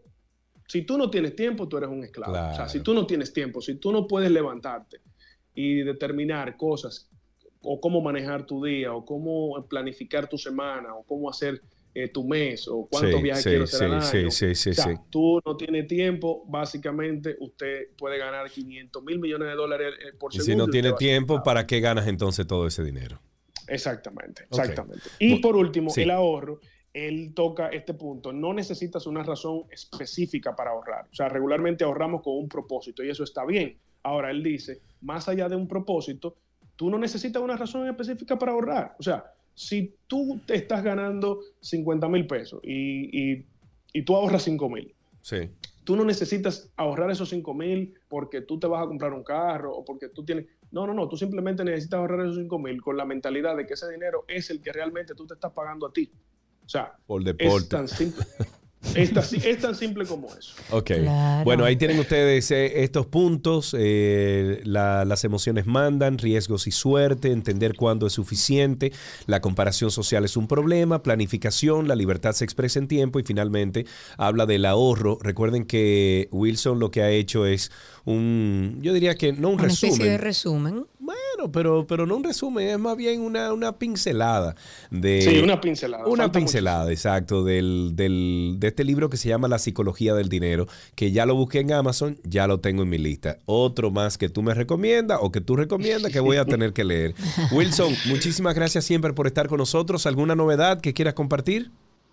tú eres un esclavo. Claro. O sea, si tú no tienes tiempo, si tú no puedes levantarte y determinar cosas o cómo manejar tu día o cómo planificar tu semana o cómo hacer tu mes o cuántos viajes quiero hacer al año. O sea, tú no tienes tiempo, básicamente usted puede ganar 500,000 millones de dólares por segundo. Y si no tiene tiempo, ¿para qué ganas entonces todo ese dinero? Exactamente. Y por último, el ahorro. Él toca este punto. No necesitas una razón específica para ahorrar. O sea, regularmente ahorramos con un propósito y eso está bien. Ahora, él dice, más allá de un propósito, tú no necesitas una razón específica para ahorrar. O sea, si tú te estás ganando 50,000 pesos y tú ahorras 5,000, tú no necesitas ahorrar esos 5,000 porque tú te vas a comprar un carro o porque tú tienes... No, tú simplemente necesitas ahorrar esos 5,000 con la mentalidad de que ese dinero es el que realmente tú te estás pagando a ti. O sea, por deporte. Es tan simple. Es tan simple como eso. Ok. Claro. Bueno, ahí tienen ustedes estos puntos. Las emociones mandan, riesgos y suerte, entender cuándo es suficiente, la comparación social es un problema, planificación, la libertad se expresa en tiempo y finalmente habla del ahorro. Recuerden que Wilson lo que ha hecho es yo diría que no un resumen. Una especie de resumen. Bueno, pero no un resumen, es más bien una pincelada. Una pincelada. Una pincelada, exacto, de este libro que se llama La Psicología del Dinero, que ya lo busqué en Amazon, ya lo tengo en mi lista. Otro más que tú me recomiendas o que tú recomiendas que voy a tener que leer. Wilson, muchísimas gracias siempre por estar con nosotros. ¿Alguna novedad que quieras compartir?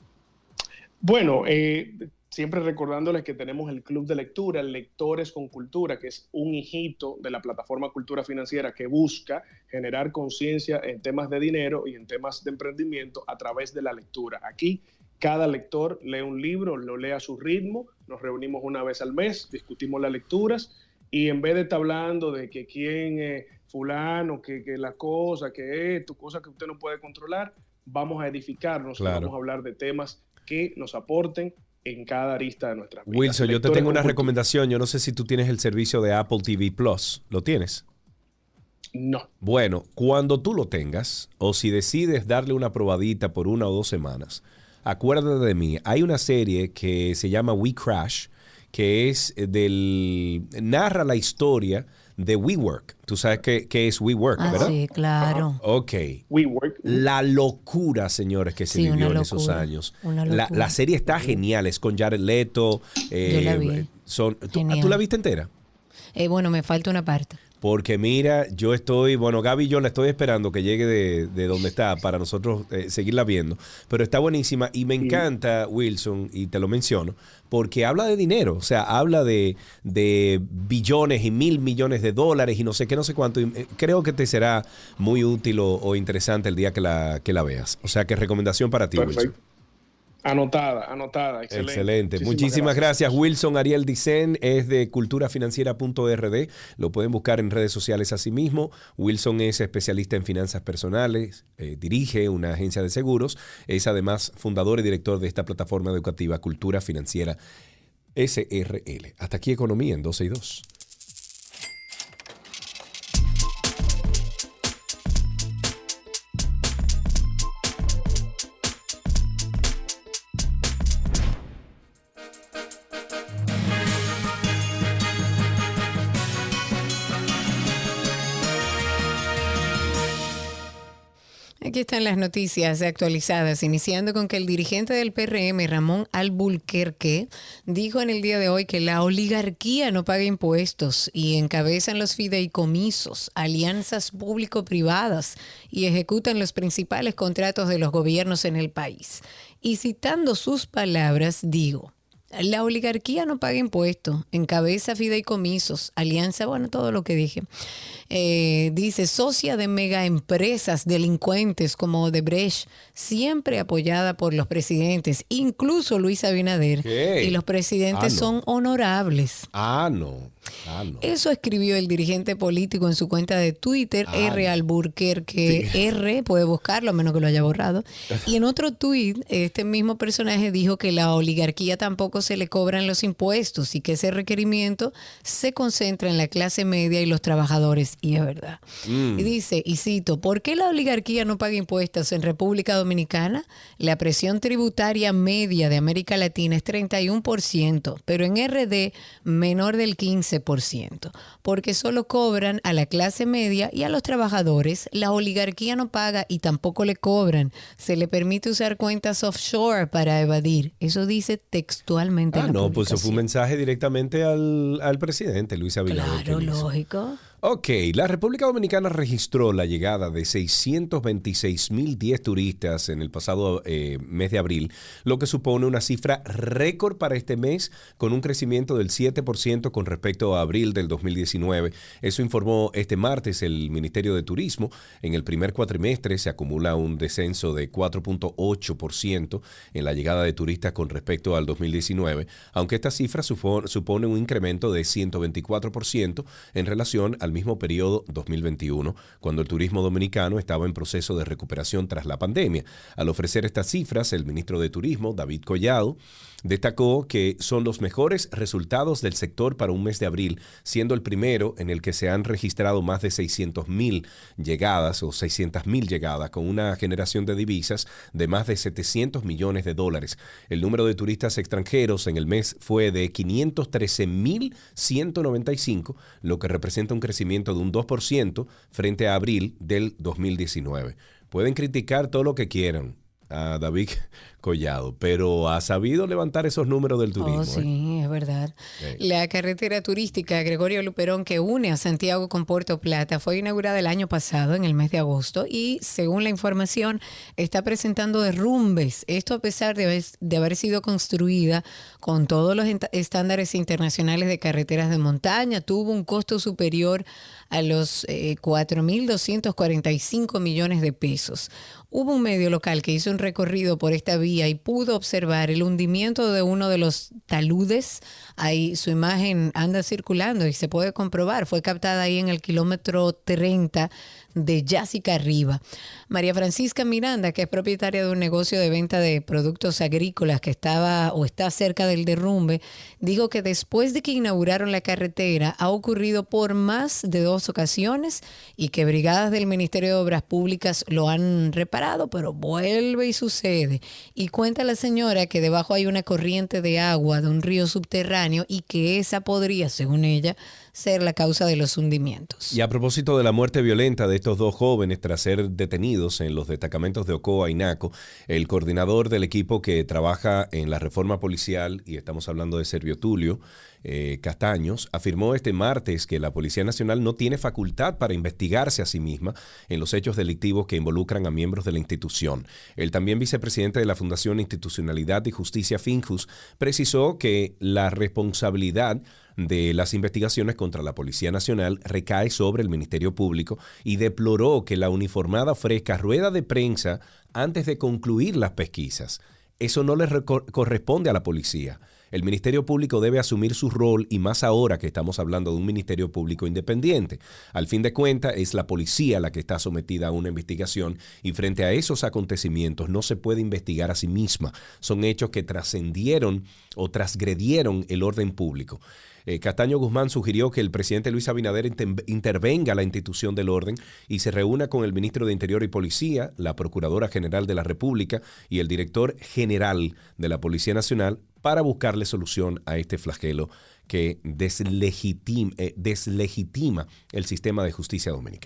Bueno, siempre recordándoles que tenemos el Club de Lectura, Lectores con Cultura, que es un hijito de la plataforma Cultura Financiera que busca generar conciencia en temas de dinero y en temas de emprendimiento a través de la lectura. Aquí cada lector lee un libro, lo lee a su ritmo, nos reunimos una vez al mes, discutimos las lecturas y en vez de estar hablando de que quién fulano, que la cosa, que esto, cosas que usted no puede controlar, vamos a edificarnos, vamos a hablar de temas que nos aporten en cada arista de nuestras vidas. Wilson, yo te tengo una recomendación. Yo no sé si tú tienes el servicio de Apple TV Plus. ¿Lo tienes? No. Bueno, cuando tú lo tengas, o si decides darle una probadita por 1 o 2 semanas, acuérdate de mí. Hay una serie que se llama We Crash, que es narra la historia de WeWork. Tú sabes qué es WeWork, ¿verdad? Sí, claro. Ok. WeWork. La locura, señores, que se vivió en esos años. La serie está genial. Es con Jared Leto. Yo la vi. ¿Tú la viste entera? Bueno, me falta una parte. Porque mira, Gaby y yo la estoy esperando que llegue de donde está para nosotros seguirla viendo. Pero está buenísima y me encanta, Wilson, y te lo menciono, porque habla de dinero. O sea, habla de billones y 1,000 millones de dólares y no sé qué, no sé cuánto. Y creo que te será muy útil o interesante el día que la veas. O sea, que recomendación para ti, Perfecto. Wilson. Anotada. Excelente. Muchísimas gracias. Wilson Ariel Dicen es de culturafinanciera.rd. Lo pueden buscar en redes sociales asimismo. Wilson es especialista en finanzas personales, dirige una agencia de seguros. Es además fundador y director de esta plataforma educativa Cultura Financiera SRL. Hasta aquí Economía en 12 y 2. Aquí están las noticias actualizadas, iniciando con que el dirigente del PRM, Ramón Alburquerque, dijo en el día de hoy que la oligarquía no paga impuestos y encabezan los fideicomisos, alianzas público-privadas y ejecutan los principales contratos de los gobiernos en el país. Y citando sus palabras, digo: la oligarquía no paga impuestos, encabeza fideicomisos, alianza, bueno, todo lo que dije. Dice, socia de megaempresas delincuentes como Odebrecht, siempre apoyada por los presidentes, incluso Luis Abinader. ¿Qué? Y los presidentes son honorables. No. Eso escribió el dirigente político en su cuenta de Twitter, R. Alburquerque, sí. R, puede buscarlo a menos que lo haya borrado. Y en otro tuit, este mismo personaje dijo que la oligarquía tampoco se le cobran los impuestos y que ese requerimiento se concentra en la clase media y los trabajadores. Y es verdad. Y dice, y cito, ¿por qué la oligarquía no paga impuestos en República Dominicana? La presión tributaria media de América Latina es 31%, pero en RD menor del 15%, porque solo cobran a la clase media y a los trabajadores. La oligarquía no paga y tampoco le cobran. Se le permite usar cuentas offshore para evadir. Eso dice textualmente. No, pues eso fue un mensaje directamente al presidente Luis Abinader. Claro, lógico. Ok, la República Dominicana registró la llegada de 626.010 turistas en el pasado mes de abril, lo que supone una cifra récord para este mes, con un crecimiento del 7% con respecto a abril del 2019. Eso informó este martes el Ministerio de Turismo. En el primer cuatrimestre se acumula un descenso de 4.8% en la llegada de turistas con respecto al 2019, aunque esta cifra supone un incremento de 124% en relación al mismo periodo 2021, cuando el turismo dominicano estaba en proceso de recuperación tras la pandemia. Al ofrecer estas cifras, el ministro de Turismo, David Collado, destacó que son los mejores resultados del sector para un mes de abril, siendo el primero en el que se han registrado más de 600.000 llegadas o 600.000 llegadas, con una generación de divisas de más de $700 millones. El número de turistas extranjeros en el mes fue de 513.195, lo que representa un crecimiento de un 2% frente a abril del 2019. Pueden criticar todo lo que quieran a David Collado, pero ha sabido levantar esos números del turismo. Sí, es verdad. La carretera turística Gregorio Luperón, que une a Santiago con Puerto Plata, fue inaugurada el año pasado, en el mes de agosto, y según la información, está presentando derrumbes. Esto a pesar de haber sido construida con todos los estándares internacionales de carreteras de montaña. Tuvo un costo superior a los 4.245 millones de pesos. Hubo un medio local que hizo un recorrido por esta vía y pudo observar el hundimiento de uno de los taludes. Ahí su imagen anda circulando y se puede comprobar. Fue captada ahí en el kilómetro 30 de Yásica Arriba. María Francisca Miranda, que es propietaria de un negocio de venta de productos agrícolas que está cerca del derrumbe, dijo que después de que inauguraron la carretera ha ocurrido por más de 2 ocasiones y que brigadas del Ministerio de Obras Públicas lo han reparado, pero vuelve y sucede. Y cuenta la señora que debajo hay una corriente de agua de un río subterráneo y que esa podría, según ella, ser la causa de los hundimientos. Y a propósito de la muerte violenta de estos 2 jóvenes tras ser detenidos en los destacamentos de Ocoa y Naco, el coordinador del equipo que trabaja en la reforma policial, y estamos hablando de Servio Tulio Castaños, afirmó este martes que la Policía Nacional no tiene facultad para investigarse a sí misma en los hechos delictivos que involucran a miembros de la institución. El también vicepresidente de la Fundación Institucionalidad y Justicia, FINJUS, precisó que la responsabilidad de las investigaciones contra la Policía Nacional recae sobre el Ministerio Público y deploró que la uniformada ofrezca rueda de prensa antes de concluir las pesquisas. Eso no le corresponde a la policía. El Ministerio Público debe asumir su rol, y más ahora que estamos hablando de un Ministerio Público independiente. Al fin de cuentas, es la policía la que está sometida a una investigación, y frente a esos acontecimientos no se puede investigar a sí misma. Son hechos que trascendieron o transgredieron el orden público. Castaño Guzmán sugirió que el presidente Luis Abinader intervenga a la institución del orden y se reúna con el ministro de Interior y Policía, la Procuradora General de la República y el director general de la Policía Nacional para buscarle solución a este flagelo que deslegitima el sistema de justicia dominicano.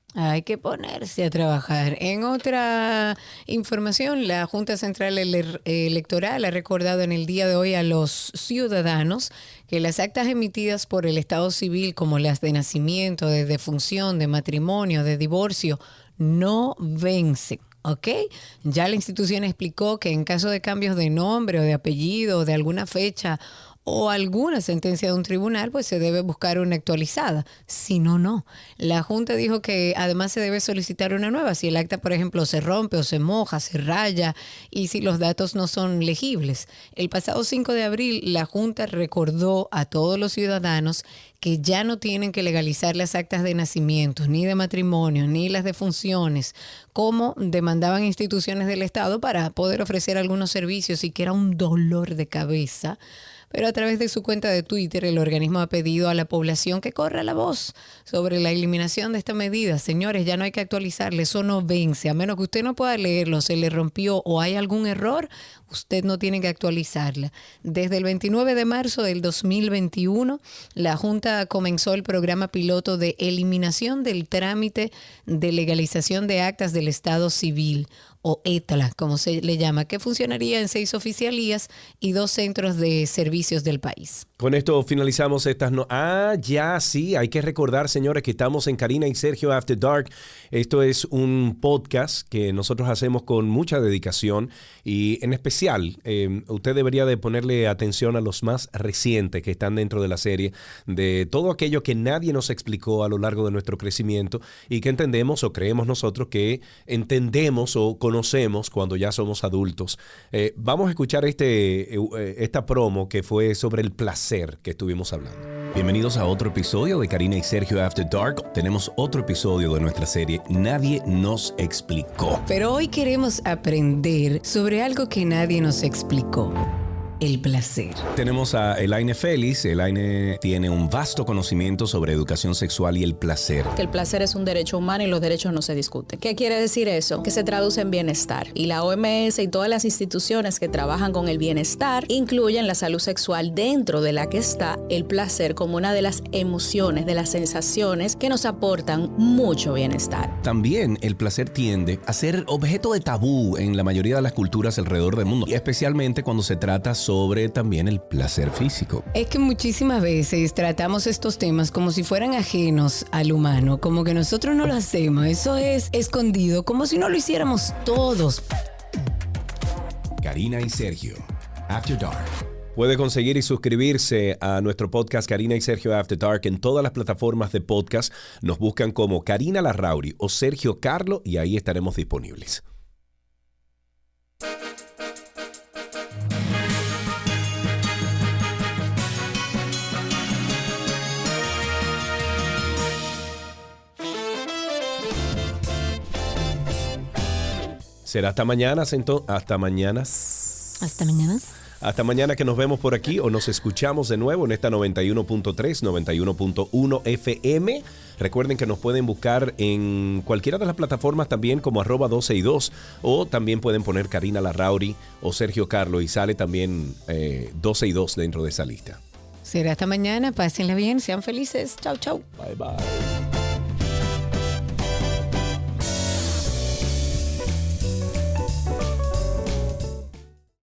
Hay que ponerse a trabajar. En otra información, la Junta Central Electoral ha recordado en el día de hoy a los ciudadanos que las actas emitidas por el Estado Civil, como las de nacimiento, de defunción, de matrimonio, de divorcio, no vencen. ¿Ok? Ya la institución explicó que en caso de cambios de nombre o de apellido o de alguna fecha o alguna sentencia de un tribunal, pues se debe buscar una actualizada. Si no, no. La Junta dijo que además se debe solicitar una nueva si el acta, por ejemplo, se rompe o se moja, se raya y si los datos no son legibles. El pasado 5 de abril, la Junta recordó a todos los ciudadanos que ya no tienen que legalizar las actas de nacimiento, ni de matrimonio, ni las defunciones, como demandaban instituciones del Estado para poder ofrecer algunos servicios y que era un dolor de cabeza. Pero a través de su cuenta de Twitter, el organismo ha pedido a la población que corra la voz sobre la eliminación de esta medida. Señores, ya no hay que actualizarle, eso no vence. A menos que usted no pueda leerlo, se le rompió o hay algún error, usted no tiene que actualizarla. Desde el 29 de marzo del 2021, la Junta comenzó el programa piloto de eliminación del trámite de legalización de actas del Estado Civil, o ETLA, como se le llama, que funcionaría en 6 oficialías y 2 centros de servicios del país. Con esto finalizamos estas... sí, hay que recordar, señores, que estamos en Karina y Sergio After Dark. Esto es un podcast que nosotros hacemos con mucha dedicación y en especial usted debería de ponerle atención a los más recientes que están dentro de la serie, de todo aquello que nadie nos explicó a lo largo de nuestro crecimiento y que entendemos o creemos nosotros que entendemos o conocemos cuando ya somos adultos. Vamos a escuchar esta promo que fue sobre el placer que estuvimos hablando. Bienvenidos a otro episodio de Karina y Sergio After Dark. Tenemos otro episodio de nuestra serie Nadie nos explicó. Pero hoy queremos aprender sobre algo que nadie nos explicó. El placer. Tenemos a Elaine Félix. Elaine tiene un vasto conocimiento sobre educación sexual y el placer. Que el placer es un derecho humano y los derechos no se discuten. ¿Qué quiere decir eso? Que se traduce en bienestar. Y la OMS y todas las instituciones que trabajan con el bienestar incluyen la salud sexual, dentro de la que está el placer como una de las emociones, de las sensaciones que nos aportan mucho bienestar. También el placer tiende a ser objeto de tabú en la mayoría de las culturas alrededor del mundo, y especialmente cuando se trata sobre también el placer físico. Es que muchísimas veces tratamos estos temas como si fueran ajenos al humano, como que nosotros no lo hacemos, eso es escondido, como si no lo hiciéramos todos. Karina y Sergio, After Dark. Puede conseguir y suscribirse a nuestro podcast Karina y Sergio After Dark en todas las plataformas de podcast. Nos buscan como Karina Larrauri o Sergio Carlo y ahí estaremos disponibles. Será hasta mañana, hasta mañana. Hasta mañana. Hasta mañana que nos vemos por aquí o nos escuchamos de nuevo en esta 91.3, 91.1 FM. Recuerden que nos pueden buscar en cualquiera de las plataformas también como @12y2 o también pueden poner Karina Larrauri o Sergio Carlo y sale también 12y2 dentro de esa lista. Será hasta mañana, pásenla bien, sean felices. Chau, chau. Bye, bye.